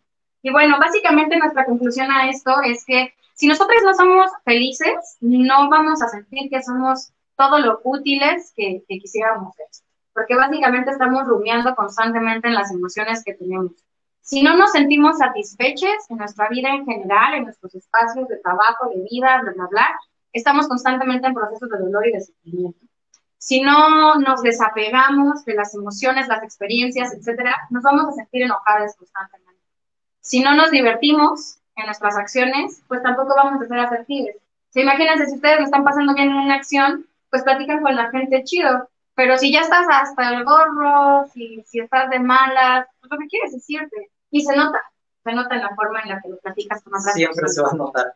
Y bueno, básicamente nuestra conclusión a esto es que si nosotros no somos felices, no vamos a sentir que somos todo lo útiles que quisiéramos ser. Porque básicamente estamos rumiando constantemente en las emociones que tenemos. Si no nos sentimos satisfechos en nuestra vida en general, en nuestros espacios de trabajo, de vida, bla, bla, bla, estamos constantemente en procesos de dolor y de sufrimiento. Si no nos desapegamos de las emociones, las experiencias, etcétera, nos vamos a sentir enojados constantemente. Si no nos divertimos en nuestras acciones, pues tampoco vamos a ser asertivos. Si imagínense, si ustedes lo están pasando bien en una acción, pues platican con la gente chido. Pero si ya estás hasta el gorro, si estás de malas, pues lo que quieres decirte. Y se nota en la forma en la que lo platicas con otras Siempre personas. se va a notar.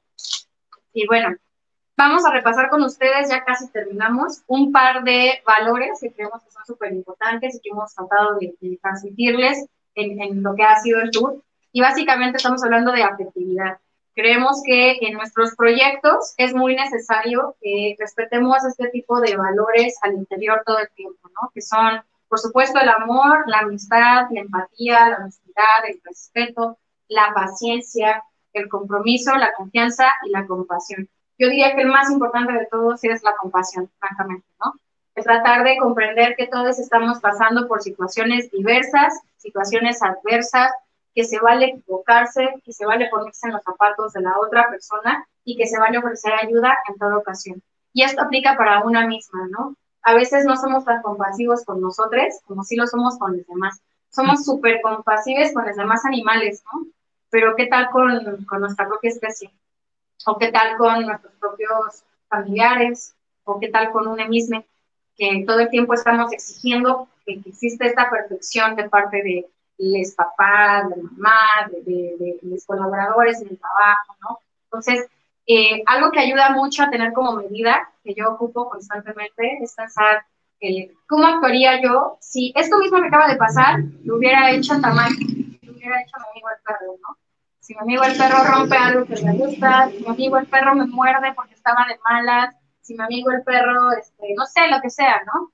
Y bueno, vamos a repasar con ustedes, ya casi terminamos, un par de valores que creemos que son súper importantes y que hemos tratado de transmitirles en lo que ha sido el tour. Y básicamente estamos hablando de afectividad. Creemos que en nuestros proyectos es muy necesario que respetemos este tipo de valores al interior todo el tiempo, ¿no? Que son, por supuesto, el amor, la amistad, la empatía, la honestidad, el respeto, la paciencia, el compromiso, la confianza y la compasión. Yo diría que el más importante de todos es la compasión, francamente, ¿no? Es tratar de comprender que todos estamos pasando por situaciones diversas, situaciones adversas, que se vale equivocarse, que se vale ponerse en los zapatos de la otra persona y que se vale ofrecer ayuda en toda ocasión. Y esto aplica para una misma, ¿no? A veces no somos tan compasivos con nosotros como sí lo somos con los demás. Somos súper compasivos con los demás animales, ¿no? Pero ¿qué tal con nuestra propia especie? ¿O qué tal con nuestros propios familiares? ¿O qué tal con uno mismo? Que todo el tiempo estamos exigiendo que existe esta perfección de parte de los papás, de mamá, de los colaboradores en el trabajo, ¿no? Entonces, algo que ayuda mucho a tener como medida, que yo ocupo constantemente, es pensar cómo actuaría yo si esto mismo que acaba de pasar lo hubiera hecho Tamar, lo hubiera hecho mi amigo el perro, ¿no? Si mi amigo el perro rompe algo que me gusta, si mi amigo el perro me muerde porque estaba de malas, si mi amigo el perro, no sé, lo que sea, ¿no?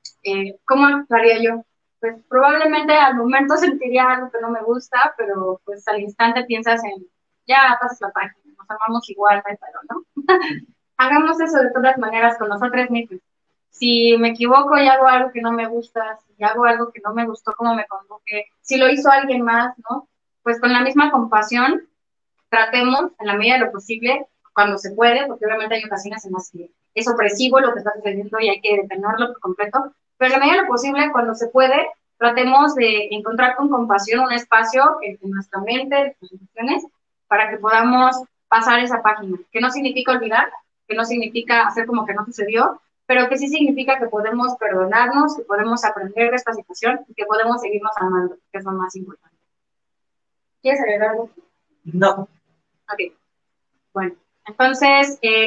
¿Cómo actuaría yo? Pues probablemente al momento sentiría algo que no me gusta, pero pues al instante piensas en, ya pasas la página, nos amamos igual, no hay pero, ¿no? Hagamos eso de todas maneras con nosotros mismos. Si me equivoco y hago algo que no me gusta, si hago algo que no me gustó como me conduje, si lo hizo alguien más, ¿no? Pues con la misma compasión, tratemos en la medida de lo posible, cuando se puede, porque obviamente hay ocasiones en las que es opresivo lo que está sucediendo y hay que detenerlo por completo, pero en la medida de lo posible, cuando se puede, tratemos de encontrar con compasión un espacio en nuestra mente, en nuestras emociones, para que podamos pasar esa página, que no significa olvidar, que no significa hacer como que no sucedió, pero que sí significa que podemos perdonarnos, que podemos aprender de esta situación y que podemos seguirnos amando, que es lo más importante. ¿Quieres agregar algo? No. Ok. Bueno, entonces,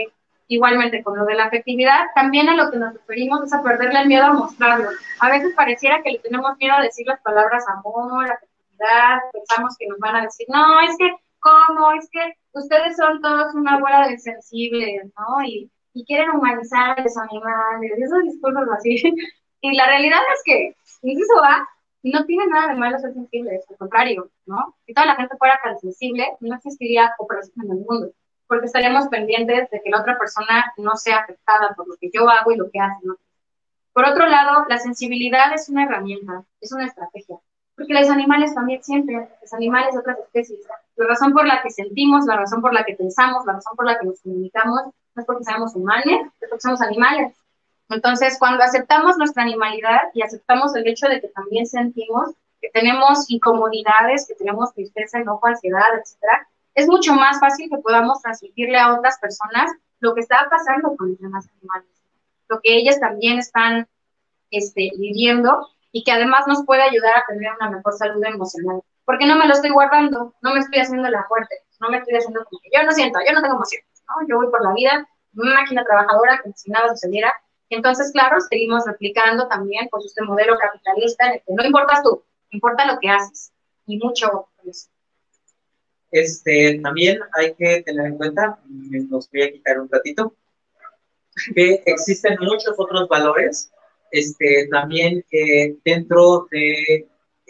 Igualmente, con lo de la afectividad, también a lo que nos referimos es a perderle el miedo a mostrarlo. A veces pareciera que le tenemos miedo a decir las palabras amor, afectividad, pensamos que nos van a decir, no, es que, ¿cómo? Es que ustedes son todos una bola de sensibles, ¿no? Y quieren humanizar a los animales, esos discursos así. Y la realidad es que, inciso A, no tiene nada de malo ser sensible, al contrario, ¿no? Si toda la gente fuera tan sensible, no existiría cooperación en el mundo, porque estaríamos pendientes de que la otra persona no sea afectada por lo que yo hago y lo que hace, ¿no? Por otro lado, la sensibilidad es una herramienta, es una estrategia, porque los animales también sienten, los animales de otras especies. La razón por la que sentimos, la razón por la que pensamos, la razón por la que nos comunicamos, no es porque seamos humanos, es porque somos animales. Entonces, cuando aceptamos nuestra animalidad y aceptamos el hecho de que también sentimos, que tenemos incomodidades, que tenemos tristeza, enojo, ansiedad, etcétera, es mucho más fácil que podamos transmitirle a otras personas lo que está pasando con los demás animales, lo que ellas también están viviendo y que además nos puede ayudar a tener una mejor salud emocional. Porque no me lo estoy guardando, no me estoy haciendo la fuerte, no me estoy haciendo como que yo no siento, yo no tengo emociones, ¿no? Yo voy por la vida, una máquina trabajadora, como si nada sucediera. Entonces, claro, seguimos replicando también pues este modelo capitalista en el que no importas tú, importa lo que haces. Y mucho con eso. También hay que tener en cuenta, nos voy a quitar un ratito, que existen muchos otros valores, también dentro de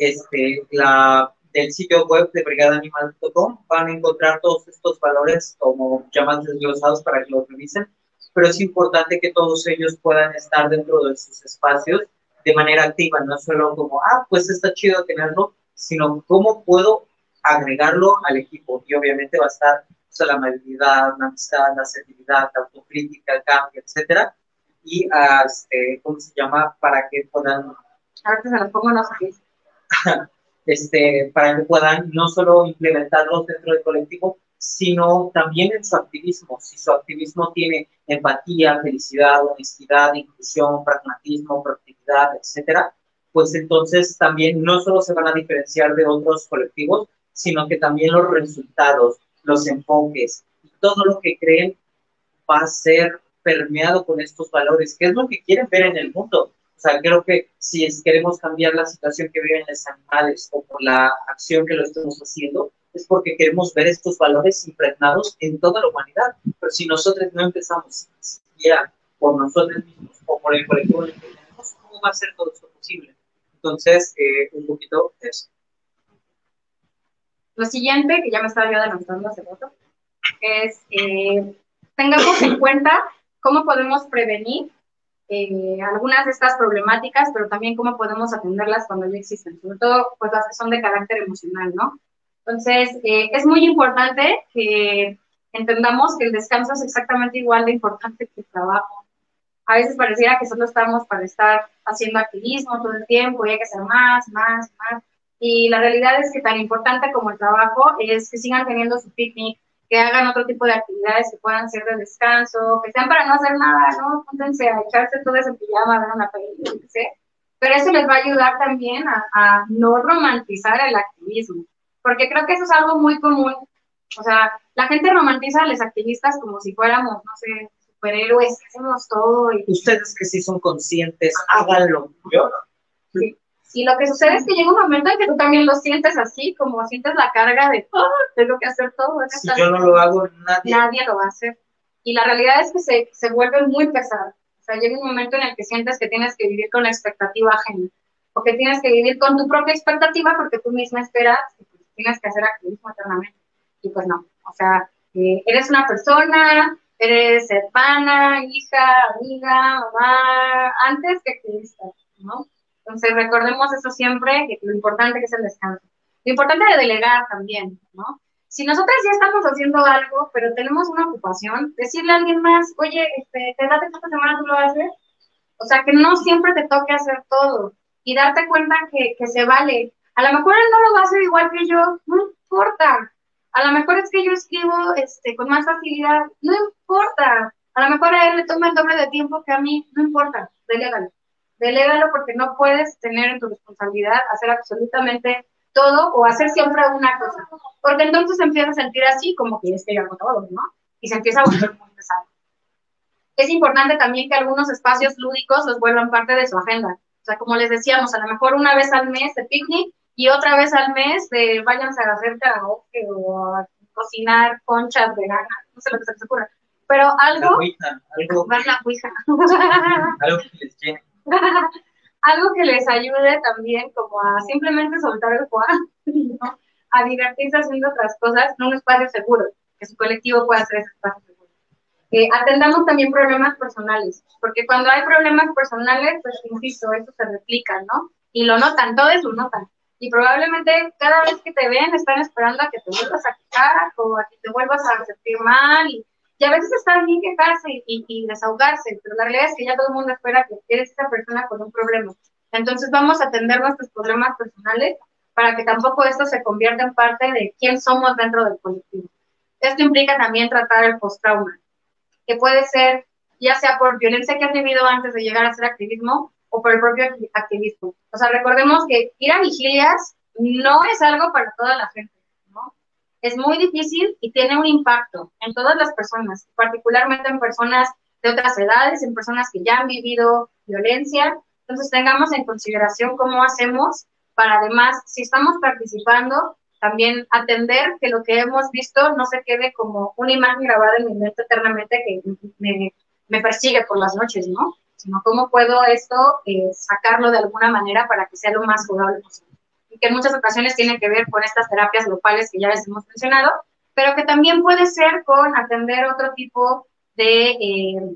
del sitio web de brigadaanimal.com van a encontrar todos estos valores como ya más desglosados para que los revisen, pero es importante que todos ellos puedan estar dentro de sus espacios de manera activa, no solo como, pues está chido tenerlo, sino cómo puedo agregarlo al equipo. Y obviamente va a estar la amabilidad, la amistad, la asertividad, la autocrítica, el cambio, etcétera. Y, ¿cómo se llama? Para que puedan... Ahorita se los pongo, no sé qué. Para que puedan no solo implementarlos dentro del colectivo, sino también en su activismo. Si su activismo tiene empatía, felicidad, honestidad, inclusión, pragmatismo, proactividad, etcétera, pues entonces también no solo se van a diferenciar de otros colectivos, sino que también los resultados, los enfoques y todo lo que creen va a ser permeado con estos valores, que es lo que quieren ver en el mundo. O sea, creo que si queremos cambiar la situación que viven los animales o por la acción que lo estamos haciendo, es porque queremos ver estos valores impregnados en toda la humanidad. Pero si nosotros no empezamos siquiera por nosotros mismos o por el colectivo en el que tenemos, ¿cómo va a ser todo esto posible? Entonces, un poquito eso. Lo siguiente, que ya me estaba yo adelantando hace rato, es tengamos en cuenta cómo podemos prevenir algunas de estas problemáticas, pero también cómo podemos atenderlas cuando ya existen, sobre todo pues las que son de carácter emocional, ¿no? Entonces, es muy importante que entendamos que el descanso es exactamente igual de importante que el trabajo. A veces pareciera que solo estamos para estar haciendo activismo todo el tiempo y hay que hacer más, más, más. Y la realidad es que tan importante como el trabajo es que sigan teniendo su picnic, que hagan otro tipo de actividades que puedan ser de descanso, que sean para no hacer nada, ¿no? Pónganse a echarse todo ese pijama, a ver una película, no sé. Pero eso les va a ayudar también a no romantizar el activismo, porque creo que eso es algo muy común. O sea, la gente romantiza a los activistas como si fuéramos, no sé, superhéroes, hacemos todo. Y... Ustedes que sí son conscientes, háganlo. ¿Yo? Sí. Y lo que sucede es que llega un momento en que tú también lo sientes así, como sientes la carga de, tengo que hacer todo. Si yo no lo hago, nadie lo va a hacer. Y la realidad es que se vuelve muy pesado. O sea, llega un momento en el que sientes que tienes que vivir con la expectativa ajena, o que tienes que vivir con tu propia expectativa porque tú misma esperas que tienes que hacer activismo eternamente. Y pues no, o sea, eres una persona, eres hermana, hija, amiga, mamá, antes que activista, ¿no? Entonces recordemos eso siempre, que lo importante que es el descanso. Lo importante de delegar también, ¿no? Si nosotros ya estamos haciendo algo, pero tenemos una ocupación, decirle a alguien más, oye, te date esta semana, tú lo haces. O sea, que no siempre te toque hacer todo y darte cuenta que se vale. A lo mejor él no lo va a hacer igual que yo, no importa. A lo mejor es que yo escribo con más facilidad, no importa. A lo mejor a él le toma el doble de tiempo que a mí, no importa, delégalo. Delégalo porque no puedes tener en tu responsabilidad hacer absolutamente todo o hacer siempre una cosa. Porque entonces se empieza a sentir así como que es que yo hago todo, ¿no? Y se empieza a volver muy pesado. Es importante también que algunos espacios lúdicos los vuelvan parte de su agenda. O sea, como les decíamos, a lo mejor una vez al mes de picnic y otra vez al mes de váyanse a hacer karaoke o a cocinar conchas veganas, no sé lo que se les ocurra. Pero algo... La ouija, algo que les llene. Algo que les ayude también como a simplemente soltar el juego, ¿no? A divertirse haciendo otras cosas en un espacio seguro, que su colectivo pueda ser ese espacio seguro. Atendamos también problemas personales, porque cuando hay problemas personales, pues insisto, eso se replica, ¿no? Y lo notan, todos lo notan. Y probablemente cada vez que te ven están esperando a que te vuelvas a quejar o a que te vuelvas a sentir mal. Y a veces está bien quejarse y desahogarse, pero la realidad es que ya todo el mundo espera que eres esa persona con un problema. Entonces vamos a atender nuestros problemas personales para que tampoco esto se convierta en parte de quién somos dentro del colectivo. Esto implica también tratar el post-trauma, que puede ser ya sea por violencia que has vivido antes de llegar a hacer activismo o por el propio activismo. O sea, recordemos que ir a vigilias no es algo para toda la gente, ¿no? Es muy difícil y tiene un impacto en todas las personas, particularmente en personas de otras edades, en personas que ya han vivido violencia. Entonces tengamos en consideración cómo hacemos para además, si estamos participando, también atender que lo que hemos visto no se quede como una imagen grabada en mi mente eternamente que me persigue por las noches, ¿no? Sino cómo puedo esto sacarlo de alguna manera para que sea lo más jugable posible. Y que en muchas ocasiones tiene que ver con estas terapias grupales que ya les hemos mencionado, pero que también puede ser con atender otro tipo de...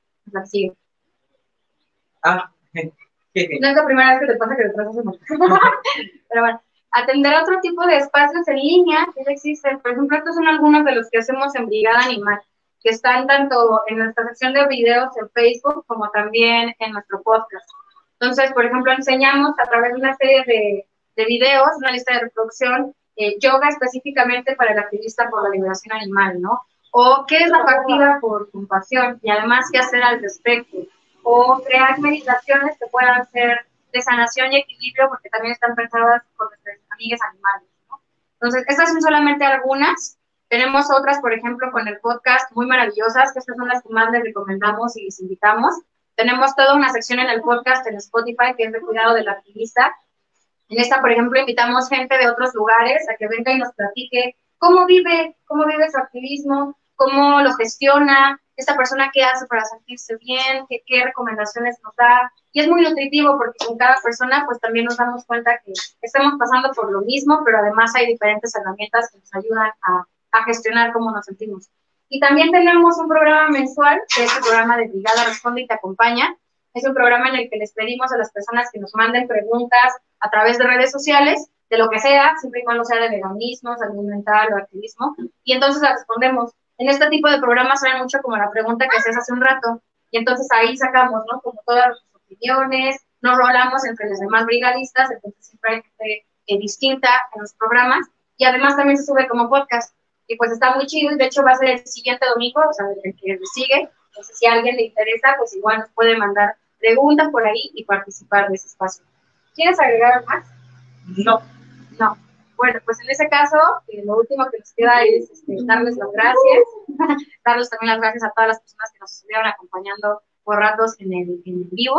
No es la primera vez que te pasa que detrás hace mal. Pero bueno, atender otro tipo de espacios en línea que ya existen. Por ejemplo, estos son algunos de los que hacemos en Brigada Animal, que están tanto en nuestra sección de videos en Facebook como también en nuestro podcast. Entonces, por ejemplo, enseñamos a través de una serie de videos, una lista de reproducción, yoga específicamente para el activista por la liberación animal, ¿no? O qué es la partida por compasión y además qué hacer al respecto. O crear meditaciones que puedan ser de sanación y equilibrio, porque también están pensadas por nuestros amigos animales, ¿no? Entonces, estas son solamente algunas. Tenemos otras, por ejemplo, con el podcast muy maravillosas, que estas son las que más les recomendamos y les invitamos. Tenemos toda una sección en el podcast en Spotify que es de cuidado del activista. En esta, por ejemplo, invitamos gente de otros lugares a que venga y nos platique cómo vive su activismo, cómo lo gestiona, esta persona qué hace para sentirse bien, qué recomendaciones nos da. Y es muy nutritivo porque con cada persona pues también nos damos cuenta que estamos pasando por lo mismo, pero además hay diferentes herramientas que nos ayudan a gestionar cómo nos sentimos. Y también tenemos un programa mensual, que es el programa de Brigada Responde y Te Acompaña. Es un programa en el que les pedimos a las personas que nos manden preguntas a través de redes sociales, de lo que sea, siempre y cuando sea de veganismo, salud mental o activismo, y entonces la respondemos. En este tipo de programas suena mucho como la pregunta que hacías hace un rato, y entonces ahí sacamos, ¿no? Como todas nuestras opiniones, nos rolamos entre los demás brigadistas, entonces siempre hay gente distinta en los programas, y además también se sube como podcast, y pues está muy chido, y de hecho va a ser el siguiente domingo, o sea, el que sigue, entonces si a alguien le interesa, pues igual nos puede mandar preguntas por ahí y participar de ese espacio. ¿Quieres agregar más? No. No. Bueno, pues en ese caso, lo último que nos queda es darles las gracias, darles también las gracias a todas las personas que nos estuvieron acompañando por ratos en el vivo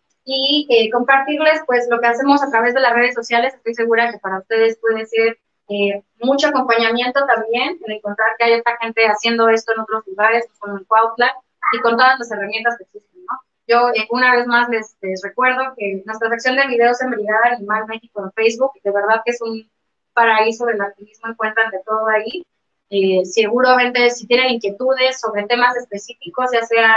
y compartirles pues lo que hacemos a través de las redes sociales. Estoy segura que para ustedes puede ser mucho acompañamiento también, el encontrar que hay otra gente haciendo esto en otros lugares, como en Cuautla, y con todas las herramientas que existen, ¿no? Yo una vez más les recuerdo que nuestra sección de videos en Brigada Animal México en Facebook, de verdad que es un paraíso del activismo, encuentran de todo ahí. Seguramente si tienen inquietudes sobre temas específicos, ya sea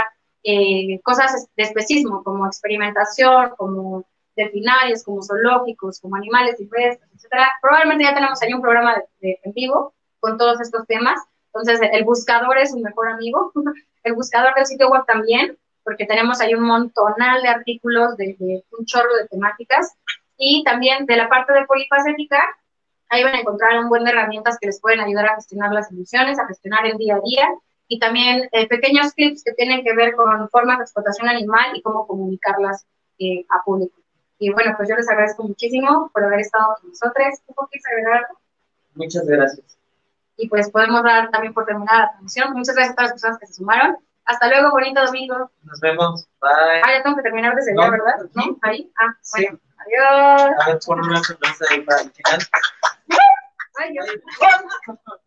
cosas de especismo, como experimentación, como delfinarios, como zoológicos, como animales silvestres, etcétera, probablemente ya tenemos ahí un programa en vivo con todos estos temas. Entonces, el buscador es un mejor amigo, el buscador del sitio web también, porque tenemos ahí un montonal de artículos de un chorro de temáticas, y también de la parte de polifacética, ahí van a encontrar un buen de herramientas que les pueden ayudar a gestionar las emociones, a gestionar el día a día, y también pequeños clips que tienen que ver con formas de explotación animal y cómo comunicarlas a público. Y bueno, pues yo les agradezco muchísimo por haber estado con nosotros. ¿Tú quieres agregar algo? Muchas gracias. Y pues podemos dar también por terminada la transmisión. Muchas gracias a todas las personas que se sumaron. Hasta luego, bonito domingo. Nos vemos. Bye. Ah, ya tengo que terminar de sellar, ¿verdad? ¿No? ¿No? ¿Ahí? Ah, Sí. bueno. Adiós. A ver, pon una sonrisa ahí para el final. Ay, Dios.